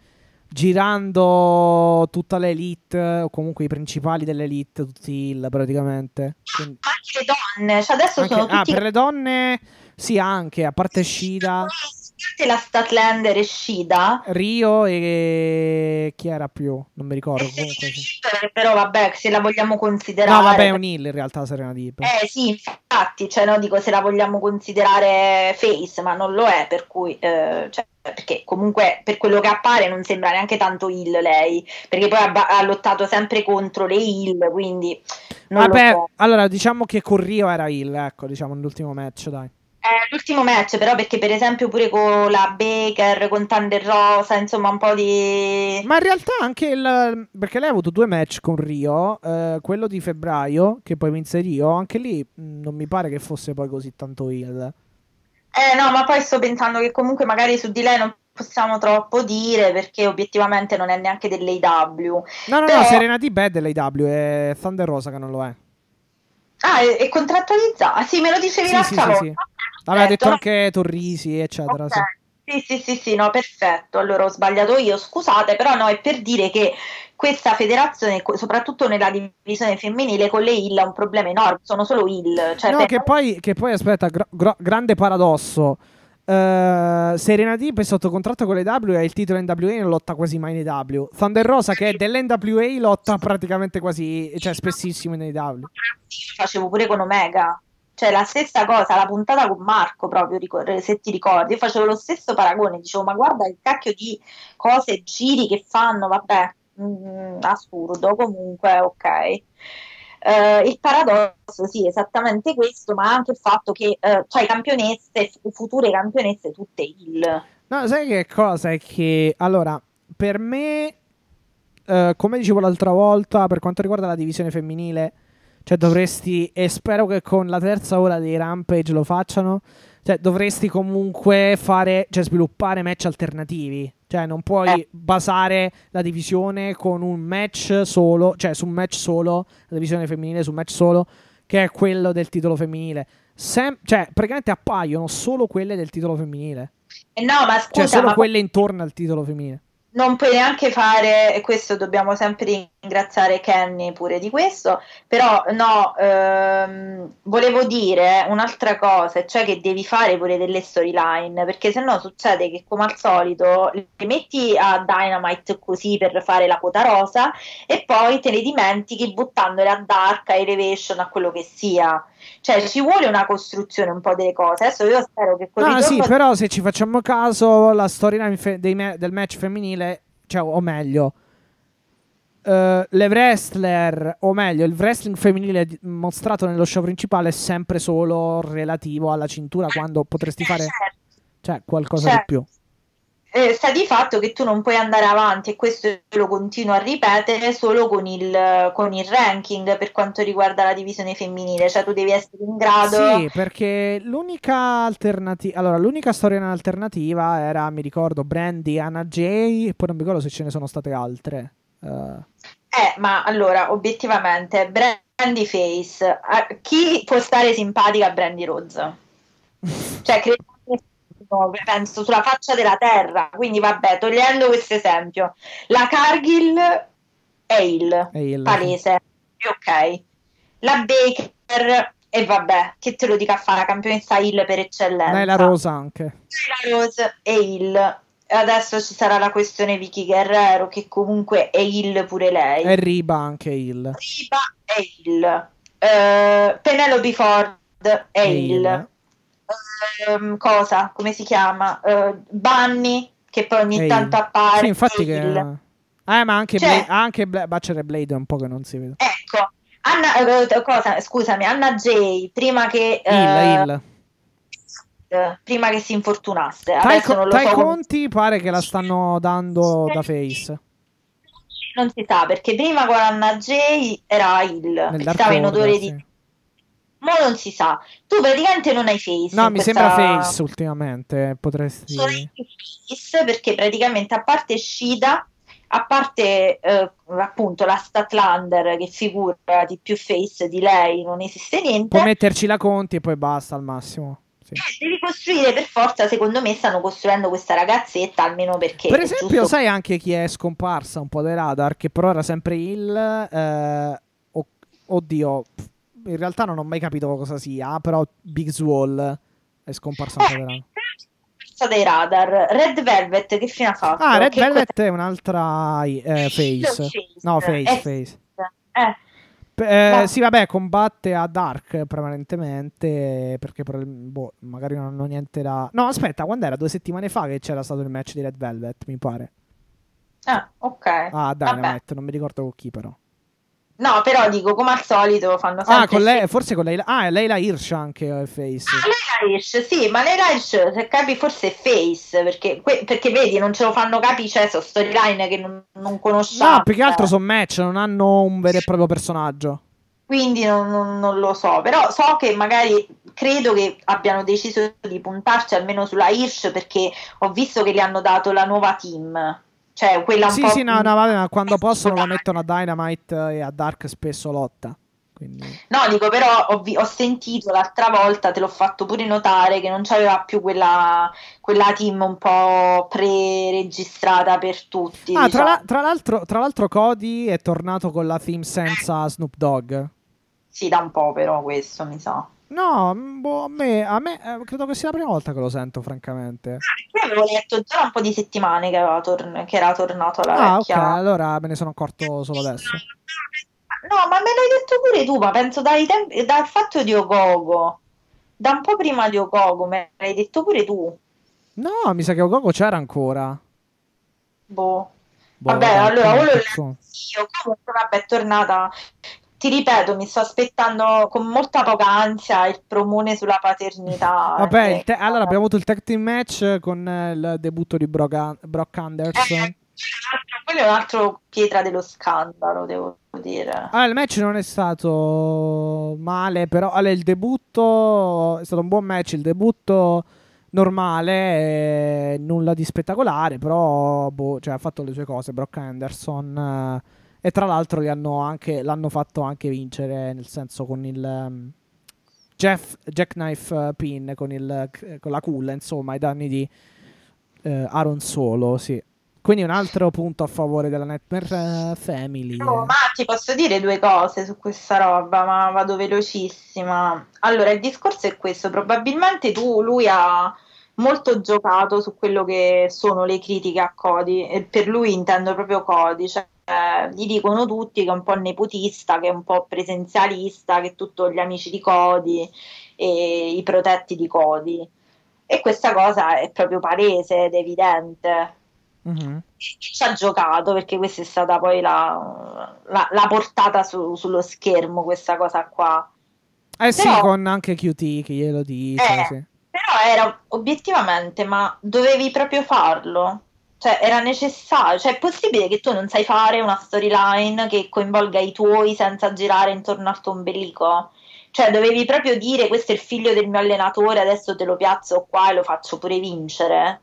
S3: girando tutta l'elite, o comunque i principali dell'elite, tutti heel praticamente. Quindi...
S4: Ma anche le donne, cioè adesso
S3: anche...
S4: sono tutti...
S3: Ah, per le donne sì, anche, a parte Shida...
S4: la Statlander e Shida,
S3: Rio e chi era più? Non mi ricordo. Comunque, sì.
S4: Però vabbè, se la vogliamo considerare...
S3: No, vabbè, è un heel in realtà Serena Deeb.
S4: Eh sì, infatti, cioè no, dico se la vogliamo considerare face, ma non lo è, per cui... Eh, cioè, perché comunque per quello che appare non sembra neanche tanto heel lei, perché poi ha, ha lottato sempre contro le heel, quindi... Non
S3: vabbè,
S4: lo so.
S3: Allora diciamo che con Rio era heel, ecco, diciamo nell'ultimo match, dai.
S4: Eh, l'ultimo match però, perché per esempio pure con la Baker, con Thunder Rosa, insomma un po' di...
S3: Ma in realtà anche il... perché lei ha avuto due match con Rio, eh, quello di febbraio, che poi vinse Rio, anche lì mh, non mi pare che fosse poi così tanto heel.
S4: Eh no, ma poi sto pensando che comunque magari su di lei non possiamo troppo dire, perché obiettivamente non è neanche dell'A E W.
S3: No, no,
S4: però...
S3: no, Serena Deeb è dell'A E W, è Thunder Rosa che non lo è.
S4: Ah, è, è contrattualizzata? Sì, me lo dicevi
S3: sì,
S4: l'altra
S3: sì,
S4: volta.
S3: sì, sì. Aveva detto anche Torrisi, eccetera.
S4: Okay.
S3: Sì.
S4: Sì, sì, sì, sì, no, perfetto. Allora ho sbagliato io, scusate, però no, è per dire che questa federazione, soprattutto nella divisione femminile, con le heel ha un problema enorme, sono solo heel. Cioè
S3: no,
S4: per...
S3: che, poi, che poi, aspetta, gro- gro- grande paradosso. Uh, Serena Deeb è sotto contratto con l'A E W e ha il titolo N W A e non lotta quasi mai in A E W. Thunder Rosa, che è dell'N W A, lotta praticamente quasi, cioè spessissimo in A E W.
S4: Facevo pure con Omega. Cioè la stessa cosa, la puntata con Marco proprio, se ti ricordi, io facevo lo stesso paragone, dicevo ma guarda il cacchio di cose, giri che fanno, vabbè, mh, assurdo, comunque ok. Uh, il paradosso sì, esattamente questo, ma anche il fatto che uh, c'hai campionesse, future campionesse tutte heel.
S3: No, sai che cosa è che, allora, per me, uh, come dicevo l'altra volta, per quanto riguarda la divisione femminile, cioè dovresti, e spero che con la terza ora dei Rampage lo facciano, cioè dovresti comunque fare, cioè sviluppare match alternativi. Cioè non puoi eh. basare la divisione con un match solo, cioè su un match solo, la divisione femminile su un match solo, che è quello del titolo femminile. Sem- cioè praticamente appaiono solo quelle del titolo femminile.
S4: Eh no, ma scusa,
S3: cioè solo
S4: ma...
S3: quelle intorno al titolo femminile.
S4: Non puoi neanche fare, e questo dobbiamo sempre ringraziare Kenny pure di questo, però no, ehm, volevo dire un'altra cosa, cioè che devi fare pure delle storyline, perché sennò succede che come al solito le metti a Dynamite così per fare la quota rosa e poi te le dimentichi buttandole a Dark, a Elevation, a quello che sia. Cioè ci vuole una costruzione un po' delle cose. Adesso io spero che
S3: no, sì, di... però se ci facciamo caso la storyline fe- dei me- del match femminile, cioè o meglio uh, le wrestler, o meglio il wrestling femminile mostrato nello show principale è sempre solo relativo alla cintura, quando potresti fare cioè qualcosa
S4: certo.
S3: di più.
S4: Eh, sta di fatto che tu non puoi andare avanti, e questo lo continuo a ripetere, solo con il, con il ranking per quanto riguarda la divisione femminile, cioè tu devi essere in grado...
S3: Sì, perché l'unica alternativa, allora l'unica storia alternativa era, mi ricordo, Brandy, Anna Jay, e poi non mi ricordo se ce ne sono state altre. Uh...
S4: Eh, ma allora, obiettivamente, Brandy Face, a chi può stare simpatica a Brandy Rose? Cioè, credo penso sulla faccia della terra, quindi vabbè, togliendo questo esempio, la Cargill è il, il palese, ok, la Baker e vabbè, che te lo dica a fare, la campionessa il per eccellenza,
S3: Dai, la Rosa anche
S4: la Rose è il, adesso ci sarà la questione Vicky Guerrero, che comunque è il pure lei.
S3: E Riba anche il.
S4: Riba è il. Uh, Penelope Ford è il. il. Uh, cosa? Come si chiama? Uh, Bunny, che poi ogni
S3: è
S4: tanto
S3: il.
S4: appare.
S3: Sì, infatti che...
S4: il.
S3: Eh, ma anche,
S4: cioè,
S3: Bla- anche Bla- Butcher e Blade è un po' che non si vede.
S4: Ecco, Anna, uh, cosa? Scusami, Anna Jay, prima che... Uh,
S3: il, il.
S4: prima che si infortunasse.
S3: Tai,
S4: Adesso non lo
S3: Tai
S4: so.
S3: Conti pare che la stanno dando da face.
S4: Non si sa, perché prima con Anna Jay era il, stava in odore di...
S3: Sì.
S4: Ma non si sa. Tu praticamente non hai face.
S3: No, mi
S4: questa...
S3: sembra face ultimamente, potresti...
S4: Non hai face perché praticamente a parte Shida, a parte eh, appunto la Statlander, che figura di più face di lei, non esiste niente.
S3: Puoi metterci la Conti e poi basta al massimo. Sì.
S4: Devi costruire per forza, secondo me stanno costruendo questa ragazzetta, almeno perché
S3: per esempio
S4: giusto...
S3: sai anche chi è scomparsa un po' dai radar, che però era sempre il eh, oh, oddio, in realtà non ho mai capito cosa sia, però Big Swole è scomparsa un po' dai radar.
S4: dei radar. Red Velvet che fine ha fatto?
S3: Ah, Red
S4: che
S3: Velvet è un'altra eh, face.
S4: face
S3: no face
S4: eh,
S3: face
S4: eh.
S3: Eh,
S4: no.
S3: Sì, vabbè, combatte a Dark prevalentemente perché boh, magari non hanno niente da... No, aspetta, quando era? Due settimane fa che c'era stato il match di Red Velvet, mi pare.
S4: Ah, ok.
S3: Ah, Dynamite,
S4: Vabbè.
S3: non mi ricordo con chi però.
S4: No, però dico, come al solito fanno sempre...
S3: Ah, con lei, forse con lei... Ah, Leila Hirsch anche è face.
S4: Ah, Leila Hirsch, sì, ma Leila Hirsch, se capi, forse è face, perché, que- perché vedi, non ce lo fanno capire, cioè, sono storyline che non, non conosciamo.
S3: No, più che altro sono match, non hanno un vero e proprio personaggio.
S4: Quindi non, non, non lo so, però so che magari credo che abbiano deciso di puntarci almeno sulla Hirsch, perché ho visto che le hanno dato la nuova team. Cioè, quella un
S3: sì,
S4: po'...
S3: sì, no, no, vabbè, ma quando possono la mettono a Dynamite e a Dark spesso lotta. Quindi...
S4: No, dico, però ho, vi- ho sentito l'altra volta, te l'ho fatto pure notare, che non c'aveva più quella, quella team un po' pre-registrata per tutti.
S3: Ah,
S4: diciamo.
S3: tra, la- tra l'altro, tra l'altro Cody è tornato con la theme senza Snoop Dogg.
S4: Sì, da un po' però questo, mi sa.
S3: No, boh, a me, a me eh, credo che sia la prima volta che lo sento, francamente.
S4: Io avevo letto già un po' di settimane che, aveva tor- che era tornato alla
S3: Ah,
S4: vecchia.
S3: ok, allora me ne sono accorto solo adesso.
S4: No, ma me l'hai detto pure tu, ma penso dai tempi, dal fatto di Ogogo. Da un po' prima di Ogogo me l'hai detto pure tu.
S3: No, mi sa che Ogogo c'era ancora.
S4: Boh.
S3: Boh,
S4: Vabbè,
S3: vabbè,
S4: allora o lo
S3: cazzo.
S4: leggo io, comunque vabbè, è tornata. Ti ripeto, mi sto aspettando con molta poca ansia il promone sulla paternità.
S3: Vabbè, il
S4: eh.
S3: te- allora abbiamo avuto il tag team match con eh, il debutto di Brock, Brock Anderson.
S4: Eh, quello è un altro pietra dello scandalo, devo dire.
S3: Allora, il match non è stato male, però allora, il debutto è stato un buon match, il debutto normale, eh, nulla di spettacolare, però boh, cioè, ha fatto le sue cose Brock Anderson, eh, e tra l'altro li hanno anche, l'hanno fatto anche vincere, nel senso con il um, Jeff, Jackknife uh, Pin, con, il, con la culla, insomma, ai danni di uh, Aaron Solo, sì. Quindi un altro punto a favore della Nightmare uh, Family.
S4: No, ma ti posso dire due cose su questa roba, ma vado velocissima. Allora, il discorso è questo, probabilmente tu, lui ha molto giocato su quello che sono le critiche a Cody, e per lui intendo proprio Cody, cioè eh, gli dicono tutti che è un po' nepotista, che è un po' presenzialista, che tutti gli amici di Cody e i protetti di Cody, e questa cosa è proprio palese ed evidente.
S3: Mm-hmm.
S4: Ci ha giocato, perché questa è stata poi la, la, la portata su, sullo schermo, questa cosa qua.
S3: Eh
S4: Però,
S3: sì, con anche Q T che glielo dice,
S4: eh,
S3: sì.
S4: Però era obiettivamente, ma dovevi proprio farlo? Cioè, era necessario? Cioè, è possibile che tu non sai fare una storyline che coinvolga i tuoi senza girare intorno al tuo ombelico? Cioè, dovevi proprio dire: questo è il figlio del mio allenatore, adesso te lo piazzo qua e lo faccio pure vincere?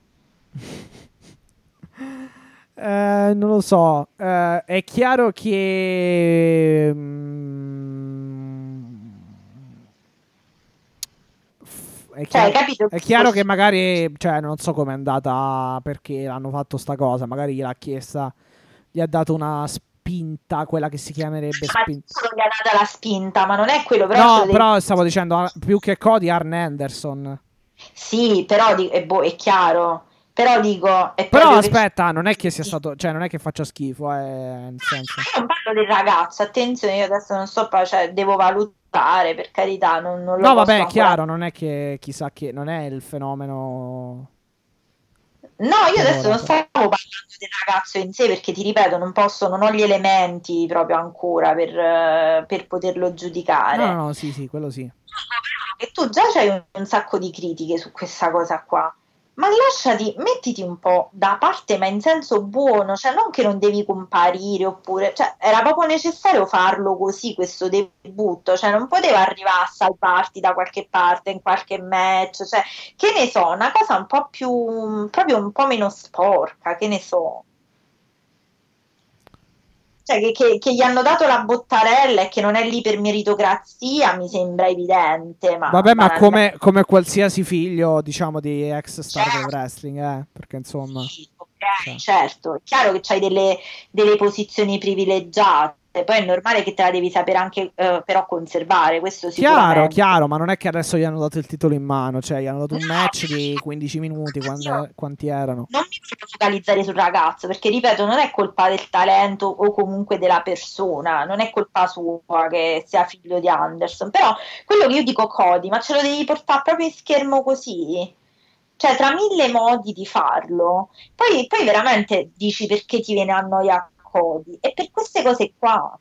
S3: Eh, non lo so, eh, è chiaro che mm, è chiaro,
S4: Cioè, capito?
S3: è chiaro che magari, cioè, non so com'è andata, perché l'hanno fatto sta cosa, magari gliel'ha chiesta, gli ha dato una spinta, quella che si chiamerebbe
S4: Ma
S3: spinta.
S4: non gli ha data la spinta, ma non è quello, però
S3: No,
S4: ce lo
S3: però
S4: devi-
S3: stavo dicendo, ah, più che Cody, Arn Anderson.
S4: Sì, però di- è, boh, è chiaro. Però dico, è
S3: Però
S4: proprio che
S3: aspetta, non è che sia stato, cioè non è che faccia schifo, eh, nel senso.
S4: io non parlo del ragazzo, attenzione, io adesso non so, pa- cioè, devo valutare, per carità, non, non lo
S3: No,
S4: posso
S3: vabbè, è
S4: ancora.
S3: chiaro, non è che chissà che non è il fenomeno
S4: No, io
S3: per
S4: adesso
S3: ora,
S4: non
S3: però.
S4: stavo parlando del ragazzo in sé, perché ti ripeto, non posso, non ho gli elementi proprio ancora per, eh, per poterlo
S3: No, no,
S4: giudicare.
S3: no, sì, sì, quello sì.
S4: Che tu già c'hai un, un sacco di critiche su questa cosa qua, ma lasciati, mettiti un po' da parte, ma in senso buono, cioè non che non devi comparire, oppure, cioè era proprio necessario farlo così, questo debutto, cioè non poteva arrivare a salvarti da qualche parte, in qualche match, cioè, che ne so, una cosa un po' più, proprio un po' meno sporca, che ne so. Cioè, che, che- che gli hanno dato la bottarella e che non è lì per meritocrazia, mi sembra evidente, ma
S3: Vabbè, ma
S4: banalmente.
S3: come, come qualsiasi figlio, diciamo, di ex star del
S4: Certo,
S3: wrestling, eh, perché insomma,
S4: sì, ok,
S3: cioè.
S4: certo, è chiaro che c'hai delle, delle posizioni privilegiate, poi è normale che te la devi sapere anche eh, però conservare, questo
S3: Chiaro,
S4: sicuramente.
S3: chiaro, ma non è che adesso gli hanno dato il titolo in mano, cioè gli hanno dato
S4: No,
S3: un match di quindici minuti,
S4: io
S3: quando- quanti erano?
S4: non mi voglio focalizzare sul ragazzo, perché ripeto, non è colpa del talento o comunque della persona, non è colpa sua che sia figlio di Anderson, però quello che io dico Cody, ma ce lo devi portare proprio in schermo così? Cioè, tra mille modi di farlo, poi, poi veramente dici perché ti viene a noia Cody, e per queste cose qua.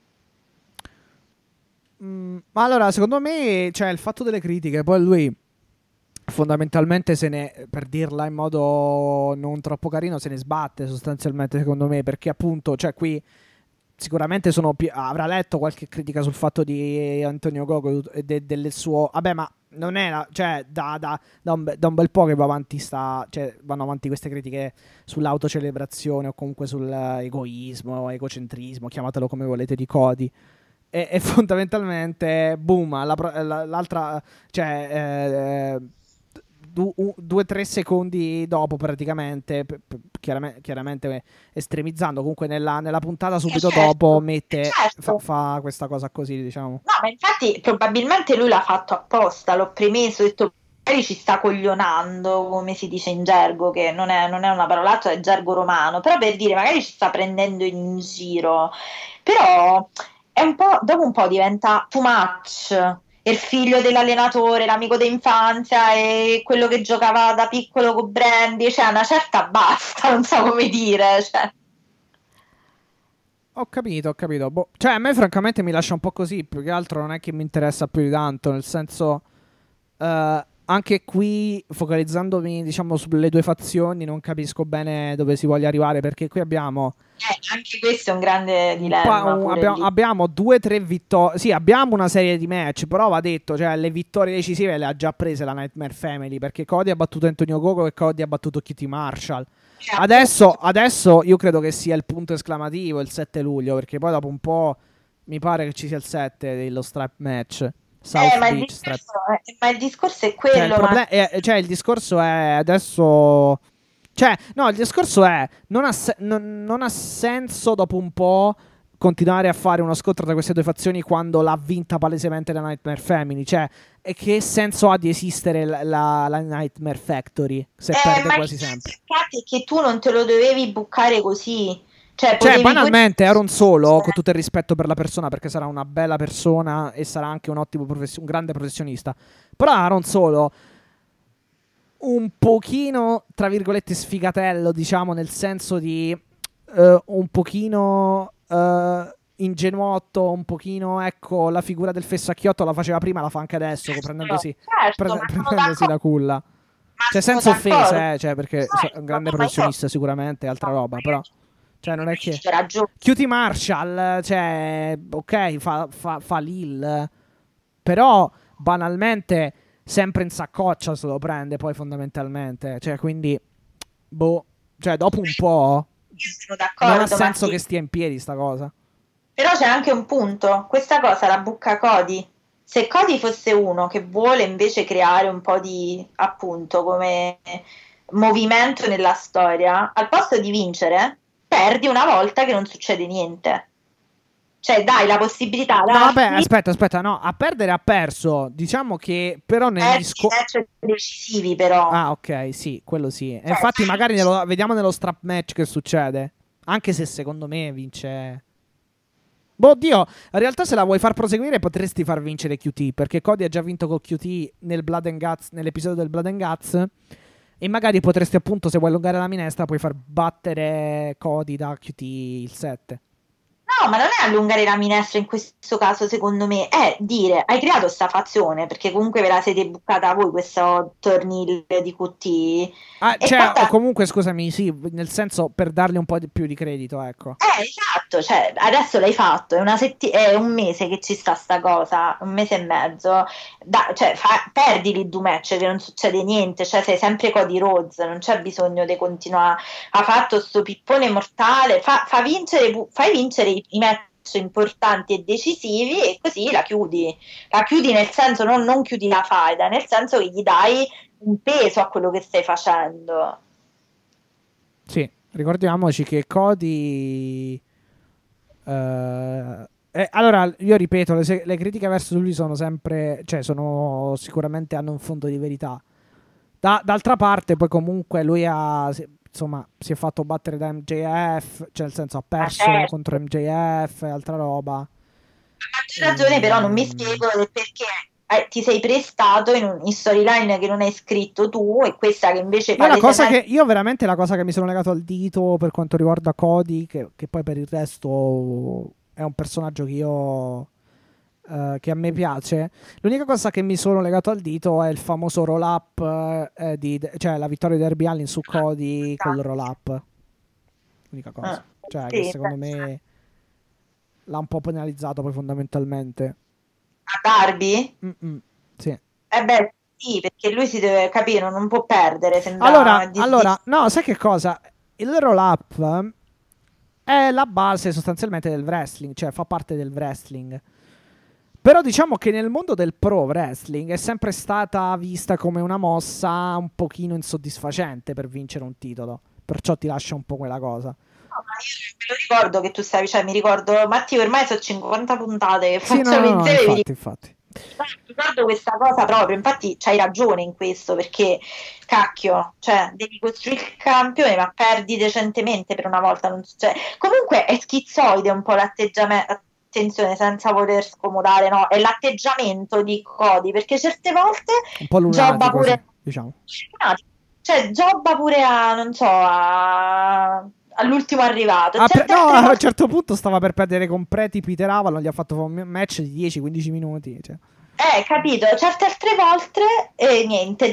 S3: Mm, ma allora, secondo me, cioè, il fatto delle critiche, poi lui fondamentalmente se ne, per dirla in modo non troppo carino, se ne sbatte sostanzialmente, secondo me, perché appunto, cioè, qui sicuramente sono pi- avrà letto qualche critica sul fatto di Antonio Gogo e de- del suo. Vabbè, ma non è la- cioè, da, da- da un, be- da un bel po' che va avanti sta, cioè, vanno avanti queste critiche sull'autocelebrazione o comunque sull'egoismo, egocentrismo, chiamatelo come volete, di Cody. E, e fondamentalmente, boom, la pro- la- l'altra, cioè, eh, du- u- due o tre secondi dopo praticamente, p- p- chiaramente, chiaramente estremizzando, comunque nella, nella puntata
S4: Eh,
S3: subito dopo
S4: certo, eh,
S3: mette, fa,
S4: certo.
S3: fa questa cosa così, diciamo.
S4: No, ma infatti probabilmente lui l'ha fatto apposta, l'ho premesso, ho detto magari ci sta coglionando, come si dice in gergo, che non è, non è una parolaccia, è gergo romano, però per dire magari ci sta prendendo in giro, però è un po', dopo un po' diventa too much. Il figlio dell'allenatore, l'amico d'infanzia e quello che giocava da piccolo con Brandy, cioè una certa basta, non so come dire, cioè.
S3: Ho capito, ho capito. Boh, cioè, a me francamente mi lascia un po' così, più che altro non è che mi interessa più di tanto, nel senso, eh, anche qui, focalizzandomi, diciamo, sulle due fazioni, non capisco bene dove si voglia arrivare, perché qui abbiamo
S4: Eh, anche questo è un grande
S3: un pa-
S4: dilemma
S3: un-
S4: pure
S3: abbiamo,
S4: lì.
S3: abbiamo due o tre vittorie. Sì, abbiamo una serie di match, però va detto, cioè, le vittorie decisive le ha già prese la Nightmare Family, perché Cody ha battuto Antonio Gogo e Cody ha battuto Kitty Marshall.
S4: Eh,
S3: Adesso,
S4: appunto.
S3: adesso io credo che sia il punto esclamativo, il sette luglio, perché poi dopo un po' mi pare che ci sia il sette dello strap match.
S4: Eh,
S3: South
S4: ma il
S3: Beach strap.
S4: discorso è, ma il discorso è
S3: Cioè, il
S4: quello, ma
S3: problema è, cioè, il discorso è adesso. Cioè, no, il discorso è non ha, se- non- non ha senso dopo un po' continuare a fare uno scontro tra queste due fazioni quando l'ha vinta palesemente la Nightmare Family. Cioè, e che senso ha di esistere la, la- la Nightmare Factory se
S4: Eh,
S3: perde
S4: ma il
S3: quasi
S4: discorso
S3: sempre?
S4: infatti è che tu non te lo dovevi buccare così, cioè
S3: Cioè,
S4: potevi pure
S3: banalmente, Aaron Solo, con
S4: vincere.
S3: tutto il rispetto per la persona, perché sarà una bella persona e sarà anche un ottimo professionista, un grande professionista. Però Aaron Solo, un pochino, tra virgolette, sfigatello, diciamo, nel senso di eh, un pochino eh, ingenuotto, un pochino, ecco, la figura del fessacchiotto la faceva prima, la fa anche adesso,
S4: Certo,
S3: prendendosi,
S4: certo,
S3: prese-
S4: ma sono
S3: prendendosi la
S4: d'accordo,
S3: culla.
S4: ma
S3: Cioè,
S4: sono
S3: senza
S4: d'accordo.
S3: offese, eh, cioè, perché so- è un
S4: Certo,
S3: grande
S4: no, ma io,
S3: professionista sicuramente, altra
S4: no,
S3: roba,
S4: ma
S3: però,
S4: io,
S3: cioè, non
S4: ma
S3: è
S4: io
S3: che.
S4: dico ragione.
S3: Cutie Marshall, cioè, ok, fa, fa, fa Lil, però banalmente sempre in saccoccia se lo prende poi fondamentalmente, cioè, quindi, boh, cioè, dopo un po'
S4: Io sono
S3: non ha
S4: d'accordo, ma
S3: senso
S4: sì.
S3: che stia in piedi sta cosa.
S4: Però c'è anche un punto, questa cosa la bucca Cody. Se Cody fosse uno che vuole invece creare un po' di, appunto, come movimento nella storia, al posto di vincere, perdi una volta che non succede niente. Cioè dai la possibilità.
S3: No, vabbè, aspetta, aspetta, no, a perdere ha perso. Diciamo che però negli
S4: sco-
S3: scontri
S4: decisivi però.
S3: Ah, ok, sì, quello sì. E infatti magari nello, vediamo nello strap match che succede. Anche se secondo me vince... Boh, Dio, in realtà se la vuoi far proseguire potresti far vincere Q T, perché Cody ha già vinto con Q T nel Blood and Guts, nell'episodio del Blood and Guts, e magari potresti appunto, se vuoi allungare la minestra, puoi far battere Cody da Q T il sette.
S4: No, ma non è allungare la minestra in questo caso, secondo me, è dire, hai creato sta fazione, perché comunque ve la siete buccata voi questo tornil di Q T.
S3: Ah, cioè,
S4: fatta...
S3: comunque, scusami, sì, nel senso, per dargli un po' di più di credito, ecco.
S4: Eh, esatto, cioè, adesso l'hai fatto, è, una setti- è un mese che ci sta sta cosa, un mese e mezzo, da, cioè, fa- perdi lì due match, che non succede niente, cioè, sei sempre Cody Rhodes, non c'è bisogno di continuare, ha fatto sto pippone mortale, fa, fa vincere, fai vincere i, i match importanti e decisivi e così la chiudi, la chiudi nel senso, non, non chiudi la faida, nel senso che gli dai un peso a quello che stai facendo.
S3: Sì, ricordiamoci che Cody... Uh, eh, allora, io ripeto, le, le critiche verso lui sono sempre... Cioè, sono sicuramente hanno un fondo di verità. Da, d'altra parte, poi comunque lui ha... Insomma, si è fatto battere da M J F, cioè nel senso ha perso ah, certo. contro M J F e altra roba.
S4: Ha ragione, e... però non mi spiego del perché eh, ti sei prestato in, un, in storyline che non hai scritto tu e questa che invece...
S3: Io, la cosa che, io veramente la cosa che mi sono legato al dito per quanto riguarda Cody, che, che poi per il resto è un personaggio che io... Uh, che a me piace. L'unica cosa che mi sono legato al dito è il famoso roll up, eh, di, cioè la vittoria di Darby Allin su Cody col roll up. L'unica cosa, cioè ah, sì, che secondo me l'ha un po' penalizzato poi fondamentalmente.
S4: A Darby?
S3: Mm-mm, sì.
S4: Eh beh, sì, perché lui si deve capire, non può perdere.
S3: Allora, di, allora di... no, sai che cosa? Il roll up è la base sostanzialmente del wrestling, cioè fa parte del wrestling. Però diciamo che nel mondo del pro wrestling è sempre stata vista come una mossa un pochino insoddisfacente per vincere un titolo. Perciò ti lascia un po' quella cosa.
S4: No, ma io me lo ricordo che tu stavi, cioè mi ricordo, Matteo, ormai sono cinquanta puntate che
S3: sì,
S4: facciamo
S3: no, no,
S4: insieme.
S3: no, infatti, infatti.
S4: Ricordo questa cosa proprio, infatti c'hai ragione in questo, perché cacchio, cioè devi costruire il campione ma perdi decentemente per una volta. Non, cioè, comunque è schizzoide un po' l'atteggiamento. Attenzione, senza voler scomodare, no, è l'atteggiamento di Cody, perché certe volte
S3: un po' lunatico, pure diciamo.
S4: Cioè gioba pure a non so a all'ultimo arrivato.
S3: Ah, pre- no, volte... a un certo punto stava per perdere con Preti Peter Avalon, gli ha fatto un match di dieci quindici minuti, cioè.
S4: Eh, capito, certe altre volte e eh, niente,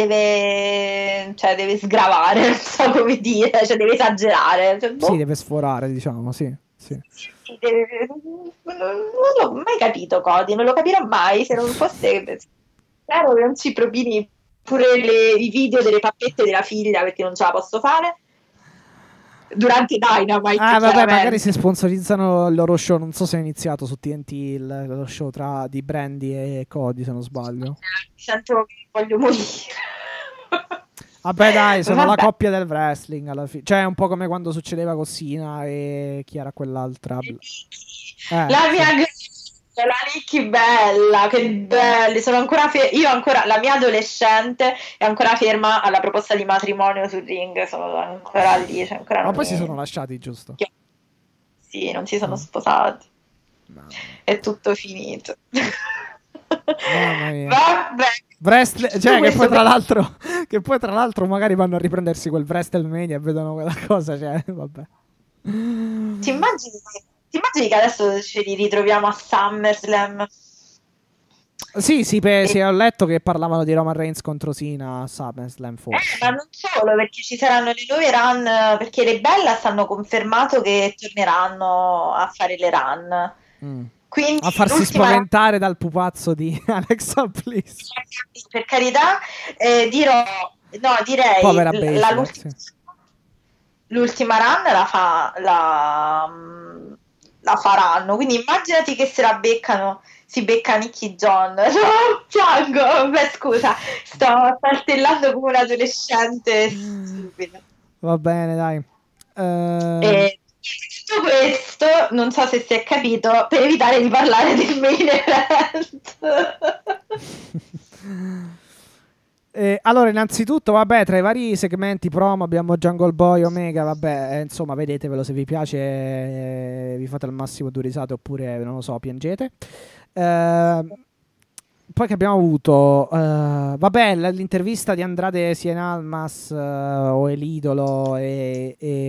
S4: deve cioè deve sgravare, non so come dire, cioè deve esagerare. Cioè, boh.
S3: Sì, deve sforare, diciamo, sì. Sì.
S4: Sì, deve... non, non l'ho mai capito Cody, non lo capirò mai se non fosse spero che non ci propini pure le, i video delle pappette della figlia perché non ce la posso fare durante Dynamite.
S3: Ah vabbè, magari se sponsorizzano il loro show, non so se è iniziato su T N T il, lo show tra di Brandy e Cody se non sbaglio.
S4: Mi sento che voglio morire.
S3: Vabbè dai, sono
S4: Vabbè.
S3: la coppia del wrestling alla fine. Cioè è un po' come quando succedeva con Sina e chi era quell'altra.
S4: Eh,
S3: la
S4: mia sì. La Nikki bella, che belli. Sono ancora fe- io ancora, la mia adolescente è ancora ferma alla proposta di matrimonio sul ring. Sono ancora lì. Cioè ancora
S3: Ma poi
S4: mi...
S3: si sono lasciati, giusto?
S4: Sì, non si sono sposati.
S3: No.
S4: È tutto finito.
S3: Mamma mia.
S4: Vabbè.
S3: Wrestle- cioè che poi tra l'altro che poi tra l'altro magari vanno a riprendersi quel WrestleMania e vedono quella cosa, cioè vabbè.
S4: Ti immagini, ti immagini che adesso ci ritroviamo a SummerSlam?
S3: Sì, sì, pe- sì, ho letto che parlavano di Roman Reigns contro Cena a SummerSlam forse.
S4: Eh, ma non solo, perché ci saranno le nuove run, perché le Bellas hanno confermato che torneranno a fare le run. Mm. Quindi
S3: a farsi spaventare dal pupazzo di Alexa Bliss.
S4: Per carità, eh, dirò, no, direi
S3: povera
S4: l-
S3: Baszler,
S4: la, l'ultima,
S3: sì.
S4: l'ultima run la, fa, la, la faranno. Quindi immaginati che se la beccano, si becca Nicky John. No, piango. Beh, scusa, sto saltellando come un adolescente stupida.
S3: Va bene, dai. Uh...
S4: E, Tutto questo, non so se si è capito, per evitare di parlare del main event.
S3: Eh, allora, innanzitutto, vabbè, tra i vari segmenti promo abbiamo Jungle Boy, Omega, vabbè, eh, insomma, vedetevelo se vi piace, eh, vi fate al massimo due risate oppure, non lo so, piangete. Eh, poi che abbiamo avuto, eh, vabbè, l- l'intervista di Andrade Cien Almas, eh, o l'idolo, e, e-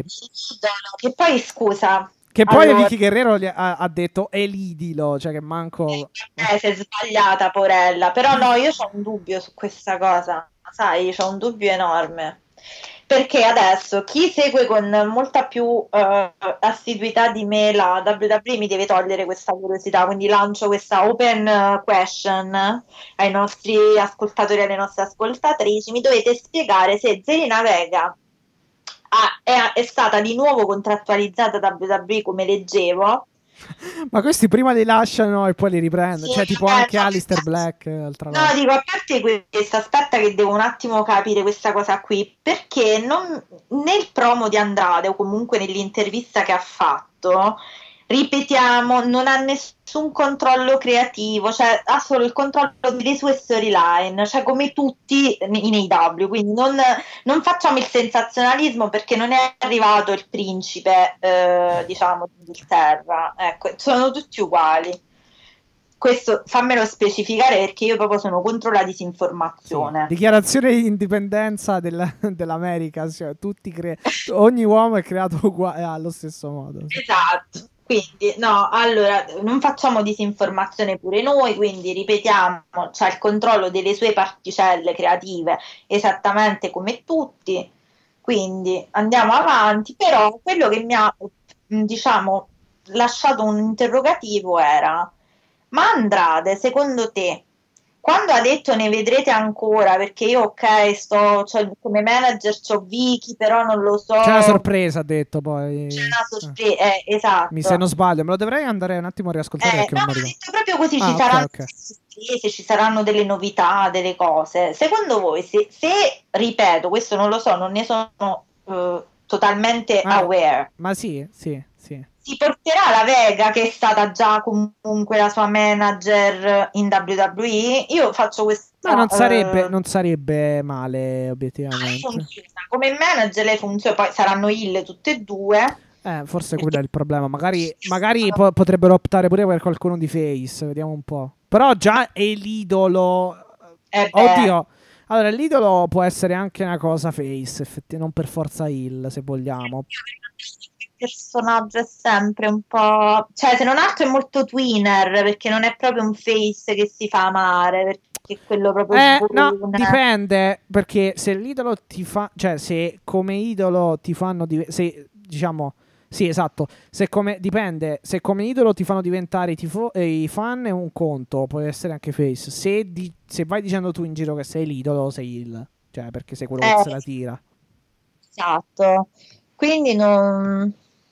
S4: Che poi, scusa,
S3: che poi
S4: allora,
S3: Vicky Guerrero gli ha, ha detto elidilo, cioè che manco...
S4: eh, si è sbagliata, porella. Però no, io ho un dubbio su questa cosa, sai, ho un dubbio enorme. Perché adesso chi segue con molta più eh, assiduità di me la W W E mi deve togliere questa curiosità, quindi lancio questa open eh, question ai nostri ascoltatori e alle nostre ascoltatrici. Mi dovete spiegare se Zelina Vega ha- è, è stata di nuovo contrattualizzata da W W E, come leggevo.
S3: Ma questi prima li lasciano e poi li riprendono,
S4: Sì,
S3: cioè tipo
S4: eh,
S3: anche
S4: no,
S3: Alistair Black, eh, tra
S4: No,
S3: l'altro.
S4: dico, a parte questo, aspetta che devo un attimo capire questa cosa qui, perché non, nel promo di Andrade o comunque nell'intervista che ha fatto, ripetiamo, non ha nessun controllo creativo, cioè ha solo il controllo delle sue storyline, cioè come tutti in A E W, quindi non, non facciamo il sensazionalismo perché non è arrivato il principe, eh, diciamo, d'Inghilterra, ecco, sono tutti uguali. Questo fammelo specificare perché io proprio sono contro la
S3: Sì.
S4: disinformazione.
S3: Dichiarazione di indipendenza della- dell'America, cioè, tutti cre- ogni uomo è creato uguale, allo stesso modo. Sì.
S4: Esatto. Quindi, no, allora non facciamo disinformazione pure noi, quindi ripetiamo, c'è il controllo delle sue particelle creative esattamente come tutti, quindi andiamo avanti, però quello che mi ha, diciamo, lasciato un interrogativo era: ma Andrade, secondo te, quando ha detto ne vedrete ancora, perché io ok, sto, cioè, come manager c'ho Vicky, però non lo so.
S3: C'è una sorpresa, ha detto poi.
S4: C'è una
S3: Eh,
S4: sorpresa, eh, esatto.
S3: mi se non sbaglio, me lo dovrei andare un attimo a riascoltare
S4: Eh,
S3: perché
S4: no,
S3: non mi
S4: ha
S3: ricordo.
S4: detto proprio così,
S3: Ah,
S4: ci
S3: ok,
S4: saranno
S3: ok.
S4: delle sorprese, ci saranno delle novità, delle cose. Secondo voi, se, se, ripeto, questo non lo so, non ne sono eh, totalmente
S3: Ma,
S4: aware,
S3: ma sì, sì, sì.
S4: si porterà la Vega, che è stata già comunque la sua manager in W W E? Io faccio questa...
S3: Ma non sarebbe,
S4: eh,
S3: non sarebbe male,
S4: lei
S3: obiettivamente.
S4: funziona come manager, lei funziona, poi saranno il tutte e due.
S3: Eh, forse quello è il problema. Magari, magari po- potrebbero optare pure per qualcuno di face. Vediamo un po'. Però già è l'idolo.
S4: Eh beh,
S3: Oddio. Allora, l'idolo può essere anche una cosa face, effettivamente, non per forza heal, se vogliamo.
S4: il personaggio è sempre un po', cioè se non altro è molto tweener, perché non è proprio un face che si fa amare, perché è quello proprio
S3: Eh, no,
S4: sborone.
S3: dipende. Perché se l'idolo ti fa. Cioè, se come idolo ti fanno. Div- se, diciamo. Sì, esatto. Se come, dipende. Se come idolo ti fanno diventare i, tifo- eh, i fan è un conto, può essere anche face. Se, di- se vai dicendo tu in giro che sei l'idolo, sei il. Cioè, perché sei quello che
S4: Eh,
S3: se la tira.
S4: esatto. Quindi non,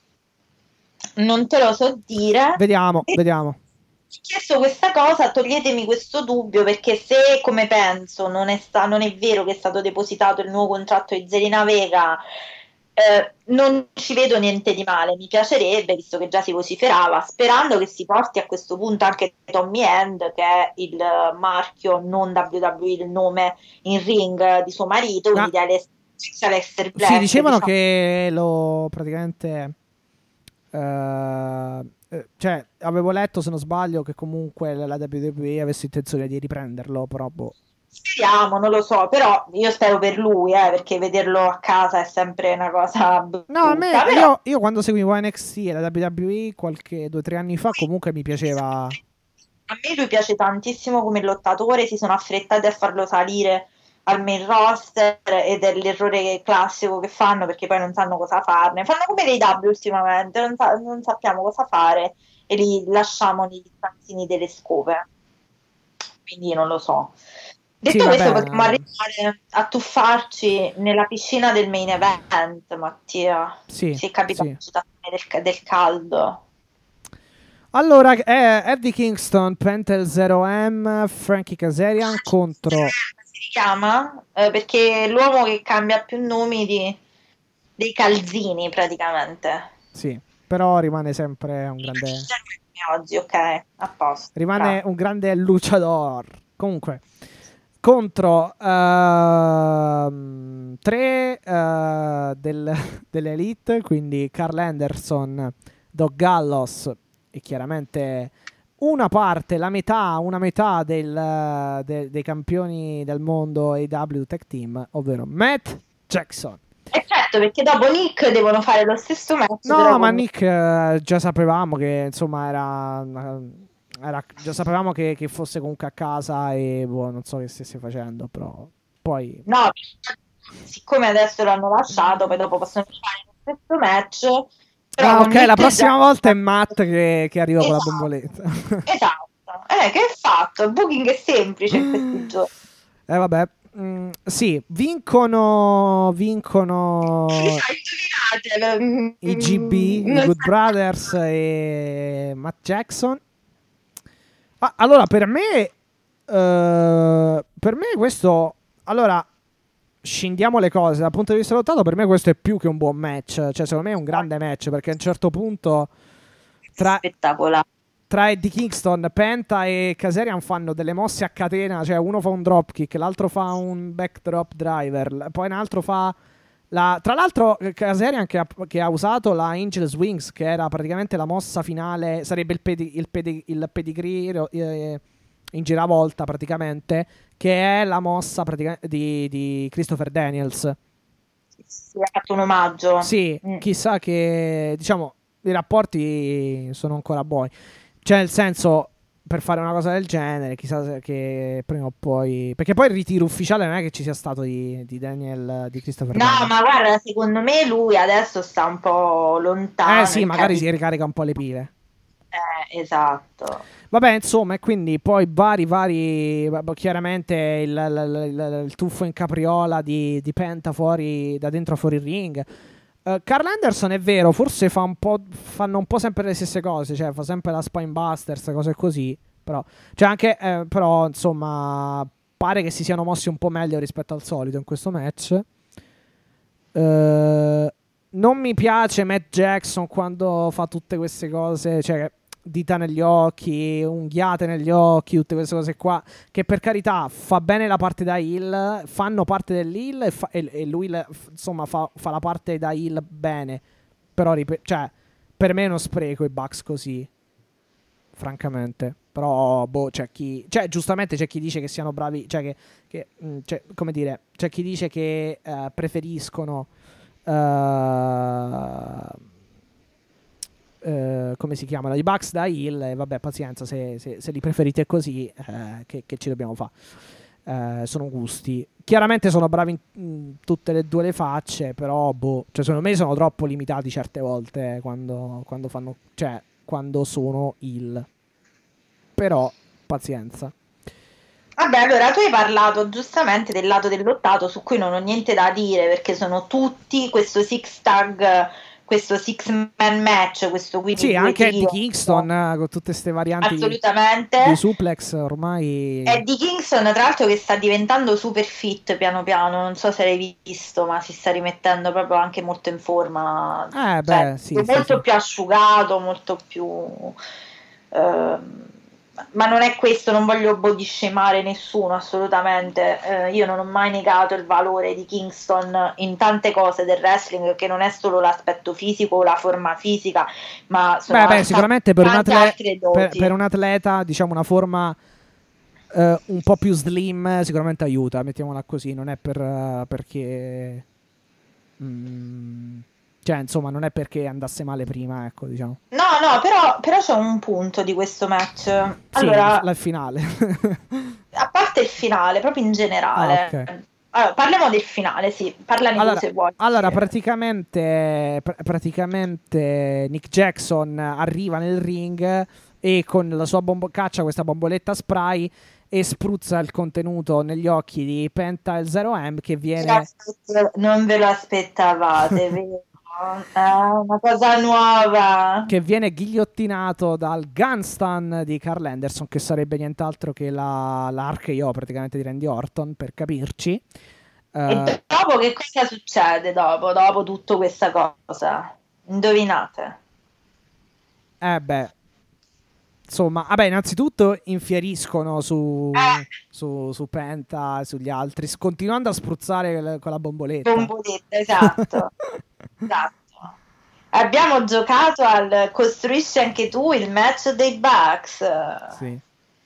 S4: non te lo so dire.
S3: Vediamo,
S4: E
S3: vediamo.
S4: ho chiesto questa cosa, toglietemi questo dubbio, perché se, come penso, non è, sta- non è vero che è stato depositato il nuovo contratto di Zelina Vega, eh, non ci vedo niente di male, mi piacerebbe, visto che già si vociferava, sperando che si porti a questo punto anche Tommy End, che è il marchio non W W E, il nome in ring di suo marito, quindi di Alex- Aleister Black.
S3: Sì, dicevano
S4: diciamo.
S3: che lo praticamente. eh, eh, cioè, avevo letto, se non sbaglio, che comunque la W W E avesse intenzione di riprenderlo, però boh.
S4: Speriamo, non lo so, però io spero per lui, eh, perché vederlo a casa è sempre una cosa brutta.
S3: No, a me,
S4: però
S3: io, io quando seguivo N X T e la W W E qualche due o tre anni fa, comunque mi piaceva.
S4: a me lui piace tantissimo come lottatore, si sono affrettati a farlo salire al main roster ed è l'errore classico che fanno, perché poi non sanno cosa farne. Fanno come dei W ultimamente, non, sa- non sappiamo cosa fare e li lasciamo negli stanzini delle scope. Quindi non lo so. Detto
S3: Sì,
S4: questo,
S3: vabbè.
S4: potremmo arrivare a tuffarci nella piscina del main event, Mattia.
S3: Sì,
S4: Ci è capitato
S3: sì.
S4: del, del caldo.
S3: Allora, è Eddie Kingston, Pentel zero M, Frankie Kazarian contro.
S4: Si chiama? Eh, perché è l'uomo che cambia più nomi di, dei calzini praticamente.
S3: Sì. però rimane sempre un grande
S4: oggi, ok, a posto.
S3: rimane
S4: Bravo.
S3: un grande luchador. Comunque contro ehm, tre eh, del, dell'Elite, quindi Carl Anderson, Doc Gallows e chiaramente una parte, la metà, una metà del, de- dei campioni del mondo A E W Tag Team, ovvero Matt Jackson.
S4: E certo, perché dopo Nick devono fare lo stesso match.
S3: No,
S4: però
S3: ma
S4: con-
S3: Nick eh, già sapevamo che insomma era, era- già sapevamo che, che fosse comunque a casa e boh, non so che stesse facendo, però poi
S4: No, siccome adesso l'hanno lasciato, poi dopo possono fare lo stesso match. Però
S3: ah,
S4: con
S3: ok,
S4: Nick
S3: la prossima
S4: già-
S3: volta è Matt che, che arriva con la
S4: Esatto.
S3: bomboletta.
S4: Esatto. Eh, che hai fatto? Il booking è semplice in questi giorni.
S3: Eh vabbè, mm, sì, vincono vincono
S4: Indovinate.
S3: i G B, i Good Brothers e Matt Jackson. Ah, allora, per me, eh, per me questo, allora, scindiamo le cose dal punto di vista lottato. Per me questo è più che un buon match. Cioè, secondo me è un grande match perché a un certo punto tra,
S4: Spettacolare.
S3: tra Eddie Kingston, Penta e Kazarian fanno delle mosse a catena. Cioè, uno fa un dropkick, l'altro fa un backdrop driver, poi un altro fa la... Tra l'altro, Kazarian che ha, che ha usato la Angel Wings, che era praticamente la mossa finale, sarebbe il, pedi, il, pedi, il pedigree eh, in giravolta praticamente, che è la mossa pratica- di, di Christopher Daniels.
S4: Si è fatto un omaggio.
S3: Sì,
S4: Mm.
S3: chissà che, diciamo, i rapporti sono ancora buoni. Cioè, nel senso, per fare una cosa del genere, chissà se- che prima o poi... Perché poi il ritiro ufficiale non è che ci sia stato di, di Daniel, di Christopher
S4: No,
S3: Daniels.
S4: ma guarda, secondo me lui adesso sta un po' lontano.
S3: Eh sì, magari
S4: capi-
S3: si ricarica un po' le pile.
S4: Eh, esatto.
S3: Vabbè, insomma, e quindi poi vari, vari... vabbè, chiaramente il, il- il- il tuffo in capriola di, di Penta fuori, da dentro fuori il ring. Uh, Carl Anderson è vero, forse fa un po', fanno un po' sempre le stesse cose, cioè fa sempre la Spinebusters, cose così, però, cioè anche, eh, però, insomma, pare che si siano mossi un po' meglio rispetto al solito in questo match. Uh, non mi piace Matt Jackson quando fa tutte queste cose, cioè dita negli occhi, unghiate negli occhi, tutte queste cose qua, che per carità fa bene la parte da heel, fanno parte dell'heel e, fa- e, e lui le- f- insomma fa, fa la parte da heel bene, però rip- cioè per me è uno spreco i Bucks così, francamente. Però boh, c'è chi, cioè giustamente c'è chi dice che siano bravi, cioè che, che mh, cioè, come dire, c'è chi dice che eh, preferiscono eh, Uh, come si chiamano, i Bucks da heel, e vabbè, pazienza, se, se, se li preferite così, uh, che, che ci dobbiamo fare? Uh, sono gusti. Chiaramente sono bravi in, in tutte e due le facce, però boh, cioè secondo me sono troppo limitati certe volte quando, quando fanno, cioè quando sono heel. Però pazienza.
S4: Vabbè, allora tu hai parlato giustamente del lato del lottato, su cui non ho niente da dire, perché sono tutti questo six tag, questo six man match, questo quindi
S3: Sì,
S4: due
S3: anche
S4: trio.
S3: Eddie Kingston eh, con tutte queste varianti di,
S4: Assolutamente.
S3: di suplex ormai.
S4: Eddie Kingston, tra l'altro, che sta diventando super fit piano piano, non so se l'hai visto, ma si sta rimettendo proprio anche molto in forma.
S3: Eh, beh,
S4: Cioè,
S3: sì,
S4: molto
S3: sì, sì.
S4: più asciugato, molto più... ehm, ma non è questo, non voglio body shamare nessuno, assolutamente. Eh, io non ho mai negato il valore di Kingston in tante cose del wrestling, che non è solo l'aspetto fisico o la forma fisica, ma sono
S3: Beh, beh,
S4: tante-
S3: sicuramente per un,
S4: tante
S3: atle-
S4: altre
S3: per,
S4: doti.
S3: per un atleta, diciamo, una forma eh, un po' più slim sicuramente aiuta, mettiamola così, non è per eh, perché mm, cioè, insomma, non è perché andasse male prima, ecco, diciamo.
S4: No, no, però, però c'è un punto di questo match.
S3: Sì,
S4: Allora,
S3: la finale.
S4: a parte il finale, proprio in generale.
S3: Ah, ok.
S4: Allora, parliamo del finale, sì, parlane
S3: Allora,
S4: tu se vuoi.
S3: allora
S4: Sì.
S3: praticamente, pr- praticamente Nick Jackson arriva nel ring e con la sua bombo- caccia questa bomboletta spray e spruzza il contenuto negli occhi di Penta e Zero M, che viene
S4: Non ve lo aspettavate, vero? È una cosa nuova.
S3: che viene ghigliottinato dal gunstun di Carl Anderson, che sarebbe nient'altro che la, la R K O praticamente di Randy Orton, per capirci.
S4: E
S3: Eh,
S4: dopo che cosa succede dopo? Dopo tutta questa cosa? Indovinate.
S3: Eh beh, insomma, vabbè, innanzitutto infieriscono su,
S4: Eh.
S3: su, su Penta e sugli altri, s- continuando a spruzzare le- con la bomboletta.
S4: Bomboletta, esatto. Esatto. Abbiamo giocato al costruisci anche tu il match dei Bucks.
S3: Sì.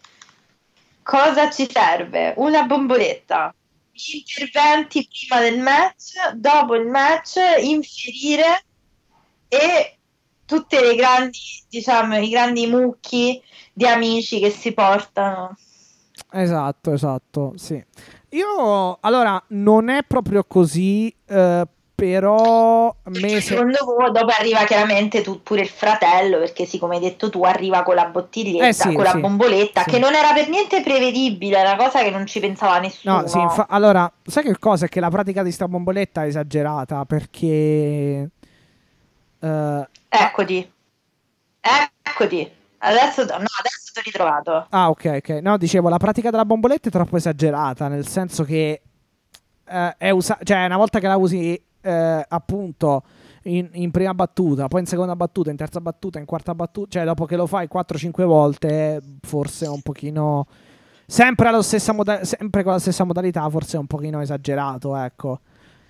S4: Cosa ci serve? Una bomboletta. Gli interventi prima del match, dopo il match, infierire e tutte le grandi, diciamo, i grandi mucchi di amici che si portano.
S3: Esatto, esatto, sì. Io, allora, non è proprio così, eh, però me se-
S4: Secondo voi dopo arriva chiaramente tu pure il fratello, perché sì, come hai detto tu, arriva con la bottiglietta,
S3: Eh sì,
S4: con la
S3: sì,
S4: bomboletta,
S3: sì.
S4: che non era per niente prevedibile, è una cosa che non ci pensava nessuno.
S3: No, sì, infa- allora, sai che cosa? È che la pratica di sta bomboletta è esagerata, perché... eh,
S4: Eccoti. Eccoti. Adesso, no, adesso ti ho ritrovato.
S3: Ah, ok, ok. No, dicevo, la pratica della bomboletta è troppo esagerata, nel senso che eh, è usa- cioè, una volta che la usi eh, appunto in, in prima battuta, poi in seconda battuta, in terza battuta, in quarta battuta, cioè dopo che lo fai quattro cinque volte, forse è un pochino sempre, allo stessa moda- sempre con la stessa modalità, forse è un pochino esagerato, ecco.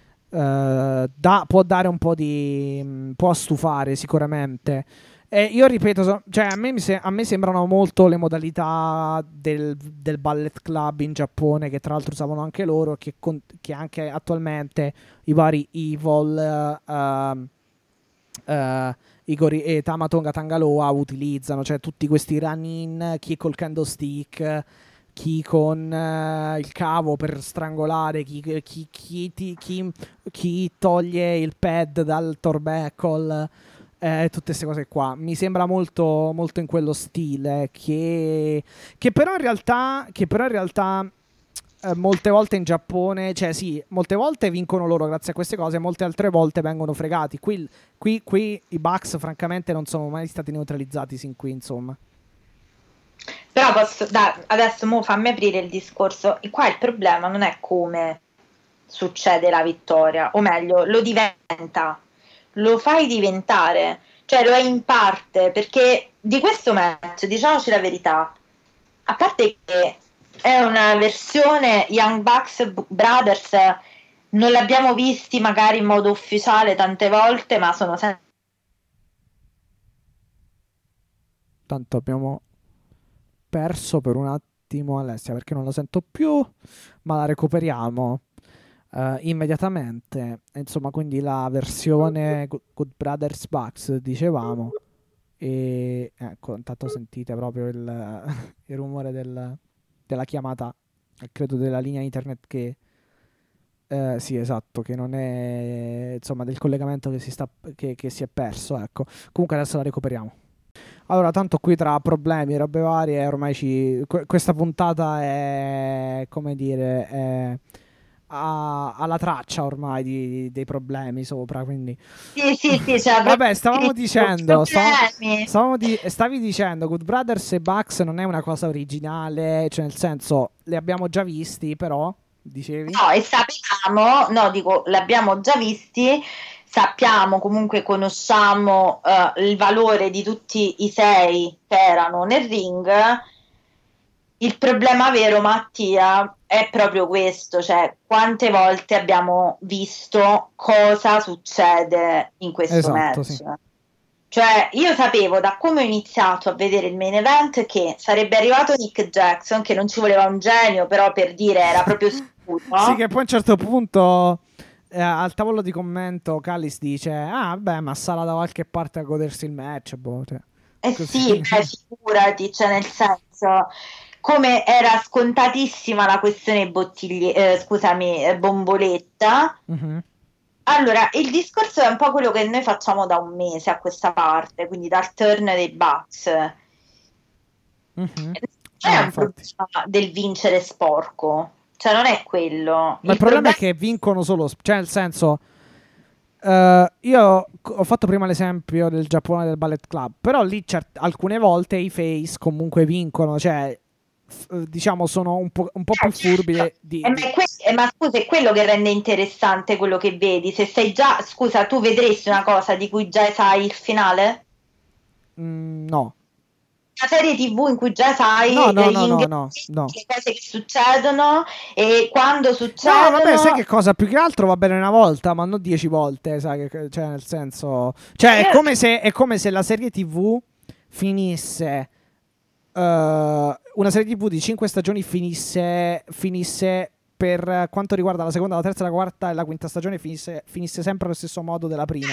S3: Eh, da- può dare un po' di mh, può stufare sicuramente. E io ripeto, so- cioè a me, mi se- a me sembrano molto le modalità del, del Ballet Club in Giappone, che tra l'altro usavano anche loro, che, con- che anche attualmente i vari Evil, eh, ehm, eh, Igori e Tamatonga Tangaloa utilizzano, cioè tutti questi run-in, chi col candlestick, chi con eh, il cavo per strangolare, chi, chi, chi, ti- chi- chi toglie il pad dal torbeckle, eh, tutte queste cose qua. Mi sembra molto, molto in quello stile, che, che però in realtà, che però in realtà eh, molte volte in Giappone, cioè sì, molte volte vincono loro grazie a queste cose, molte altre volte vengono fregati. Qui, qui, qui i Bucks francamente non sono mai stati neutralizzati sin qui, insomma.
S4: Però posso, dai, adesso mo fammi aprire il discorso. E qua il problema non è come succede la vittoria, o meglio, lo diventa, lo fai diventare, cioè lo è in parte, perché di questo match, diciamoci la verità, a parte che è una versione Young Bucks Brothers, non l'abbiamo visti magari in modo ufficiale tante volte, ma sono sempre...
S3: Tanto abbiamo perso per un attimo Alessia perché non la sento più, ma la recuperiamo uh, immediatamente. Insomma, quindi la versione Good, Good Brothers Bucks, dicevamo. E ecco, intanto sentite proprio il, il rumore del, della chiamata, credo della linea internet che eh, sì, esatto, che non è, insomma, del collegamento che si, sta, che, che si è perso, ecco. Comunque adesso la recuperiamo. Allora, tanto qui tra problemi e robe varie, ormai ci, que- questa puntata è, come dire, è, ha, ha la traccia ormai di- dei problemi sopra, quindi...
S4: Sì, sì, sì, cioè,
S3: Vabbè, stavamo dicendo, stavamo,
S4: problemi.
S3: stavamo di- stavi dicendo, Good Brothers e Bucks non è una cosa originale, cioè nel senso, li abbiamo già visti, però, dicevi?
S4: No, e sappiamo, no, dico, l'abbiamo già visti, sappiamo, comunque conosciamo eh, il valore di tutti i sei che erano nel ring. Il problema vero, Mattia, è proprio questo, cioè quante volte abbiamo visto cosa succede in questo
S3: Esatto,
S4: match.
S3: sì.
S4: Cioè, io sapevo da come ho iniziato a vedere il main event che sarebbe arrivato Nick Jackson, che non ci voleva un genio, però per dire era proprio sicuro.
S3: Sì, che poi a un certo punto eh, al tavolo di commento Callis dice: ah, beh, ma sarà da qualche parte a godersi il match, boh, cioè,
S4: Eh
S3: così.
S4: sì, beh, figurati, cioè nel senso, come era scontatissima la questione bottiglie, eh, scusami, eh, bomboletta.
S3: Mhm.
S4: Allora, il discorso è un po' quello che noi facciamo da un mese a questa parte, quindi dal turn dei Bucks.
S3: Mhm.
S4: Non
S3: Ah,
S4: è un
S3: infatti.
S4: problema del vincere sporco, cioè non è quello.
S3: Ma il problema è che vincono solo, cioè nel senso, eh, io c- ho fatto prima l'esempio del Giappone del Ballet Club, però lì cert- alcune volte i face comunque vincono, cioè f- diciamo sono un po', un po' più furbi de- di,
S4: Eh, ma,
S3: di-
S4: è que- eh, ma scusa, è quello che rende interessante quello che vedi. Se sei già, scusa, tu vedresti una cosa di cui già sai il finale?
S3: Mm, no.
S4: Una serie tivù in cui già sai
S3: No, no,
S4: gli
S3: no, no, no,
S4: ingredienti,
S3: no.
S4: le cose che succedono e quando succedono.
S3: No, vabbè, sai che cosa? Più che altro va bene una volta, ma non dieci volte, sai, che- cioè, nel senso... Cioè, è
S4: Io-
S3: come se, è come se la serie tivù finisse... eh, una serie tivù di cinque stagioni finisse, finisse per quanto riguarda la seconda, la terza, la quarta e la quinta stagione finisse, finisse sempre allo stesso modo della prima.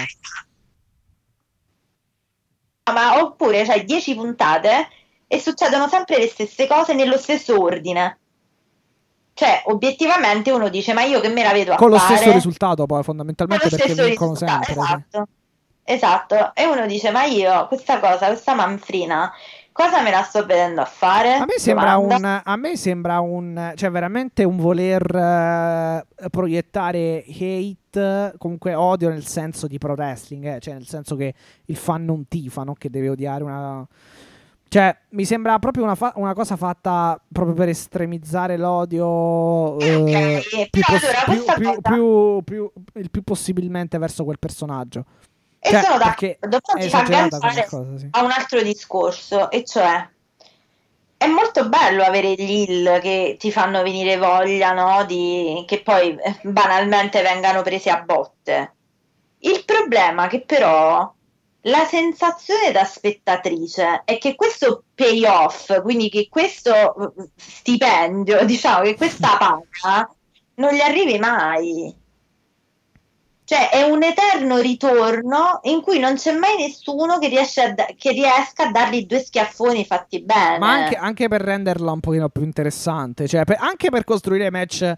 S4: Ma oppure c'hai dieci puntate e succedono sempre le stesse cose nello stesso ordine. Cioè, obiettivamente uno dice, ma io che me la vedo a
S3: Con lo
S4: fare?
S3: stesso risultato poi,
S4: Con
S3: fondamentalmente,
S4: lo
S3: perché
S4: stesso
S3: vincono
S4: risultato,
S3: sempre. sì.
S4: esatto. Esatto. E uno dice, ma io questa cosa, questa manfrina, cosa me la sto vedendo a fare?
S3: A me sembra
S4: Domanda.
S3: un, a me sembra un, cioè veramente un voler eh, proiettare hate, comunque odio nel senso di pro wrestling, eh, cioè nel senso che il fan non tifa, non che deve odiare una... Cioè, mi sembra proprio una, fa- una cosa fatta proprio per estremizzare l'odio eh,
S4: Ok,
S3: più,
S4: però
S3: poss-
S4: allora
S3: più-
S4: questa
S3: più-
S4: cosa...
S3: più- più- il più possibilmente verso quel personaggio.
S4: E
S3: Cioè,
S4: sono
S3: perché
S4: d'accordo, però
S3: è
S4: ti fa
S3: esagerata come
S4: agganciare
S3: cosa, sì.
S4: a un altro discorso, e cioè è molto bello avere gli hill che ti fanno venire voglia, no? Di... che poi eh, banalmente vengano presi a botte. Il problema è che però la sensazione da spettatrice è che questo payoff, quindi che questo eh, stipendio, diciamo che questa paga non gli arrivi mai. Cioè è un eterno ritorno in cui non c'è mai nessuno che, riesce a da- che riesca a dargli due schiaffoni fatti bene.
S3: Ma anche, anche per renderla un pochino più interessante, cioè per- anche per costruire match eh,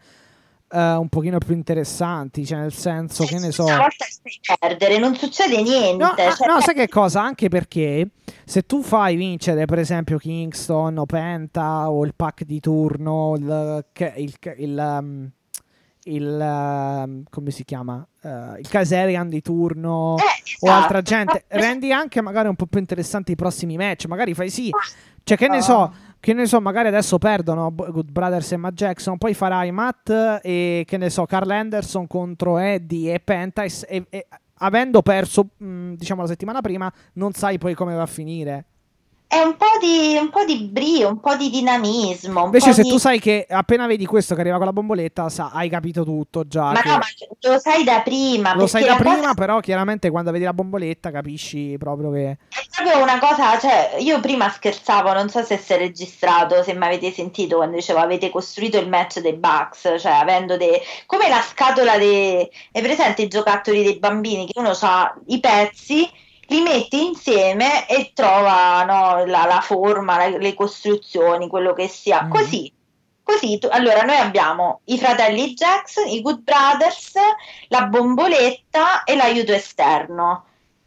S3: un pochino più interessanti, cioè nel senso, che ne so...
S4: Una volta che stai perdere, non succede niente.
S3: No, ah,
S4: cioè,
S3: no, sai che cosa? Anche perché se tu fai vincere, per esempio, Kingston o Penta o il pack di turno, il, il, il, um, il, um, come si chiama? Uh, il Kazarian di turno
S4: eh,
S3: o altra
S4: esatto.
S3: gente, rendi anche magari un po' più interessanti i prossimi match. Magari fai sì, cioè che ne so, che ne so, magari adesso perdono Good Brothers e Matt Jackson, poi farai Matt e che ne so, Carl Anderson contro Eddie e Penta e, e, e avendo perso, mh, diciamo la settimana prima, non sai poi come va a finire.
S4: È un po' di, un po' di brio, un po' di dinamismo. Un
S3: Invece
S4: po'
S3: se
S4: di...
S3: tu sai che appena vedi questo che arriva con la bomboletta, sa, hai capito tutto già.
S4: Ma
S3: che...
S4: no, ma lo sai da prima.
S3: Lo sai
S4: perché
S3: da
S4: la
S3: prima,
S4: cosa...
S3: però chiaramente quando vedi la bomboletta capisci proprio che...
S4: È proprio una cosa, cioè, io prima scherzavo, non so se si è registrato, se mi avete sentito quando dicevo avete costruito il match dei Bucks, cioè avendo dei... come la scatola dei... È presente i giocattoli dei bambini, che uno ha i pezzi, li metti insieme e trova, no, la, la forma, la- le costruzioni, quello che sia.
S3: Mm.
S4: Così, così, tu- allora noi abbiamo i fratelli Jackson, i Good Brothers, la bomboletta e l'aiuto esterno.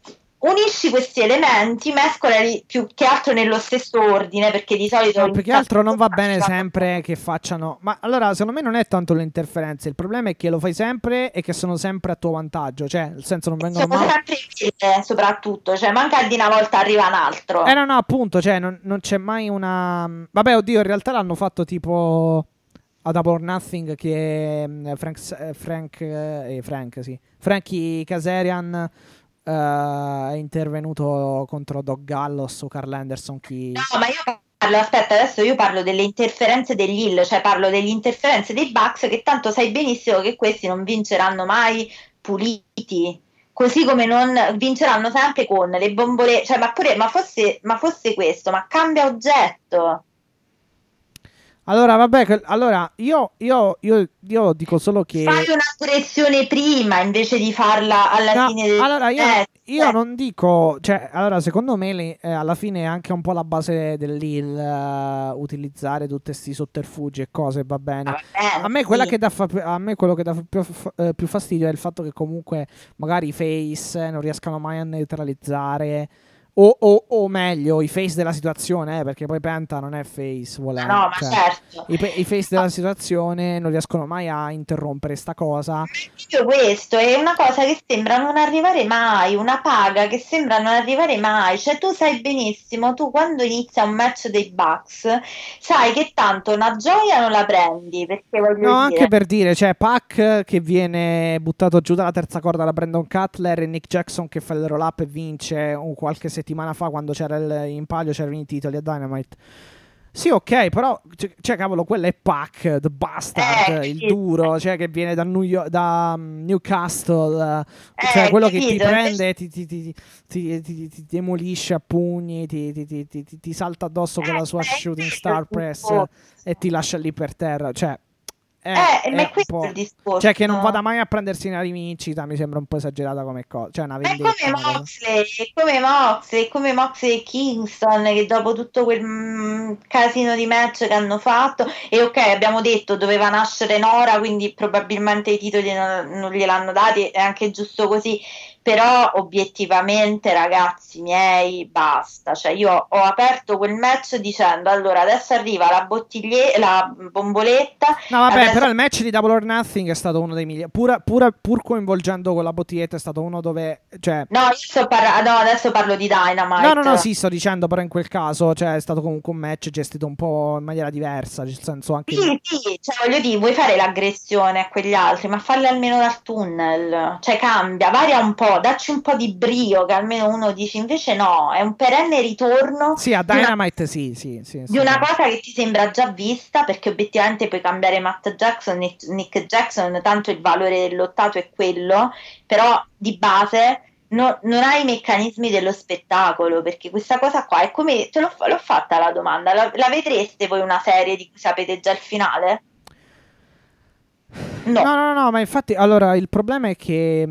S4: Unisci questi elementi, mescolali più che altro nello stesso ordine, perché di solito...
S3: No, più che altro non va bene sempre che facciano... Ma allora, secondo me non è tanto le interferenze, il problema è che lo fai sempre e che sono sempre a tuo vantaggio, cioè, nel senso non vengono
S4: Sono
S3: mai...
S4: sempre quelle, soprattutto, cioè manca di una volta arriva un altro.
S3: Eh no, no, appunto, cioè, non, non c'è mai una... Vabbè, oddio, in realtà l'hanno fatto tipo... a Double or Nothing che mm, Frank, eh, Frank, eh, eh, Frank, sì. Frankie Kazarian eh, è intervenuto contro Doc Gallows o Carl Anderson, chi...
S4: No, ma io parlo, aspetta, adesso io parlo delle interferenze degli Hill, cioè parlo delle interferenze dei Bucks, che tanto sai benissimo che questi non vinceranno mai puliti, così come non vinceranno sempre con le bombole, cioè ma pure, ma fosse, ma fosse questo, ma cambia oggetto.
S3: Allora, vabbè, que- allora io, io, io, io dico solo che...
S4: Fai una correzione prima invece di farla alla
S3: No,
S4: fine del
S3: allora io,
S4: eh,
S3: io
S4: eh.
S3: non dico, cioè, allora secondo me le- eh, alla fine è anche un po' la base dell'Hill eh, utilizzare tutti questi sotterfugi e cose, va bene.
S4: Ah, va bene,
S3: A me, quella
S4: sì.
S3: che dà fa- a me quello che dà più, eh, più fastidio è il fatto che comunque magari i face non riescano mai a neutralizzare. O, o, o meglio, i face della situazione, eh, perché poi Penta non è face, volendo.
S4: No, ma
S3: cioè,
S4: certo.
S3: i, pe- i face della situazione non riescono mai a interrompere sta cosa.
S4: Proprio questo è una cosa che sembra non arrivare mai, una paga che sembra non arrivare mai. Cioè tu sai benissimo, tu quando inizia un match dei Bucks sai che tanto una gioia non la prendi, perché voglio
S3: No,
S4: dire,
S3: anche per dire, cioè Pac che viene buttato giù dalla terza corda da Brandon Cutler e Nick Jackson che fa il roll up e vince un qualche settimana settimana fa quando c'era il, in palio c'erano i titoli a Dynamite. Sì, ok, però, cioè, cioè, cavolo, quello è Pac, The Bastard,
S4: eh,
S3: il
S4: sì.
S3: duro, cioè che viene da, New York, da um, Newcastle, uh, cioè
S4: Eh,
S3: quello che
S4: capito,
S3: ti prende e ti, ti, ti, ti, ti, ti demolisce a pugni, ti, ti, ti, ti, ti salta addosso con la sua shooting star press e ti lascia lì per terra, cioè... È,
S4: Eh,
S3: è
S4: ma è
S3: un
S4: questo
S3: po'...
S4: il discorso.
S3: Cioè che non vada mai a prendersi una rivincita mi sembra un po' esagerata come cosa, cioè una
S4: Ma è
S3: vendetta,
S4: come
S3: una cosa.
S4: Moxley, è come Moxley, è come Moxley e Kingston che dopo tutto quel mm, casino di match che hanno fatto, e ok, abbiamo detto doveva nascere Nora, quindi probabilmente i titoli non, non gliel'hanno dati, è anche giusto così, però obiettivamente ragazzi miei basta, cioè io ho aperto quel match dicendo allora adesso arriva la bottiglie la bomboletta.
S3: No vabbè,
S4: adesso...
S3: però il match di Double or Nothing è stato uno dei migliori, pur, pur, pur coinvolgendo con la bottiglietta è stato uno dove, cioè...
S4: No, io sto parlando, no, adesso parlo di Dynamite.
S3: No, no, no, sì, sto dicendo, però in quel caso, cioè, è stato comunque un match gestito un po' in maniera diversa, nel senso anche...
S4: Sì, sì, cioè voglio dire, vuoi fare l'aggressione a quegli altri, ma farli almeno dal tunnel, cioè cambia, varia un po', dacci un po' di brio, che almeno uno dice, invece no, è un perenne ritorno
S3: Sì, a
S4: di una,
S3: Dynamite sì, sì, sì,
S4: di una
S3: sì.
S4: cosa che ti sembra già vista, perché obiettivamente puoi cambiare Matt Jackson, Nick, Nick Jackson, tanto il valore dell'ottato è quello, però di base... No, non hai i meccanismi dello spettacolo, perché questa cosa qua è come, te l'ho, l'ho fatta la domanda, la, la vedreste voi una serie di cui sapete già il finale? No.
S3: No, no, no, ma infatti, allora, il problema è che,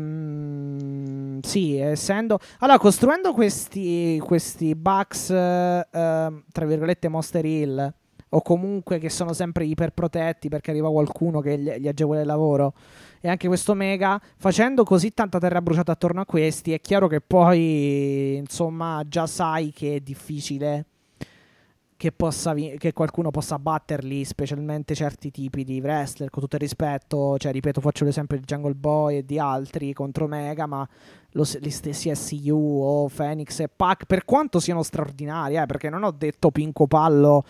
S3: mh, sì, essendo... Allora, costruendo questi, questi bugs, eh, tra virgolette, Monster Hill, o comunque che sono sempre iperprotetti perché arriva qualcuno che gli, gli agevola il lavoro, e anche questo Mega, facendo così tanta terra bruciata attorno a questi, è chiaro che poi, insomma, già sai che è difficile che, possa vi- che qualcuno possa batterli, specialmente certi tipi di wrestler, con tutto il rispetto, cioè, ripeto, faccio l'esempio di Jungle Boy e di altri contro Mega, ma lo, gli stessi S U o Phoenix e Pac, per quanto siano straordinari, eh, perché non ho detto Pinco Pallo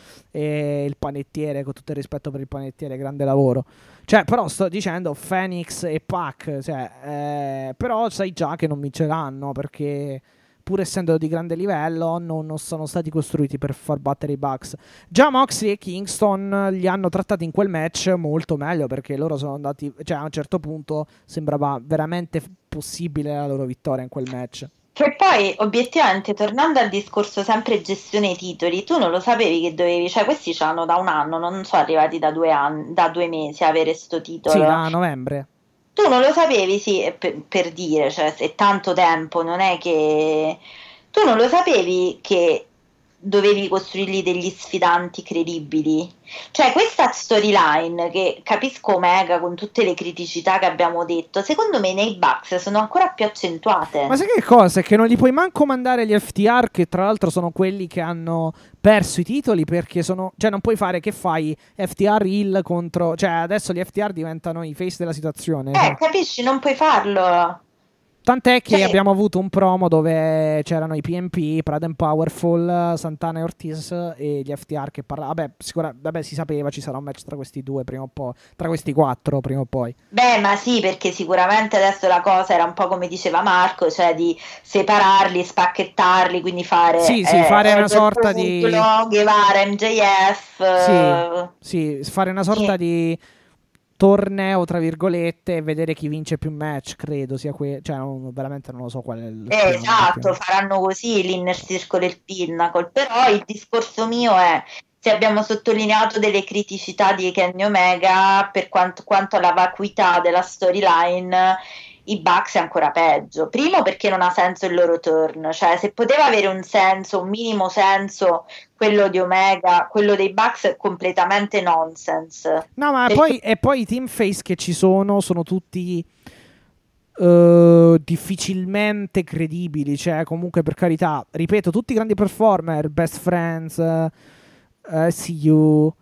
S3: e il panettiere, con tutto il rispetto per il panettiere, grande lavoro. Cioè, però sto dicendo Phoenix e Pac, cioè, eh, però sai già che non vinceranno, perché pur essendo di grande livello non, non sono stati costruiti per far battere i Bucks. Già Moxley e Kingston li hanno trattati in quel match molto meglio, perché loro sono andati, cioè a un certo punto sembrava veramente possibile la loro vittoria in quel match.
S4: Che poi, obiettivamente, tornando al discorso sempre gestione titoli, tu non lo sapevi che dovevi, cioè questi c'hanno da un anno, non sono arrivati da due anni, da due mesi a avere sto titolo.
S3: Sì, da novembre.
S4: Tu non lo sapevi, sì, per, per dire, cioè, è tanto tempo, non è che... Tu non lo sapevi che dovevi costruirgli degli sfidanti credibili? Cioè, questa storyline, che capisco Omega con tutte le criticità che abbiamo detto, secondo me nei Bucks sono ancora più accentuate.
S3: Ma sai che cosa? È che non gli puoi manco mandare gli F T R, che tra l'altro sono quelli che hanno perso i titoli, perché sono... Cioè, non puoi fare, che fai? F T R Hill contro... Cioè, adesso gli F T R diventano i face della situazione.
S4: Eh,
S3: cioè.
S4: capisci? Non puoi farlo.
S3: Tant'è che
S4: Cioè-
S3: abbiamo avuto un promo dove c'erano i P M P, Pride and Powerful, Santana e Ortiz e gli F T R che parlavano. Vabbè, sicura- vabbè, si sapeva, ci sarà un match tra questi due prima o poi, tra questi quattro prima o poi.
S4: Beh, ma sì, perché sicuramente adesso la cosa era un po' come diceva Marco, cioè di separarli, spacchettarli, quindi fare...
S3: Sì, sì,
S4: eh,
S3: fare una
S4: Edge
S3: sorta di-
S4: Purpolo, Guevara, M J F... eh,
S3: Sì, sì, fare una sorta
S4: sì.
S3: di torneo, tra virgolette, e vedere chi vince più match, credo sia quello. Cioè, non- veramente non lo so qual è il...
S4: Eh, esatto, faranno così l'Inner Circle e il Pinnacle, però il discorso mio è, se abbiamo sottolineato delle criticità di Kenny Omega per quanto, quanto alla vacuità della storyline, i Bucks è ancora peggio. Primo perché non ha senso il loro turn, cioè se poteva avere un senso, un minimo senso quello di Omega, quello dei Bucks è completamente nonsense.
S3: No, ma
S4: Perché-
S3: poi, e poi i team face che ci sono sono tutti eh, difficilmente credibili. Cioè, comunque, per carità, ripeto, tutti grandi performer, Best Friends, eh, S U,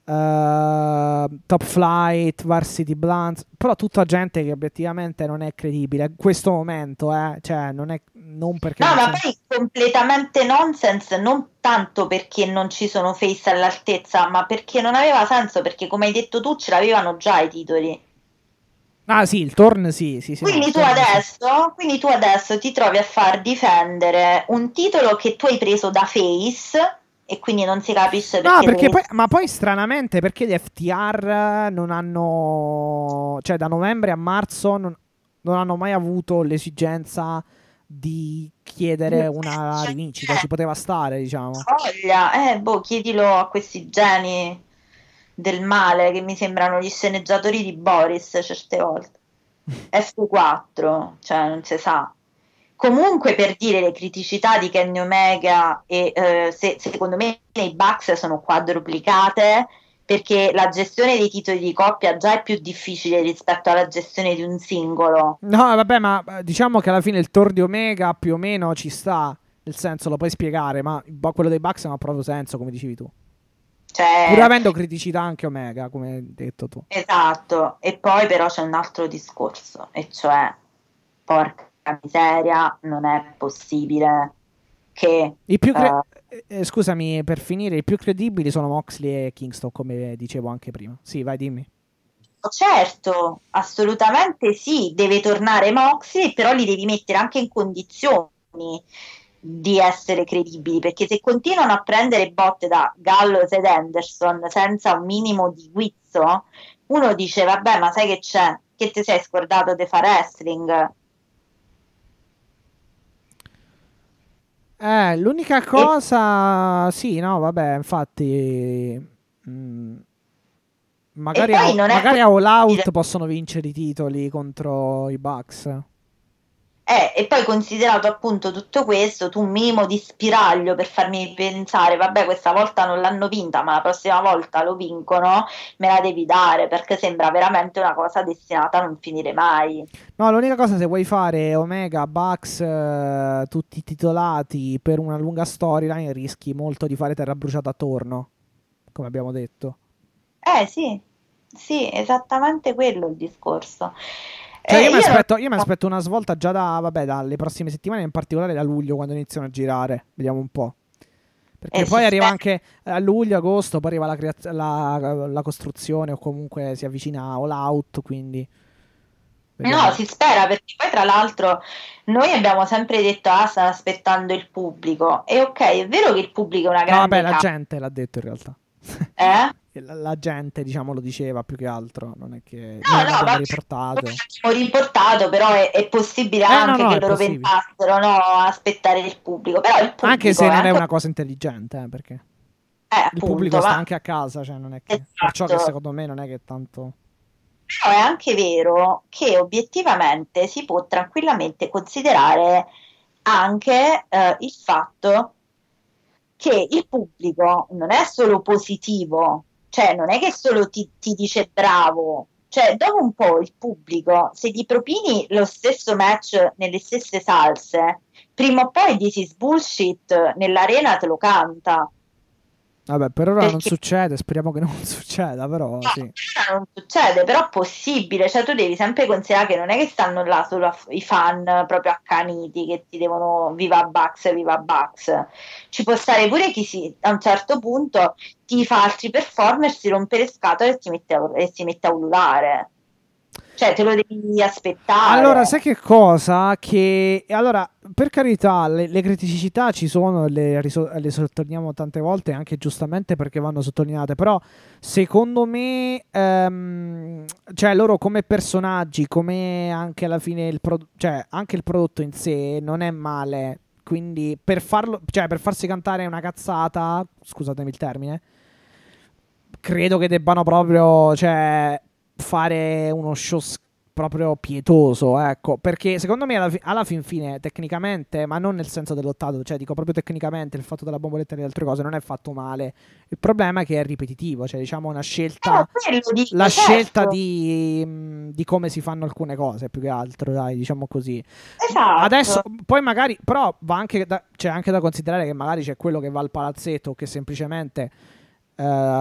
S3: eh, Top Flight, Varsity Blondes, però tutta gente che obiettivamente non è credibile in questo momento, eh. Cioè, non è non perché
S4: No,
S3: non
S4: ma
S3: c'è-
S4: poi completamente nonsense, non tanto perché non ci sono face all'altezza, ma perché non aveva senso, perché come hai detto tu ce l'avevano già i titoli.
S3: Ah sì, il Torn sì, sì, sì.
S5: Quindi,
S3: no,
S5: tu
S3: Torn,
S5: adesso, sì. quindi tu adesso ti trovi a far difendere un titolo che tu hai preso da Face e quindi non si capisce perché...
S3: No, perché
S5: dovresti...
S3: poi, ma poi stranamente perché gli F T R non hanno, cioè da novembre a marzo non, non hanno mai avuto l'esigenza di chiedere una rivincita, ci poteva stare, diciamo.
S5: Voglia, eh, boh, chiedilo a questi geni del male che mi sembrano gli sceneggiatori di Boris certe volte. F quattro, cioè non si sa. Comunque, per dire le criticità di Kenny Omega, e eh, se, secondo me i Bucks sono quadruplicate, perché la gestione dei titoli di coppia già è più difficile rispetto alla gestione di un singolo.
S3: No, vabbè, ma eh, diciamo che alla fine il Tor di Omega più o meno ci sta, nel senso lo puoi spiegare, ma il bo- quello dei Bucks non ha proprio senso, come dicevi tu.
S5: Cioè,
S3: Pur avendo criticità anche Omega, come hai detto tu.
S5: esatto, e poi però c'è un altro discorso, e cioè, porca miseria, non è possibile che...
S3: I più cre-
S5: eh,
S3: eh, scusami, per finire, i più credibili sono Moxley e Kingston, come dicevo anche prima. Sì, vai, dimmi.
S5: certo, assolutamente sì, deve tornare Moxley, però li devi mettere anche in condizioni di essere credibili, perché se continuano a prendere botte da Gallows ed Anderson senza un minimo di guizzo, uno dice vabbè, ma sai che c'è? Che ti sei scordato di fare wrestling?
S3: Eh, l'unica cosa... Sì, no, vabbè, infatti... mm, magari,
S5: E poi
S3: a,
S5: non è
S3: magari a All Out
S5: possibile.
S3: possono vincere i titoli contro i Bucks.
S5: Eh, e poi considerato appunto tutto questo, tu un minimo di spiraglio per farmi pensare, vabbè, questa volta non l'hanno vinta, ma la prossima volta lo vincono, me la devi dare, perché sembra veramente una cosa destinata a non finire mai.
S3: No, l'unica cosa, se vuoi fare Omega, Bucks, eh, tutti titolati per una lunga storyline, rischi molto di fare terra bruciata attorno, come abbiamo detto.
S5: Eh sì, sì, esattamente quello il discorso.
S3: Cioè,
S5: Eh,
S3: io mi
S5: io non-
S3: aspetto, io mi aspetto una svolta già da, vabbè, dalle prossime settimane, in particolare da luglio, quando iniziano a girare. Vediamo un po'. Perché
S5: eh,
S3: poi
S5: si
S3: arriva
S5: spera-
S3: anche a luglio, agosto, poi arriva la, creaz- la, la costruzione o comunque si avvicina a All Out, quindi... vediamo.
S5: No, si spera, perché poi tra l'altro noi abbiamo sempre detto, ah, stanno aspettando il pubblico. E ok, è vero che il pubblico è una
S3: No,
S5: grande
S3: vabbè, la
S5: casa,
S3: gente l'ha detto in realtà.
S5: eh?
S3: La, la gente, diciamo, lo diceva più che altro. Non è che
S5: No,
S3: noi
S5: no,
S3: l'abbiamo
S5: vabbè,
S3: riportato.
S5: noi l'abbiamo riportato, però è, è possibile
S3: Eh, no,
S5: anche
S3: no,
S5: che
S3: è
S5: loro
S3: possibile.
S5: pensassero, no, a aspettare il pubblico. Però il pubblico
S3: Anche se
S5: è
S3: non è
S5: anche,
S3: una cosa intelligente, eh, perché
S5: eh,
S3: il
S5: appunto,
S3: pubblico sta
S5: ma
S3: anche a casa, cioè non è che...
S5: esatto.
S3: Perciò che secondo me non è che tanto...
S5: Però è anche vero che obiettivamente si può tranquillamente considerare anche eh, il fatto che il pubblico non è solo positivo, cioè non è che solo ti, ti dice bravo, cioè dopo un po' il pubblico, se gli propini lo stesso match nelle stesse salse, prima o poi this is bullshit nell'arena te lo canta.
S3: Vabbè, per ora non
S5: Perché
S3: succede, speriamo che non succeda, però
S5: no,
S3: sì.
S5: non succede, però è possibile, cioè tu devi sempre considerare che non è che stanno là solo a- i fan proprio accaniti che ti devono viva Bucks, viva Bucks. Ci può stare pure chi si, a un certo punto ti fa altri performer, si rompe le scatole e si mette a, e si mette a urlare. Cioè te lo devi aspettare.
S3: Allora, sai che cosa? Che allora, per carità, le, le criticità ci sono, le, riso- le sottolineiamo tante volte, anche giustamente perché vanno sottolineate. Però, secondo me, ehm, cioè, loro come personaggi, come anche alla fine il, pro- cioè, anche il prodotto in sé non è male. Quindi, per farlo, cioè, per farsi cantare una cazzata, scusatemi il termine, credo che debbano proprio, cioè, fare uno show s- proprio pietoso, ecco, perché secondo me alla, fi- alla fin fine tecnicamente, ma non nel senso dell'ottato, cioè dico proprio tecnicamente il fatto della bomboletta e le altre cose non è fatto male. Il problema è che è ripetitivo, cioè diciamo una scelta,
S5: Eh, quello dico,
S3: la
S5: certo.
S3: scelta di, mh, di come si fanno alcune cose più che altro, dai, diciamo così.
S5: Esatto.
S3: Adesso, poi magari, però va anche da, c'è anche da considerare che magari c'è quello che va al palazzetto che semplicemente eh,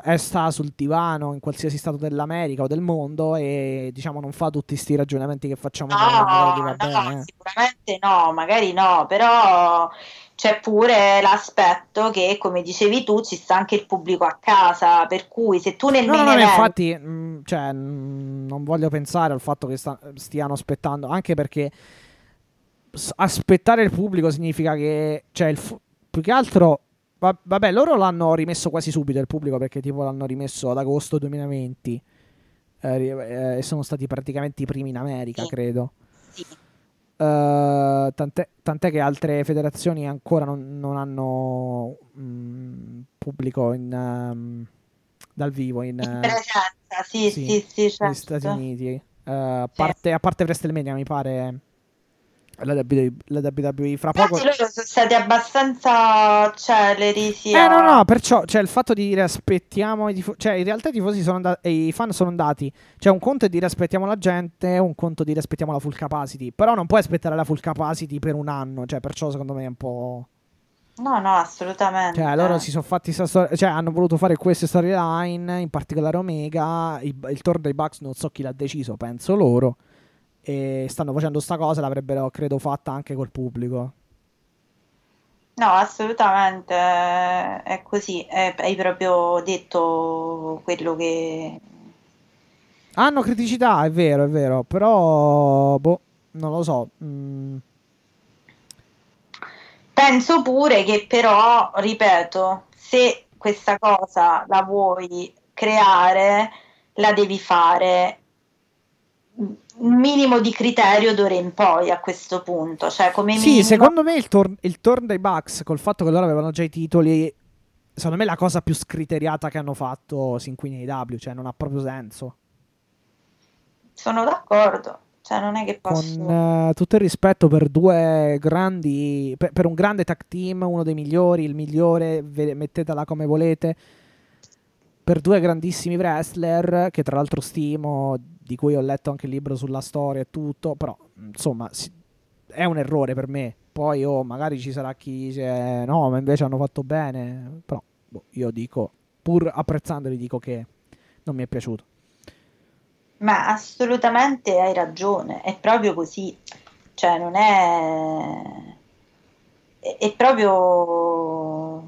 S3: è sta sul divano in qualsiasi stato dell'America o del mondo e diciamo non fa tutti sti ragionamenti che facciamo noi, magari
S5: No,
S3: va
S5: no,
S3: bene. eh.
S5: sicuramente no, magari no, però c'è pure l'aspetto che, come dicevi tu, ci sta anche il pubblico a casa, per cui se tu nel
S3: No, no,
S5: main
S3: no,
S5: event-
S3: infatti, mh, cioè, mh, non voglio pensare al fatto che sta- stiano aspettando, anche perché s- aspettare il pubblico significa che, cioè, il fu- più che altro, va- vabbè, loro l'hanno rimesso quasi subito il pubblico perché tipo l'hanno rimesso ad agosto duemilaventi eh, ri- eh, e sono stati praticamente i primi in America,
S5: Sì,
S3: credo.
S5: sì.
S3: Eh, tant'è, tant'è che altre federazioni ancora non, non hanno mh, pubblico in, ehm, dal vivo in,
S5: In
S3: eh,
S5: presenza, sì,
S3: sì,
S5: sì, sì,
S3: negli Stati
S5: certo.
S3: Uniti. Eh, a
S5: Sì.
S3: parte, a parte WrestleMania, mi pare la W W E, la W W E fra poco.
S5: Infatti loro sono stati abbastanza celeri
S3: Eh
S5: sia...
S3: no, no, perciò cioè, il fatto di dire aspettiamo i tifosi, cioè in realtà i tifosi sono andati, i fan sono andati, cioè un conto è dire aspettiamo la gente, un conto è dire aspettiamo la full capacity, però non puoi aspettare la full capacity per un anno, cioè perciò secondo me è un po'...
S5: No, no, assolutamente.
S3: Cioè loro si sono fatti sta storia, cioè hanno voluto fare queste storyline, in particolare Omega, il, il tour dei Bucks non so chi l'ha deciso, penso loro, e stanno facendo sta cosa, l'avrebbero credo fatta anche col pubblico.
S5: No, assolutamente, eh, è così, eh, hai proprio detto quello che...
S3: Hanno criticità, è vero, è vero, però boh, non lo so. mm.
S5: Penso pure che però, ripeto, se questa cosa la vuoi creare, la devi fare un minimo di criterio d'ora in poi a questo punto, cioè come
S3: Sì,
S5: minimo...
S3: secondo me il, tor- il turn dei Bucks, col fatto che loro avevano già i titoli, secondo me è la cosa più scriteriata che hanno fatto sin qui nei W, cioè non ha proprio senso.
S5: Sono d'accordo, cioè non è che posso...
S3: Con eh, tutto il rispetto per due grandi, per, per un grande tag team, uno dei migliori, il migliore, ve- mettetela come volete, per due grandissimi wrestler, che tra l'altro stimo, di cui ho letto anche il libro sulla storia e tutto, però insomma si- è un errore per me. Poi oh, magari ci sarà chi dice no, ma invece hanno fatto bene, però boh, io dico, pur apprezzandoli, dico che non mi è piaciuto.
S5: Ma assolutamente hai ragione, è proprio così, cioè non è... è, è proprio...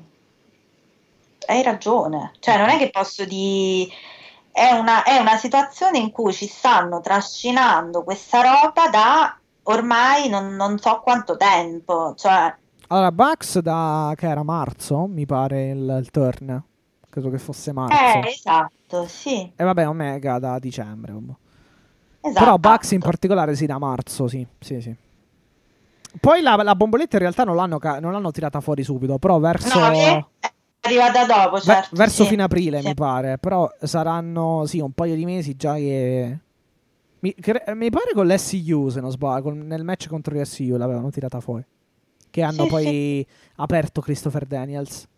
S5: hai ragione, cioè non è che posso dire... È una, è una situazione in cui ci stanno trascinando questa roba da ormai non, non so quanto tempo, cioè...
S3: Allora, Bucks da che era marzo, mi pare il, il turn. Credo che fosse marzo.
S5: Eh, esatto, sì,
S3: E vabbè, Omega da dicembre. Vabbè.
S5: esatto.
S3: Però Bucks in particolare sì, da marzo, sì, sì, sì. Poi la, la bomboletta in realtà non l'hanno, ca- non l'hanno tirata fuori subito, però verso,
S5: No, che è arrivata dopo,
S3: ve-
S5: certo,
S3: verso
S5: sì,
S3: fine aprile
S5: sì.
S3: mi pare. Però saranno, sì, un paio di mesi già che... Mi, cre- mi pare con l'S U, se non sbaglio, con- nel match contro l'S U l'avevano tirata fuori. Che hanno
S5: Sì,
S3: poi aperto Christopher Daniels.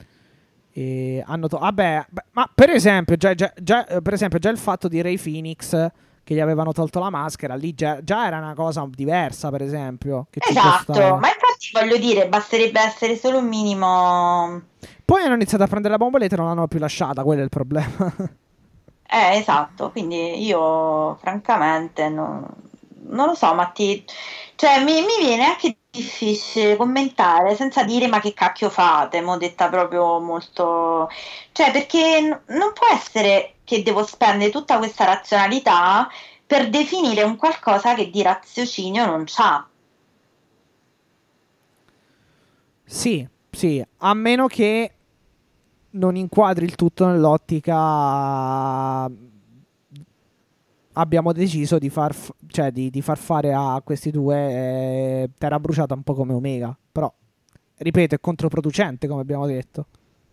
S3: E hanno to- vabbè, beh, ma per esempio, già, già- già- eh, per esempio, già il fatto di Ray Phoenix che gli avevano tolto la maschera, lì già, già era una cosa diversa, per esempio. Che ci può
S5: Esatto,
S3: stare.
S5: ma infatti voglio dire, basterebbe essere solo un minimo...
S3: Poi hanno iniziato a prendere la bomboletta e non l'hanno più lasciata, quello è il problema.
S5: Eh, esatto, quindi io francamente non, non lo so, Matti, cioè mi, mi viene anche difficile commentare senza dire ma che cacchio fate, mo' detta proprio molto... Cioè perché n- non può essere che devo spendere tutta questa razionalità per definire un qualcosa che di raziocinio non c'ha.
S3: Sì, sì, a meno che non inquadri il tutto nell'ottica abbiamo deciso di far, f- cioè di, di far fare a questi due eh, terra bruciata un po' come Omega, però ripeto è controproducente come abbiamo detto.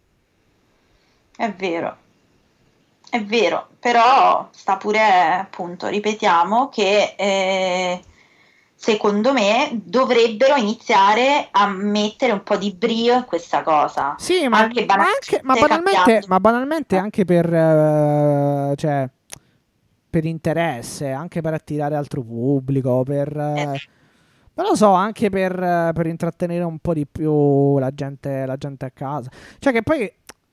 S5: È vero. È vero, però sta pure, appunto, ripetiamo che eh, secondo me dovrebbero iniziare a mettere un po' di brio in questa cosa.
S3: Sì, ma
S5: Anche
S3: ma anche ma
S5: banalmente
S3: banalmente,
S5: cambiando.
S3: ma banalmente anche per eh, cioè per interesse, anche per attirare altro pubblico, per
S5: Eh,
S3: eh, non lo so, anche per, eh, per intrattenere un po' di più la gente, la gente a casa. Cioè che poi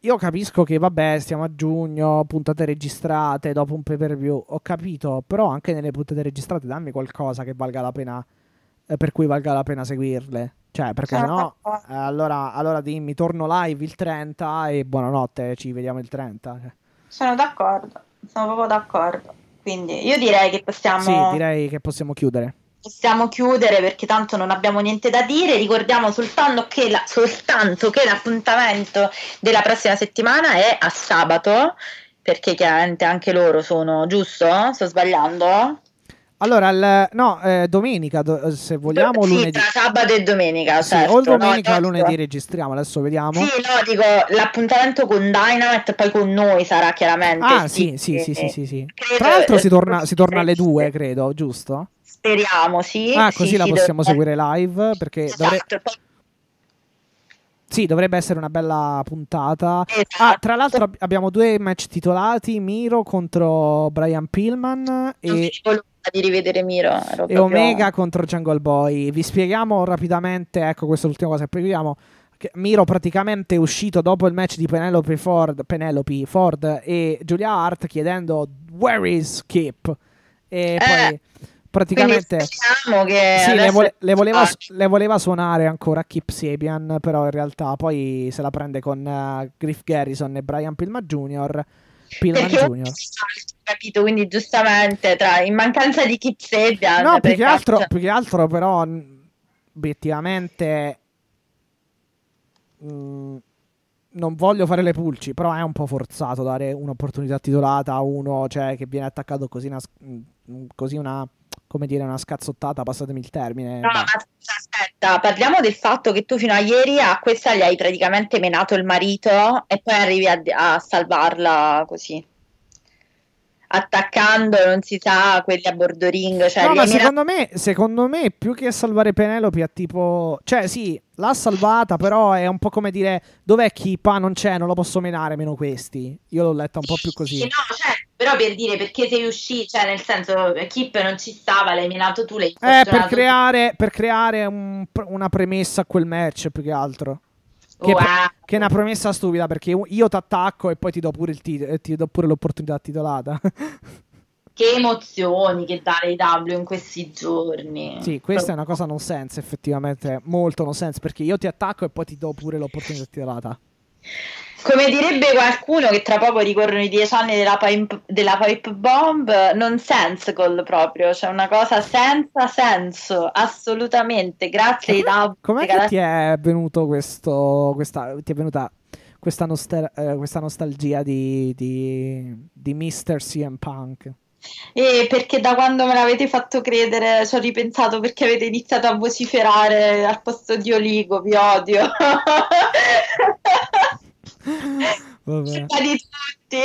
S3: io capisco che vabbè, stiamo a giugno, puntate registrate dopo un pay per view, ho capito, però anche nelle puntate registrate dammi qualcosa che valga la pena, eh, per cui valga la pena seguirle. Cioè, perché sennò eh, allora, allora dimmi, torno live il trenta e buonanotte, ci vediamo il trenta.
S5: Sono d'accordo, sono proprio d'accordo. Quindi io direi che possiamo...
S3: Sì, direi che possiamo chiudere.
S5: Possiamo chiudere perché tanto non abbiamo niente da dire. Ricordiamo soltanto che, la, soltanto che l'appuntamento della prossima settimana è a sabato, perché chiaramente anche loro sono, giusto? Sto sbagliando?
S3: Allora, il, no, eh, domenica, do, se vogliamo,
S5: sì,
S3: lunedì.
S5: Tra sabato e domenica,
S3: sì,
S5: certo.
S3: O domenica
S5: no,
S3: o lunedì registriamo, adesso vediamo.
S5: Sì, no, dico, l'appuntamento con Dynamite e poi con noi sarà chiaramente.
S3: Ah, sì, sì, sì, sì, sì, sì.
S5: Credo,
S3: Tra l'altro si torna, si torna
S5: eh,
S3: alle due, credo, giusto?
S5: Speriamo, sì.
S3: Ah, così
S5: sì,
S3: la
S5: sì,
S3: possiamo
S5: dovrebbe...
S3: seguire live, perché
S5: esatto.
S3: dovre...
S5: poi...
S3: sì, dovrebbe essere una bella puntata.
S5: Esatto.
S3: Ah, tra l'altro ab- abbiamo due match titolati, Miro contro Brian Pillman e...
S5: di rivedere Miro ero
S3: e
S5: proprio...
S3: Omega contro Jungle Boy. Vi spieghiamo rapidamente, ecco, questa è l'ultima cosa che spieghiamo. Che Miro praticamente è uscito dopo il match di Penelope Ford, Penelope Ford e Julia Hart chiedendo "Where is Kip?" E
S5: Eh,
S3: poi praticamente
S5: che
S3: sì, le, vole- le, voleva,
S5: ah,
S3: le voleva suonare ancora Kip Sabian, però in realtà poi se la prende con uh, Griff Garrison e Brian Pillman Junior Pillman
S5: perché
S3: Junior
S5: capito, quindi giustamente tra, in mancanza di Kip Sabian
S3: No, più
S5: perché-
S3: che altro, più che altro però mh, obiettivamente mh, non voglio fare le pulci, però è un po' forzato dare un'opportunità titolata a uno, cioè, che viene attaccato così una, mh, così una, come dire, una scazzottata, passatemi il termine.
S5: No,
S3: Beh.
S5: ma scusa, aspetta, parliamo del fatto che tu fino a ieri a questa gli hai praticamente menato il marito e poi arrivi a, a salvarla così, attaccando non si sa quelli a bordo ring, cioè
S3: No,
S5: gli
S3: ma
S5: hai menato-
S3: secondo me, secondo me, più che salvare Penelope, è tipo, cioè, sì, l'ha salvata, però è un po' come dire, dov'è Kip? Ah, non c'è, non lo posso menare meno questi. Io l'ho letta un po' più così.
S5: Sì, no, cioè, però per dire perché sei uscito, cioè nel senso Kip non ci stava, l'hai menato tu, l'hai
S3: Eh, per
S5: infortunato tu.
S3: creare, per creare un- una premessa a quel match, più che altro. Che,
S5: Wow.
S3: che è una premessa stupida, perché io ti attacco e poi ti do pure, il tit- eh, ti do pure l'opportunità titolata.
S5: Che emozioni che dà l'A E W in questi giorni.
S3: Sì, questa è una cosa non sense, effettivamente, molto non sense, perché io ti attacco e poi ti do pure l'opportunità titolata.
S5: Come direbbe qualcuno che tra poco ricorrono i dieci anni della pipe, della pipe bomb, non sensical proprio, cioè una cosa senza senso, assolutamente. Grazie
S3: Com'è,
S5: A E W.
S3: com'è che ti è venuto questo, questa, ti è venuta questa, nostal- eh, questa nostalgia di, di, di mister C M Punk?
S5: E perché da quando me l'avete fatto credere ci ho ripensato perché avete iniziato a vociferare al posto di Oligo, vi odio.
S3: Vabbè.
S5: Colpa di tutti.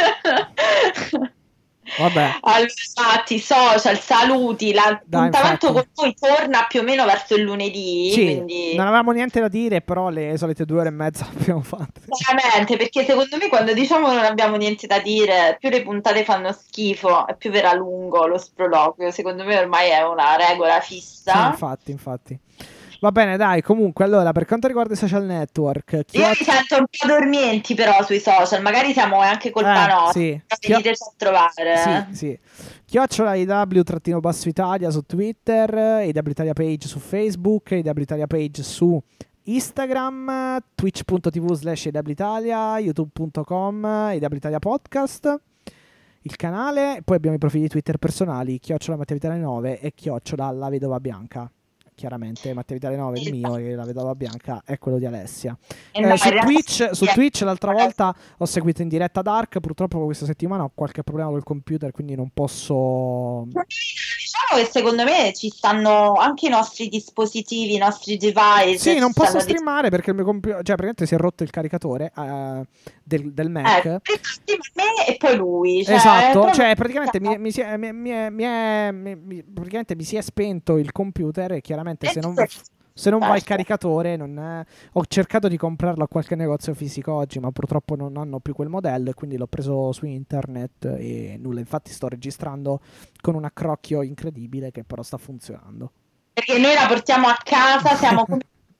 S3: Vabbè.
S5: Allora, infatti, social, saluti, l'appuntamento con noi torna più o meno verso il lunedì.
S3: Sì,
S5: quindi...
S3: non avevamo niente da dire, però le solite due ore e mezza abbiamo fatto.
S5: Veramente, perché secondo me quando diciamo non abbiamo niente da dire, più le puntate fanno schifo e più verrà lungo lo sproloquio. Secondo me ormai è una regola fissa.
S3: Sì, infatti, infatti. Va bene, dai, comunque, allora, per quanto riguarda i social network...
S5: Io mi sento un po' dormienti però sui social, magari siamo anche colpa
S3: Eh,
S5: nostra,
S3: sì.
S5: veniteci a trovare.
S3: Sì, sì. Chiocciola I W trattino basso Italia su Twitter, I W Italia Page su Facebook, I W Italia Page su Instagram, twitch.tv slash I W Italia, youtube punto com, I W Italia Podcast, il canale, poi abbiamo i profili Twitter personali, chiocciola Matteo Vitale nove e chiocciola La Vedova Bianca. Chiaramente Matteo Vitale nove è il mio e La Vedova Bianca è quello di Alessia.
S5: E
S3: Eh,
S5: no,
S3: su,
S5: in realtà-
S3: Twitch, su Twitch l'altra volta ho seguito in diretta Dark, purtroppo questa settimana ho qualche problema col computer, quindi non posso...
S5: Diciamo che secondo me ci stanno anche i nostri dispositivi, i nostri device.
S3: Sì, non
S5: ci
S3: posso
S5: stanno di-
S3: streamare perché il mio computer, cioè praticamente si è rotto il caricatore eh, del, del Mac.
S5: Eh, infatti me e poi lui. Cioè,
S3: Esatto,
S5: proprio-
S3: cioè praticamente mi, mi si è, mi, mi è- mi è- mi- mi- praticamente mi si è spento il computer e chiaramente se non, se non va il
S5: Certo.
S3: caricatore non è- ho cercato di comprarlo a qualche negozio fisico oggi, ma purtroppo non hanno più quel modello e quindi l'ho preso su internet e nulla, infatti sto registrando con un accrocchio incredibile che però sta funzionando.
S5: Perché noi la portiamo a casa, siamo come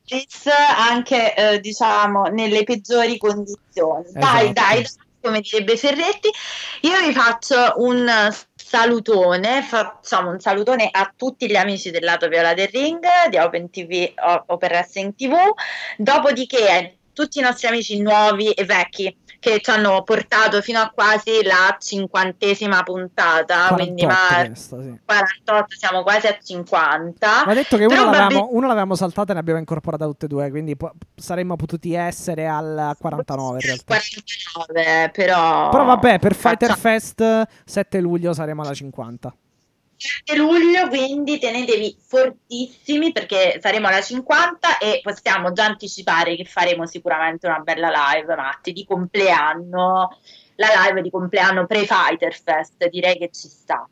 S5: anche eh, diciamo nelle peggiori condizioni.
S3: Esatto.
S5: Dai, dai, dai, come direbbe Ferretti. Io vi faccio un salutone, facciamo un salutone a tutti gli amici del lato viola del ring di Open T V o Open Wrestling T V, dopodiché tutti i nostri amici nuovi e vecchi che ci hanno portato fino a quasi la cinquantesima puntata, quindi ma
S3: questa, sì.
S5: quarantotto, siamo quasi a cinquanta.
S3: Ma ha detto che uno
S5: Però
S3: l'avevamo,
S5: vabbè,
S3: uno l'avevamo saltata e ne abbiamo incorporata tutte e due, quindi po- saremmo potuti essere al quarantanove in realtà.
S5: quarantanove, però
S3: Però vabbè, per Fighter
S5: facciamo
S3: Fest sette luglio saremo alla cinquanta.
S5: sette luglio, quindi tenetevi fortissimi perché saremo alla cinquanta e possiamo già anticipare che faremo sicuramente una bella live, Matti, di compleanno, la live di compleanno pre-Fighter Fest, direi che ci sta.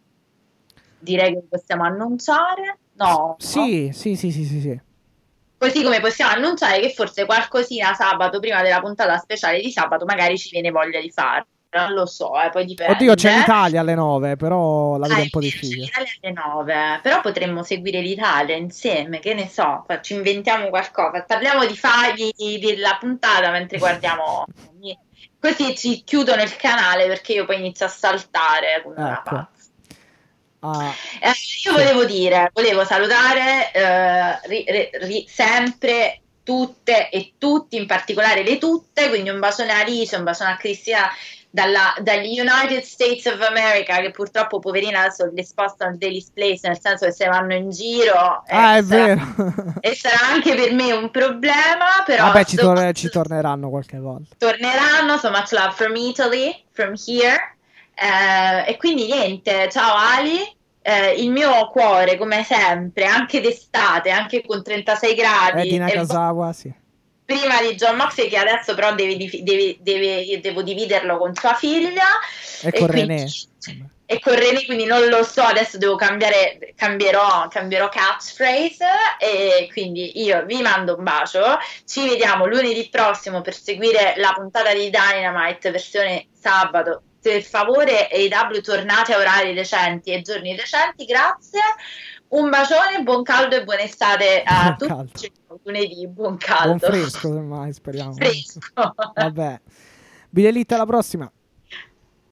S5: Direi che possiamo annunciare, no?
S3: Sì, sì, sì, sì, sì, sì.
S5: Così come possiamo annunciare che forse qualcosina sabato, prima della puntata speciale di sabato, magari ci viene voglia di fare. Non lo so, eh, poi dipende.
S3: Oddio, c'è l'Italia alle nove, però la vedo
S5: Ah,
S3: un po'
S5: c'è
S3: difficile.
S5: l'Italia alle nove, però potremmo seguire l'Italia insieme, che ne so, qua ci inventiamo qualcosa, parliamo di fagli della puntata mentre guardiamo, così ci chiudono il canale perché io poi inizio a saltare come una
S3: Ecco.
S5: pazza.
S3: Ah,
S5: Eh, io volevo dire, volevo salutare eh, ri- ri- ri- sempre tutte e tutti, in particolare le tutte, quindi un bacione a Alice, un bacione a Cristina dalla, dagli United States of America, che purtroppo poverina adesso le spostano il Daily Place, nel senso che se vanno in giro eh,
S3: ah, è
S5: sarà,
S3: vero.
S5: e sarà anche per me un problema, però
S3: Vabbè, ci,
S5: so
S3: tor-
S5: much-
S3: ci torneranno qualche volta.
S5: torneranno, so much love from Italy, from here. Eh, e quindi niente, ciao Ali, eh, il mio cuore come sempre, anche d'estate, anche con trentasei gradi,
S3: Eh, di
S5: e
S3: Nakazawa, sì.
S5: prima di John Moxley, che adesso però deve, dif- deve- deve- devo dividerlo con sua figlia
S3: E con
S5: quindi-
S3: René.
S5: e con René, quindi non lo so, adesso devo cambiare, cambierò, cambierò catchphrase, e quindi io vi mando un bacio, ci vediamo lunedì prossimo per seguire la puntata di Dynamite versione sabato. Per favore A E W, tornate a orari decenti e giorni decenti, grazie, un bacione, buon caldo e buona estate a
S3: Buon
S5: tutti.
S3: caldo.
S5: Lunedì, buon caldo,
S3: Buon fresco, semmai, speriamo.
S5: fresco.
S3: Vabbè. Bidelite, alla prossima.